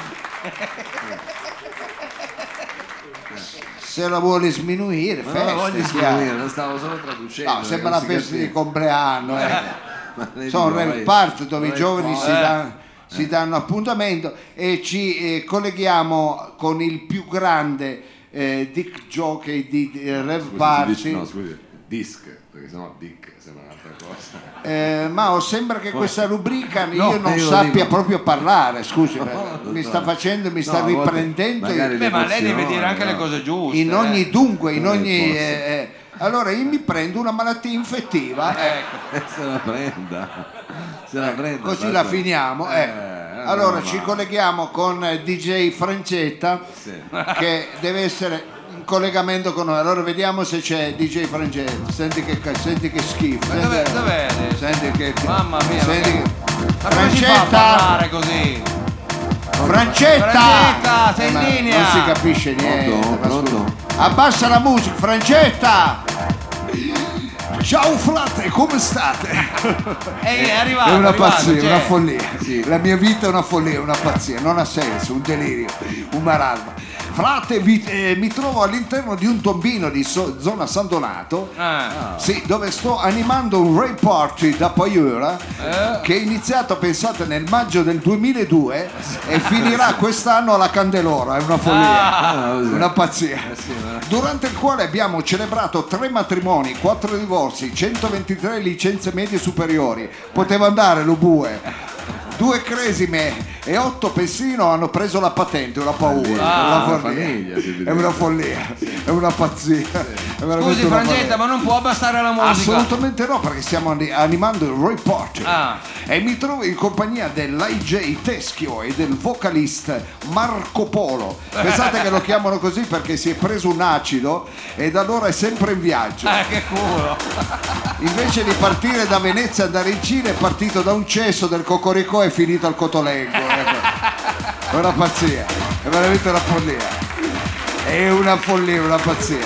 Se la vuole sminuire, Ma non la voglio feste, chiaro. scrivere, lo stavo solo traducendo. No, sembra perché una non si festa di capisce. compleanno. eh. Ma lei Sono dice, rave vai- party dove i vai giovani fuori. si, Eh. dan- si danno appuntamento e ci eh, colleghiamo con il più grande eh, dick jockey di eh, rave Scusi, si party. dice- no, scusi, disc, perché sennò dick sembra un'altra cosa. Eh, Mao, sembra che questa rubrica No, io non io sappia dico- proprio parlare, scusi, No, perché mi no. sta facendo, mi sta No, a volte riprendendo magari in- Beh, ma lei deve L'emozione, dire anche le no. cose giuste. in ogni eh. dunque, in Non è ogni... forse. eh, eh. Allora io mi prendo una malattia infettiva, eh, Eh, se la prenda. Se la prenda. così basta. la finiamo. eh. Eh, Allora no, ci ma- colleghiamo con eh, D J Francetta Sì. che deve essere in collegamento con noi. Allora vediamo se c'è D J Francetta. Senti che, ca- senti che schifo. Ma senti- dov'è, dov'è adesso? Senti che... Mamma mia, Senti ma che... Ma come si fa a Francetta! parlare così? Francetta! Francetta, sei Eh, in ma linea! Non si capisce niente. Pronto? ma Pronto? scusa. Abbassa la musica, Francetta! Ciao frate, come state? Ehi, è arrivato, È una è arrivato, pazzia, c'è. una follia. Sì. La mia vita è una follia, una pazzia, non ha senso, un delirio, un marasma. Frate, vi- eh, mi trovo all'interno di un tombino di so- zona San Donato, Ah. sì, dove sto animando un rave party da paura Eh. che è iniziato, pensate, nel maggio del duemiladue e finirà quest'anno alla Candelora, è una follia, Ah, così. una pazzia. Eh sì, ma- Durante il quale abbiamo celebrato tre matrimoni, quattro divorzi, centoventitré licenze medie superiori. Poteva andare lo bue. Due cresime e otto Pessino hanno preso la patente, una paura, Ah, una una follia. famiglia, si vede. È una follia, è una pazzia. È veramente Scusi una Francetta, follia. ma non può abbassare la musica? Assolutamente no, perché stiamo ani- animando il Roy Party Ah. e mi trovo in compagnia dell'I J Teschio e del vocalista Marco Polo. Pensate che lo chiamano così perché si è preso un acido e da allora è sempre in viaggio. Eh, che culo! Invece di partire da Venezia e andare in Cina è partito da un cesso del Cocoricò e è finito al Cotolengo. Ecco. È una pazzia, è veramente una follia. È una follia, una pazzia.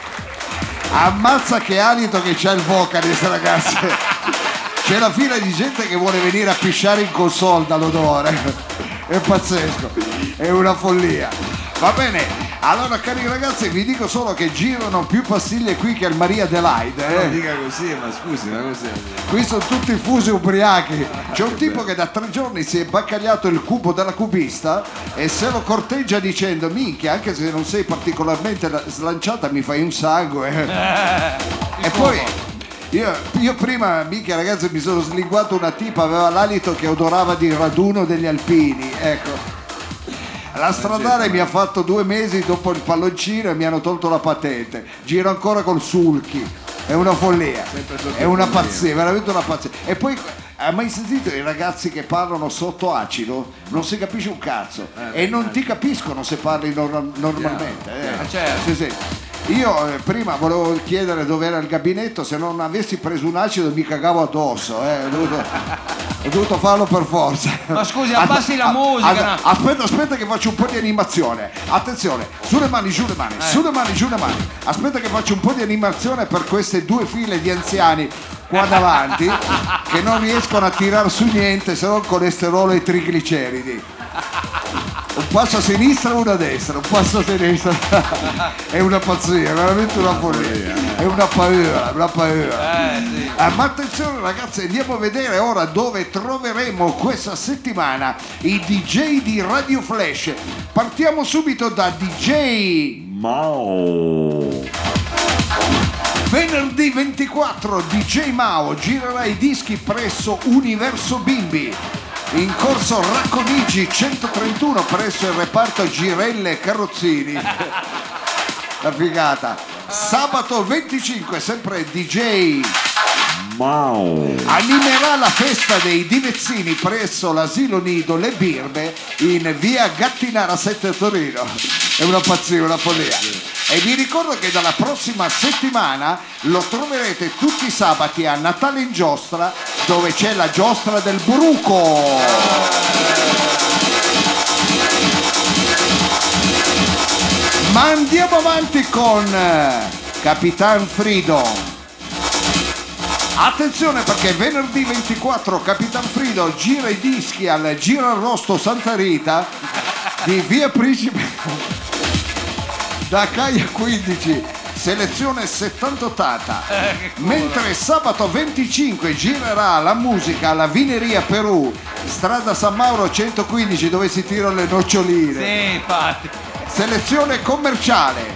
Ammazza che alito che c'ha il vocalist, ragazzi. C'è la fila di gente che vuole venire a pisciare in console dall'odore. È pazzesco, è una follia. Va bene, Allora, cari ragazzi, vi dico solo che girano più pastiglie qui che al Maria Adelaide. Eh? Non dica così, ma scusi, ma così. Qui sono tutti fusi ubriachi. C'è un tipo che da tre giorni si è baccagliato il cubo della cubista e se lo corteggia dicendo: minchia, anche se non sei particolarmente slanciata mi fai un sangue. Eh, e poi io, io prima, minchia ragazzi, mi sono slinguato una tipa, aveva l'alito che odorava di raduno degli alpini, ecco. La stradale mi ha fatto due mesi dopo il palloncino e mi hanno tolto la patente. Giro ancora col sulchi. È una follia. È una pazzia, veramente una pazzia. E poi hai mai sentito i ragazzi che parlano sotto acido? Non si capisce un cazzo. Eh, e non ti capiscono se parli nor- normalmente. Eh. Ah, certo. Sì, sì. Io eh, prima volevo chiedere dove era il gabinetto, se non avessi preso un acido mi cagavo addosso, eh. ho, dovuto, ho dovuto farlo per forza. Ma scusi, abbassi la Ah, musica. ah, aspetta, aspetta che faccio un po' di animazione. Attenzione, sulle mani, giù le mani, Eh. sulle mani, giù le mani. Aspetta che faccio un po' di animazione per queste due file di anziani qua davanti che non riescono a tirar su niente se non il colesterolo e i trigliceridi. Un passo a sinistra e uno a destra, un passo a sinistra. È una pazzia, è veramente una follia. È una paura, una paura. Eh, sì. Eh, ma attenzione ragazzi, andiamo a vedere ora dove troveremo questa settimana i D J di Radio Flash. Partiamo subito da D J Mao. Venerdì ventiquattro D J Mao girerà i dischi presso Universo Bimbi. In corso Racconigi centotrentuno presso il reparto Girelle Carrozzini. La figata. Sabato venticinque sempre D J Mao animerà la festa dei dimezzini presso l'asilo nido Le Birbe in via Gattinara sette a Torino. È una pazzia, una follia. E vi ricordo che dalla prossima settimana lo troverete tutti i sabati a Natale in Giostra, dove c'è la giostra del bruco. Ma andiamo avanti con Capitan Frido. Attenzione perché venerdì ventiquattro Capitan Frido gira i dischi al Girarrosto Santa Rita di via Principe da Caia quindici, selezione settanta ottanta. Eh, Mentre sabato venticinque girerà la musica alla Vineria Perù, strada San Mauro centoquindici, dove si tirano le noccioline. Sì, infatti. Selezione commerciale.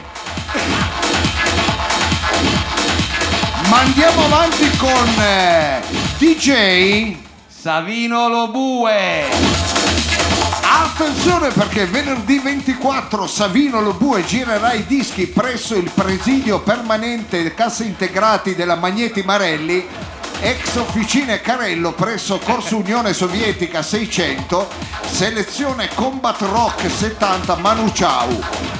Ma andiamo avanti con eh, D J Savino Lobue. Attenzione perché venerdì ventiquattro Savino Lobue girerà i dischi presso il presidio permanente Cassa Integrati della Magneti Marelli, ex officine Carello presso Corso Unione Sovietica seicento, selezione Combat Rock settanta Manu Ciao.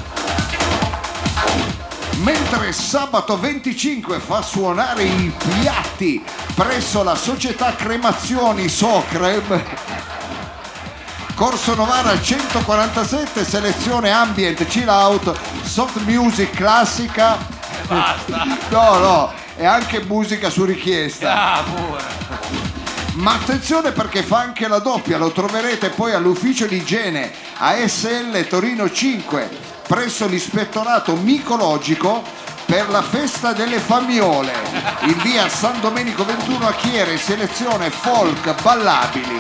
Mentre sabato venticinque fa suonare i piatti presso la società Cremazioni Socrem, Corso Novara centoquarantasette, selezione ambient, chill out, soft music classica. Basta. No, no, e anche musica su richiesta. Ah, pure. Ma attenzione perché fa anche la doppia, lo troverete poi all'ufficio di igiene A S L Torino cinque, presso l'ispettorato micologico per la festa delle fammiole, in via San Domenico ventuno a Chiere, selezione folk ballabili.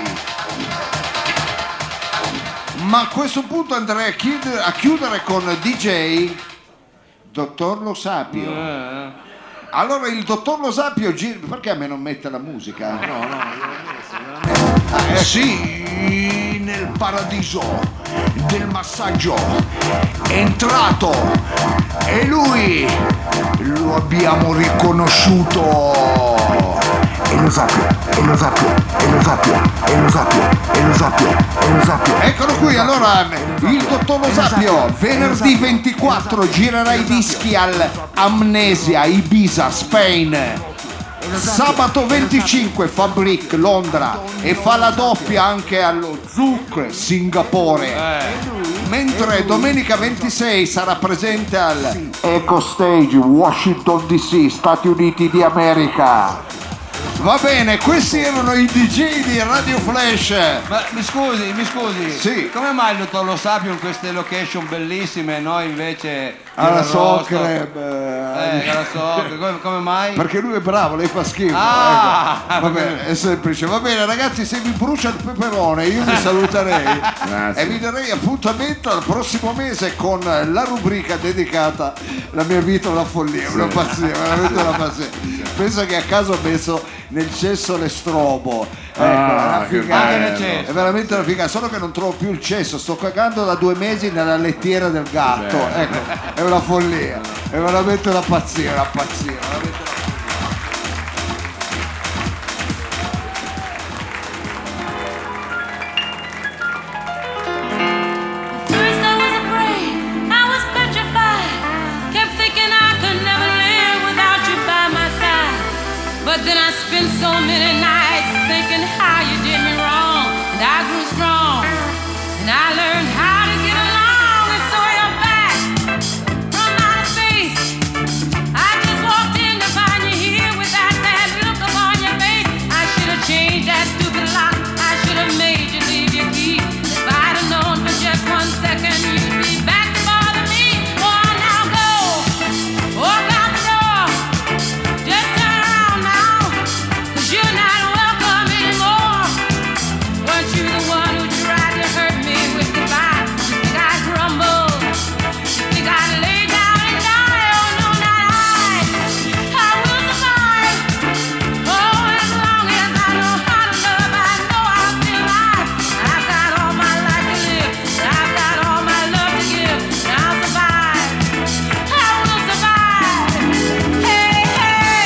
Ma a questo punto andrei a chiudere, a chiudere con D J Dottor Lo Sapio. Eh. Allora il Dottor Lo Sapio gira... Perché a me non mette la musica? No, no, Eh, eh sì, nel paradiso del massaggio è entrato e lui lo abbiamo riconosciuto. E lo Sapio, e lo Sapio, e lo Sapio, e lo Sapio, e lo Sapio, e lo Sapio. Eccolo qui, allora il Dottor Lo Sapio venerdì ventiquattro girerà i dischi al Amnesia Ibiza Spain. Sabato venticinque Fabric Londra e fa la doppia anche allo Zouk Singapore. Mentre domenica ventisei sarà presente al Eco Stage Washington D C, Stati Uniti di America. Va bene, questi erano i D J di Radio Flash. Ma mi scusi, mi scusi, Sì. come mai il dottor Lo Sapio in queste location bellissime e noi invece Alla il rosso? Socreb. Eh, alla Socreb, come, come mai? Perché lui è bravo, lei fa schifo. Ah, ecco. Va bene, è semplice. Va bene ragazzi, se vi brucia il peperone io vi saluterei e vi darei appuntamento al prossimo mese con la rubrica dedicata La mia vita è una follia, una pazzia, veramente una pazzia. Penso che a caso ho messo nel cesso l'estrobo. Ecco, è una che figata. bello. È veramente una figata, solo che non trovo più il cesso, sto cagando da due mesi nella lettiera del gatto. Ecco, è una follia, è veramente una pazzia, una pazzia, veramente una pazzia. First I was afraid, I was petrified. Kept thinking I could never live without you by my side. But then I spent so many nights thinking how you did me wrong. And I grew strong, and I learned how to get along. And so you're back from outer space. I just walked in to find you here with that sad look upon your face. I should have changed that stupid lock. I should have made you leave your key. If I'd have known for just one second you'd be back to bother me. Oh, now go, walk out the door. Just turn around now, 'cause you're not welcome anymore. Weren't you the one who tried to hurt me with goodbye? You think I'd crumble? You think I'd lay down and die? Oh, no, not I. I will survive. Oh, as long as I know how to love, I know I'll be alive. I've got all my life to live. I've got all my love to give. And I'll survive. I will survive. Hey, hey.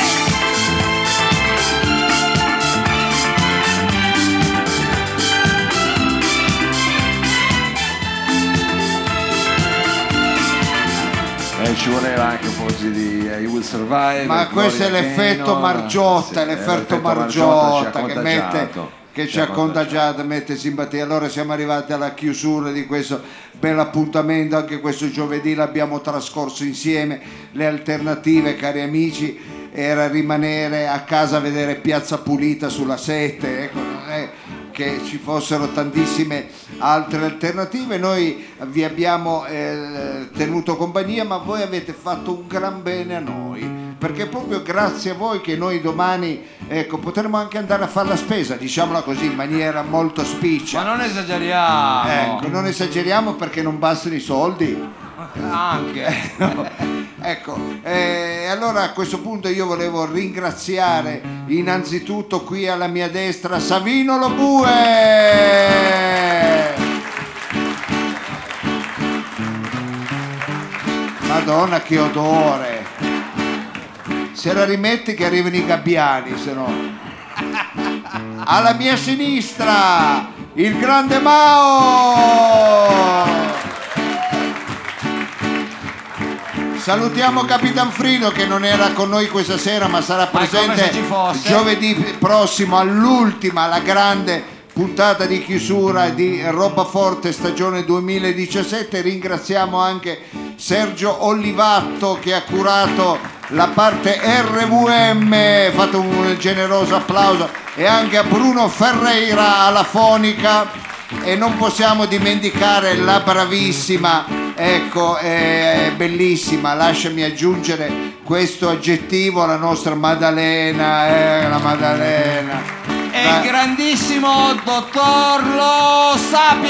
Eh, ci voleva anche un po' così di eh, You Will Survive. Ma Gloria questo è l'effetto Gaynor. Margiotta, Sì, l'effetto ci Margiotta ha che mette contagiato. che ci ha contagiato, mette simpatia. Allora siamo arrivati alla chiusura di questo bel appuntamento, anche questo giovedì l'abbiamo trascorso insieme. Le alternative, cari amici, era rimanere a casa a vedere Piazza Pulita sulla sette, ecco, non è che ci fossero tantissime altre alternative. Noi vi abbiamo eh, tenuto compagnia, ma voi avete fatto un gran bene a noi, perché è proprio grazie a voi che noi domani, ecco, potremo anche andare a fare la spesa, diciamola così, in maniera molto spiccia. Ma non esageriamo. Ecco, non esageriamo perché non bastano i soldi. Anche. Ecco, eh, allora a questo punto io volevo ringraziare innanzitutto qui alla mia destra Savino Lobue. Madonna che odore. Se la rimetti che arrivano i gabbiani, se no. Alla mia sinistra il grande Mao. Salutiamo Capitan Frido che non era con noi questa sera ma sarà Ma è come presente se ci fosse. giovedì prossimo all'ultima, la grande puntata di chiusura di Roba Forte stagione duemiladiciassette. Ringraziamo anche Sergio Olivatto che ha curato la parte R V M, fate un generoso applauso, e anche a Bruno Ferreira alla fonica. E non possiamo dimenticare la bravissima, ecco, è bellissima, lasciami aggiungere questo aggettivo, la nostra Maddalena, eh, la Maddalena. E Ma- il grandissimo dottor Lo Sapio.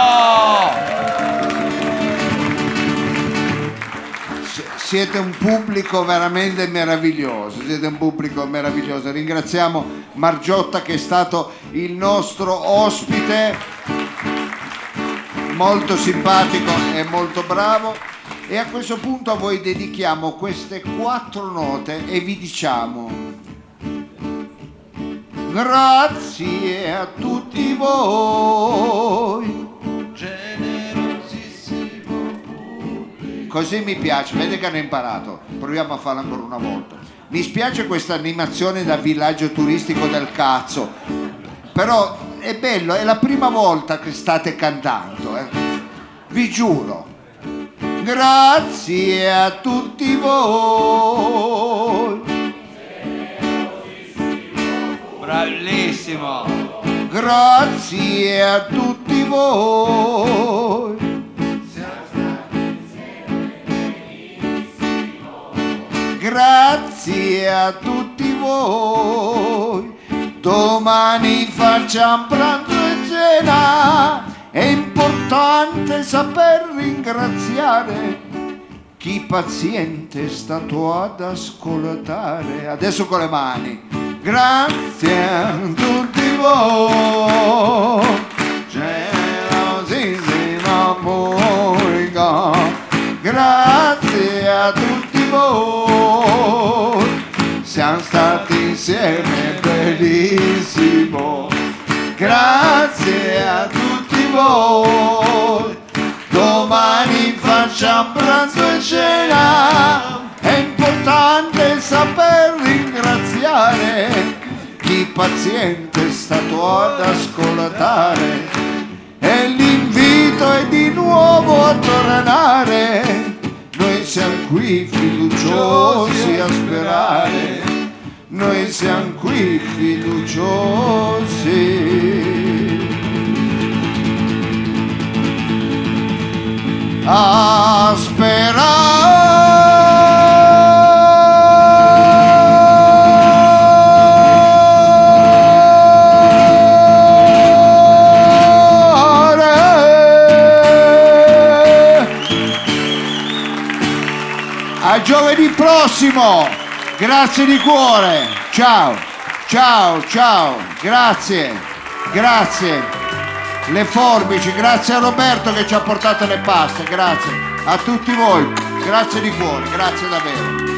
Siete un pubblico veramente meraviglioso, siete un pubblico meraviglioso. Ringraziamo Margiotta che è stato il nostro ospite, molto simpatico e molto bravo. E a questo punto a voi dedichiamo queste quattro note e vi diciamo grazie a tutti voi. Così mi piace, vede che hanno imparato. Proviamo a farlo ancora una volta. Mi spiace questa animazione da villaggio turistico del cazzo, però è bello, è la prima volta che state cantando, eh. Vi giuro. Grazie a tutti voi. Bravissimo. Grazie a tutti voi. Grazie a tutti voi. Domani facciamo pranzo e cena. È importante saper ringraziare chi paziente è stato ad ascoltare. Adesso con le mani. Grazie a tutti voi, generosissima musica. Grazie a tutti voi, siamo stati insieme bellissimo. Grazie a tutti voi, domani facciamo pranzo e cena. È importante saper ringraziare chi paziente è stato ad ascoltare. E l'invito è di nuovo a tornare. Noi siamo qui fiduciosi a sperare. Noi siamo qui fiduciosi a sperare. A giovedì prossimo, grazie di cuore, ciao, ciao, ciao, grazie, grazie. Le forbici, grazie a Roberto che ci ha portato le paste, grazie a tutti voi, grazie di cuore, grazie davvero.